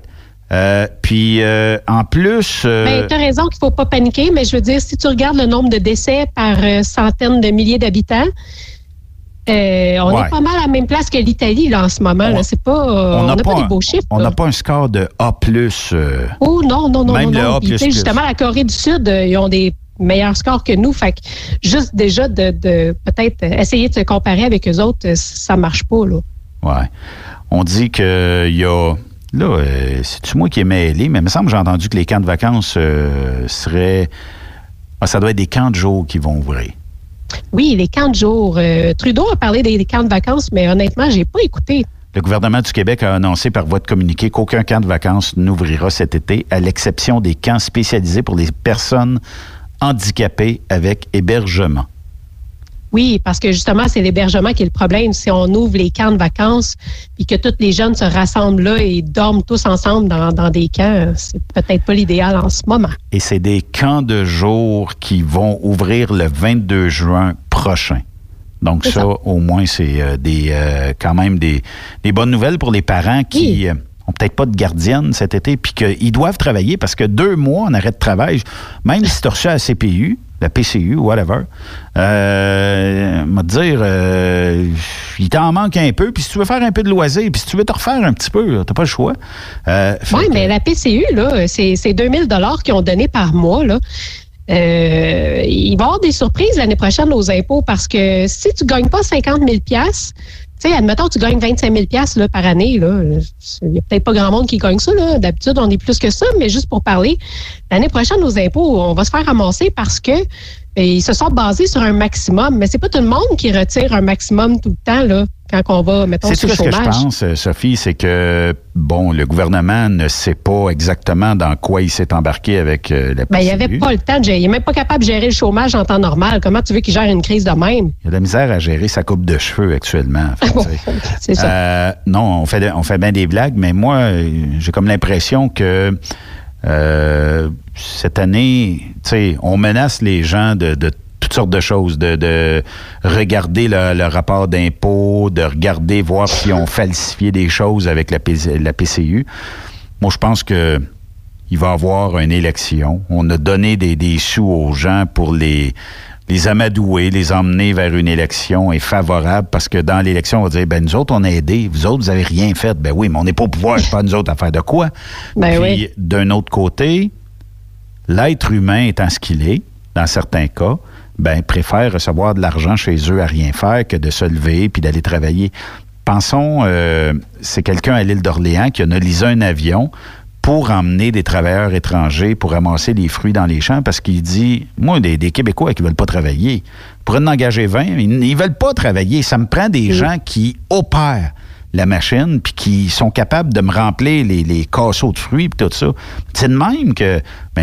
En plus... tu as raison qu'il faut pas paniquer, mais je veux dire, si tu regardes le nombre de décès par centaines de milliers d'habitants, on est pas mal à la même place que l'Italie là, en ce moment. Là. C'est pas, on n'a pas des beaux chiffres. On n'a pas un score de A+. Oh non. Même le A++. Justement, la Corée du Sud, ils ont des meilleurs scores que nous. Fait que juste déjà de peut-être essayer de se comparer avec eux autres, ça marche pas. Là. Ouais. On dit qu'il y a... Là, c'est-tu moi qui est mêlé, mais il me semble que j'ai entendu que les camps de vacances seraient... ça doit être des camps de jour qui vont ouvrir. Oui, les camps de jour. Trudeau a parlé des camps de vacances, mais honnêtement, j'ai pas écouté. Le gouvernement du Québec a annoncé par voie de communiqué qu'aucun camp de vacances n'ouvrira cet été, à l'exception des camps spécialisés pour les personnes handicapées avec hébergement. Oui, parce que justement, c'est l'hébergement qui est le problème. Si on ouvre les camps de vacances et que tous les jeunes se rassemblent là et dorment tous ensemble dans des camps, c'est peut-être pas l'idéal en ce moment. Et c'est des camps de jour qui vont ouvrir le 22 juin prochain. Donc ça, au moins, c'est quand même des bonnes nouvelles pour les parents qui n'ont peut-être pas de gardienne cet été, puis qu'ils doivent travailler parce que 2 mois en arrêt de travail, même si tu as reçu la CPU, la PCU, whatever, il t'en manque un peu, puis si tu veux faire un peu de loisir, puis si tu veux te refaire un petit peu, tu n'as pas le choix. Oui, mais la PCU, là, c'est 2 000 $ qu'ils ont donné par mois, là. Il va y avoir des surprises l'année prochaine aux impôts parce que si tu ne gagnes pas 50 000 tu sais, admettons, tu gagnes 25 000 là, par année. Il n'y a peut-être pas grand monde qui gagne ça. Là. D'habitude, on est plus que ça, mais juste pour parler, l'année prochaine, aux impôts, on va se faire ramasser parce que ils se sont basés sur un maximum. Mais c'est pas tout le monde qui retire un maximum tout le temps là, quand on va, mettons, sur le chômage. C'est ce que je pense, Sophie, c'est que, bon, le gouvernement ne sait pas exactement dans quoi il s'est embarqué avec la PCU. Il n'y avait pas le temps de gérer. Il n'est même pas capable de gérer le chômage en temps normal. Comment tu veux qu'il gère une crise de même? Il a de la misère à gérer sa coupe de cheveux actuellement. C'est ça. Non, on fait bien des blagues, mais moi, j'ai comme l'impression que cette année, tu sais, on menace les gens de toutes sortes de choses, de regarder le rapport d'impôt, de regarder, voir s'ils ont falsifié des choses avec la PCU. Moi, je pense que il va y avoir une élection. On a donné des sous aux gens pour les amadouer, les emmener vers une élection est favorable parce que dans l'élection, on va dire, nous autres, on a aidé. Vous autres, vous avez rien fait. Ben oui, mais on n'est pas au pouvoir. C'est pas nous autres à faire de quoi. Puis, d'un autre côté, l'être humain étant ce qu'il est, dans certains cas, préfère recevoir de l'argent chez eux à rien faire que de se lever puis d'aller travailler. Pensons, c'est quelqu'un à l'île d'Orléans qui a analysé un avion pour emmener des travailleurs étrangers pour ramasser des fruits dans les champs parce qu'il dit, moi, des Québécois qui veulent pas travailler, je pourrais en engager 20, ils veulent pas travailler. Ça me prend des gens qui opèrent la machine puis qui sont capables de me remplir les casseaux de fruits puis tout ça. C'est de même que,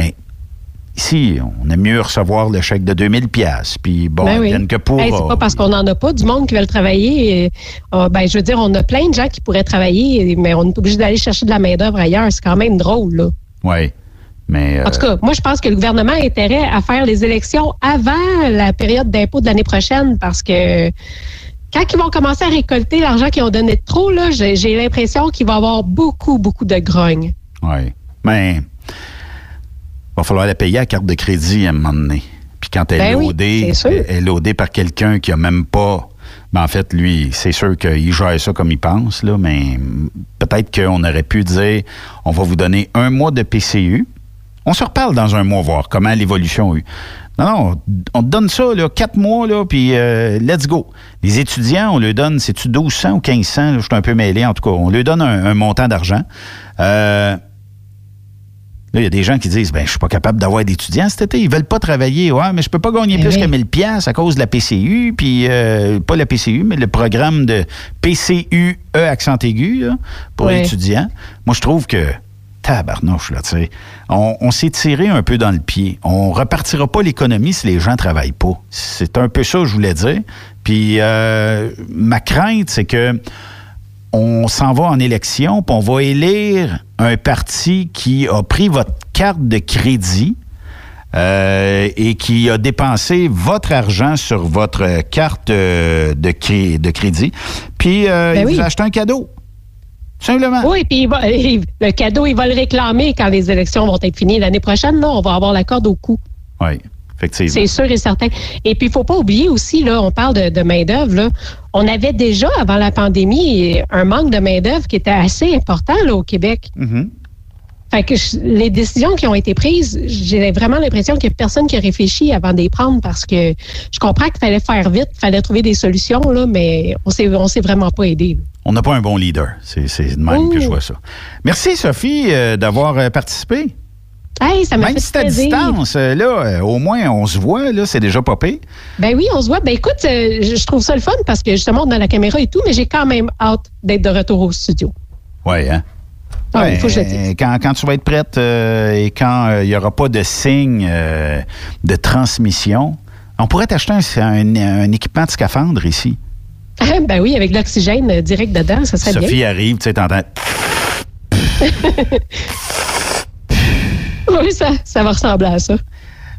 ici, on aime mieux recevoir le chèque de 2000 $. Puis bon, viennent que pour... c'est pas parce qu'on n'en a pas du monde qui veut travailler. Je veux dire, on a plein de gens qui pourraient travailler, mais on est obligé d'aller chercher de la main-d'œuvre ailleurs. C'est quand même drôle, là. Oui, mais... En tout cas, moi, je pense que le gouvernement a intérêt à faire les élections avant la période d'impôt de l'année prochaine parce que quand ils vont commencer à récolter l'argent qu'ils ont donné de trop, là, j'ai l'impression qu'il va y avoir beaucoup, beaucoup de grogne. Oui, mais... Il va falloir la payer à carte de crédit à un moment donné. Puis quand elle est loadée, elle est loadée par quelqu'un qui n'a même pas... en fait, lui, c'est sûr qu'il gère ça comme il pense, là, mais peut-être qu'on aurait pu dire, on va vous donner 1 mois de PCU. On se reparle dans 1 mois, voir comment l'évolution a eu. Non, on te donne ça, là, 4 mois, là, puis let's go. Les étudiants, on leur donne, c'est-tu 1200 ou 1500? Là, je suis un peu mêlé, en tout cas. On leur donne un montant d'argent. Là, il y a des gens qui disent, je suis pas capable d'avoir d'étudiants cet été. Ils veulent pas travailler. Ouais, mais je peux pas gagner plus que 1000 $ à cause de la PCU, puis pas la PCU, mais le programme de PCUE accent aigu, là, pour les étudiants. Moi, je trouve que, tabarnouche, là, tu sais, on s'est tiré un peu dans le pied. On repartira pas l'économie si les gens travaillent pas. C'est un peu ça que je voulais dire. Puis, ma crainte, c'est que on s'en va en élection, puis on va élire un parti qui a pris votre carte de crédit et qui a dépensé votre argent sur votre carte de crédit, puis il vous a acheté un cadeau. Simplement. Oui, puis le cadeau, il va le réclamer quand les élections vont être finies. L'année prochaine, là, on va avoir la corde au cou. Oui. Effectivement. C'est sûr et certain. Et puis, il ne faut pas oublier aussi, là, on parle de main-d'œuvre, là. On avait déjà, avant la pandémie, un manque de main-d'œuvre qui était assez important là, au Québec. Mm-hmm. Fait que les décisions qui ont été prises, j'ai vraiment l'impression qu'il n'y a personne qui a réfléchi avant de les prendre parce que je comprends qu'il fallait faire vite, il fallait trouver des solutions, là, mais on s'est vraiment pas aidé. Là. On n'a pas un bon leader. C'est de même que je vois ça. Merci, Sophie, d'avoir participé. Hey, ça m'a Même fait si t'as plaisir. distance, là, au moins, on se voit, là, c'est déjà pas pire. Ben oui, on se voit. Ben écoute, je trouve ça le fun parce que justement, on a la caméra et tout, mais j'ai quand même hâte d'être de retour au studio. Oui, hein? Il faut que je le dise. Quand tu vas être prête et quand il n'y aura pas de signe de transmission, on pourrait t'acheter un équipement de scaphandre ici. Ben oui, avec de l'oxygène direct dedans, ça serait bien. Sophie arrive, tu sais, t'entends... Oui, ça va ressembler à ça.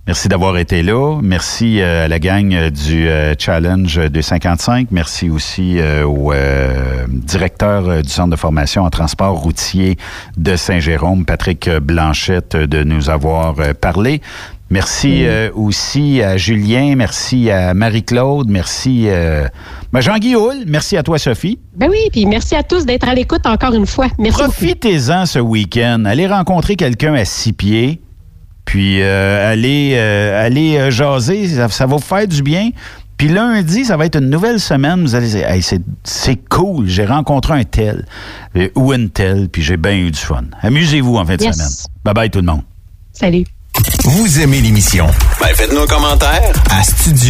Merci d'avoir été là. Merci à la gang du Challenge 255. Merci aussi au directeur du Centre de formation en transport routier de Saint-Jérôme, Patrick Blanchette, de nous avoir parlé. Merci aussi à Julien, merci à Marie-Claude, merci Jean-Guy Houle, merci à toi Sophie. Ben oui, puis merci à tous d'être à l'écoute encore une fois. Merci. Profitez-en ce week-end. Allez rencontrer quelqu'un à 6 pieds, puis allez jaser, ça va vous faire du bien. Puis lundi, ça va être une nouvelle semaine. Vous allez dire, hey, c'est cool, j'ai rencontré un tel ou une telle, puis j'ai bien eu du fun. Amusez-vous en fin de semaine. Bye-bye tout le monde. Salut. Vous aimez l'émission? Ben, faites-nous un commentaire à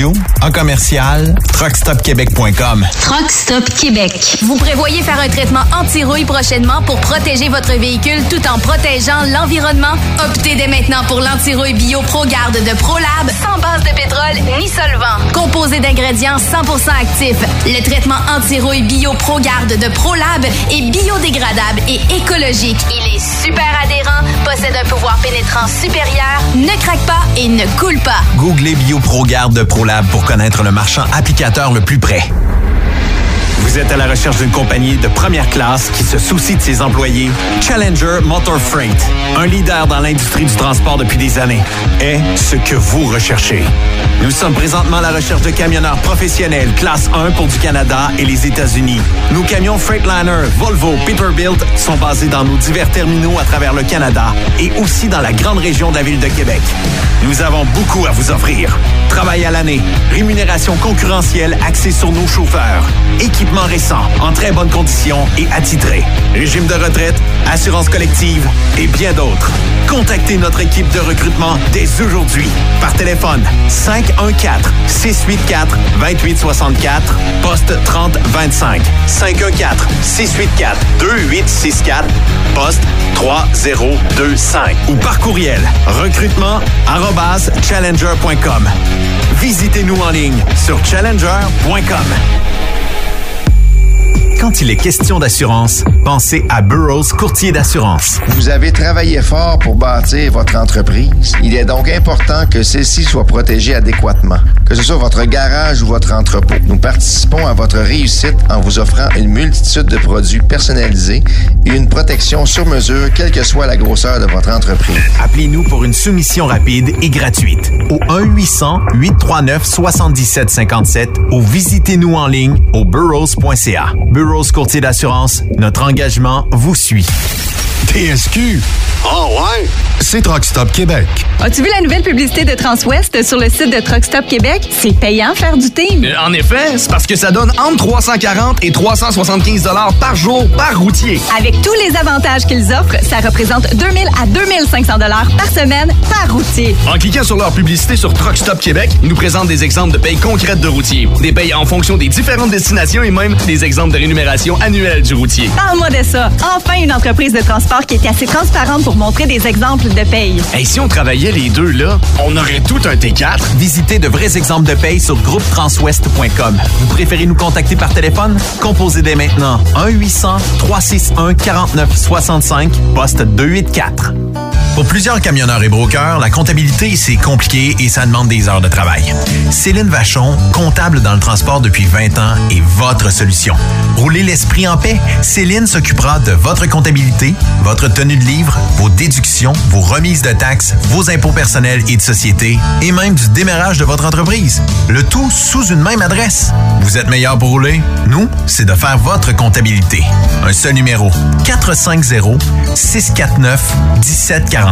studio@truckstopquebec.com. Truck Stop Québec. Vous prévoyez faire un traitement anti-rouille prochainement pour protéger votre véhicule tout en protégeant l'environnement? Optez dès maintenant pour l'anti-rouille bio ProGarde de ProLab, sans base de pétrole ni solvant. Composé d'ingrédients 100% actifs, le traitement anti-rouille bio ProGarde de ProLab est biodégradable et écologique. Il est super adhérent, possède un pouvoir pénétrant supérieur, ne craque pas et ne coule pas. Googlez BioProGarde de ProLab pour connaître le marchand applicateur le plus près. Vous êtes à la recherche d'une compagnie de première classe qui se soucie de ses employés? Challenger Motor Freight, un leader dans l'industrie du transport depuis des années, est ce que vous recherchez. Nous sommes présentement à la recherche de camionneurs professionnels classe 1 pour du Canada et les États-Unis. Nos camions Freightliner, Volvo, Peterbilt sont basés dans nos divers terminaux à travers le Canada et aussi dans la grande région de la ville de Québec. Nous avons beaucoup à vous offrir. Travail à l'année, rémunération concurrentielle axée sur nos chauffeurs, équipement récent, en très bonnes conditions et attitré, régime de retraite, assurance collective et bien d'autres. Contactez notre équipe de recrutement dès aujourd'hui par téléphone 514-684-2864, poste 3025. 514-684-2864, poste 3025. Ou par courriel recrutement@challenger.com. Visitez-nous en ligne sur challenger.com. Quand il est question d'assurance, pensez à Burroughs Courtier d'assurance. Vous avez travaillé fort pour bâtir votre entreprise. Il est donc important que celle-ci soit protégée adéquatement, que ce soit votre garage ou votre entrepôt. Nous participons à votre réussite en vous offrant une multitude de produits personnalisés et une protection sur mesure, quelle que soit la grosseur de votre entreprise. Appelez-nous pour une soumission rapide et gratuite au 1-800-839-7757 ou visitez-nous en ligne au burroughs.ca. Burroughs Courtier d'assurance, notre engagement vous suit. TSQ. Oh ouais? C'est Truck Stop Québec. As-tu vu la nouvelle publicité de Transwest sur le site de Truck Stop Québec? C'est payant faire du team. En effet, c'est parce que ça donne entre 340 et 375 $ par jour par routier. Avec tous les avantages qu'ils offrent, ça représente 2000 à 2500 $ par semaine par routier. En cliquant sur leur publicité sur Truck Stop Québec, ils nous présentent des exemples de payes concrètes de routiers, des payes en fonction des différentes destinations et même des exemples de rémunération annuelle du routier. Parle-moi de ça. Enfin, une entreprise de transport qui est assez transparente pour montrer des exemples de paye. Hey, si on travaillait les deux, là, on aurait tout un T4. Visitez de vrais exemples de paye sur groupetranswest.com. Vous préférez nous contacter par téléphone? Composez dès maintenant 1-800-361-4965, poste 284. Pour plusieurs camionneurs et brokers, la comptabilité, c'est compliqué et ça demande des heures de travail. Céline Vachon, comptable dans le transport depuis 20 ans, est votre solution. Roulez l'esprit en paix. Céline s'occupera de votre comptabilité, votre tenue de livre, vos déductions, vos remises de taxes, vos impôts personnels et de société, et même du démarrage de votre entreprise. Le tout sous une même adresse. Vous êtes meilleur pour rouler? Nous, c'est de faire votre comptabilité. Un seul numéro. 450-649-1744.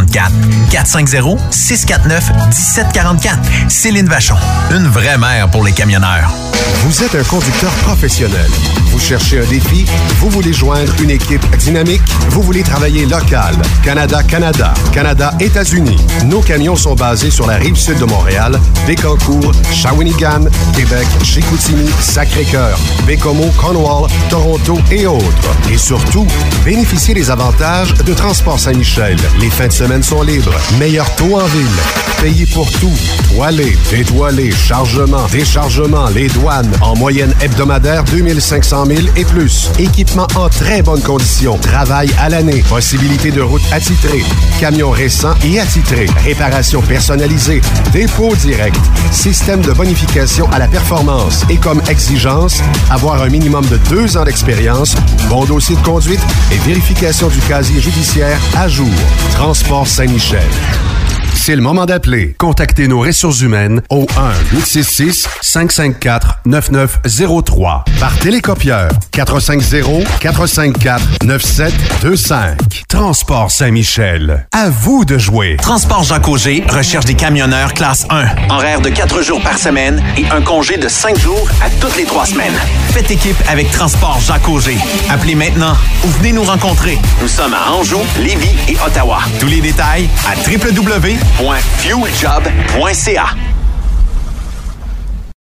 450-649-1744. Céline Vachon, une vraie mère pour les camionneurs. Vous êtes un conducteur professionnel. Vous cherchez un défi? Vous voulez joindre une équipe dynamique? Vous voulez travailler local? Canada-Canada, Canada-États-Unis. Nos camions sont basés sur la rive sud de Montréal, Bécancour, Shawinigan, Québec, Chicoutimi, Sacré-Cœur, Bécomo, Cornwall, Toronto et autres. Et surtout, bénéficiez des avantages de Transport Saint-Michel. Les fins de semaine semaine sont libres. Meilleur taux en ville. Payé pour tout. Toilé, détoilé, chargement, déchargement, les douanes. En moyenne hebdomadaire, 2500 000 et plus. Équipement en très bonne condition. Travail à l'année. Possibilité de route attitrée. Camions récents et attitrés. Réparation personnalisée. Dépôt direct. Système de bonification à la performance. Et comme exigence, avoir un minimum de 2 ans d'expérience, bon dossier de conduite et vérification du casier judiciaire à jour. Transport Saint-Michel. C'est le moment d'appeler. Contactez nos ressources humaines au 1-866-554-9903 par télécopieur 450-454-9725. Transport Saint-Michel. À vous de jouer. Transport Jacques Auger recherche des camionneurs classe 1. Horaire de 4 jours par semaine et un congé de 5 jours à toutes les 3 semaines. Faites équipe avec Transport Jacques Auger. Appelez maintenant ou venez nous rencontrer. Nous sommes à Anjou, Lévis et Ottawa. Tous les détails à www.fueljob.ca.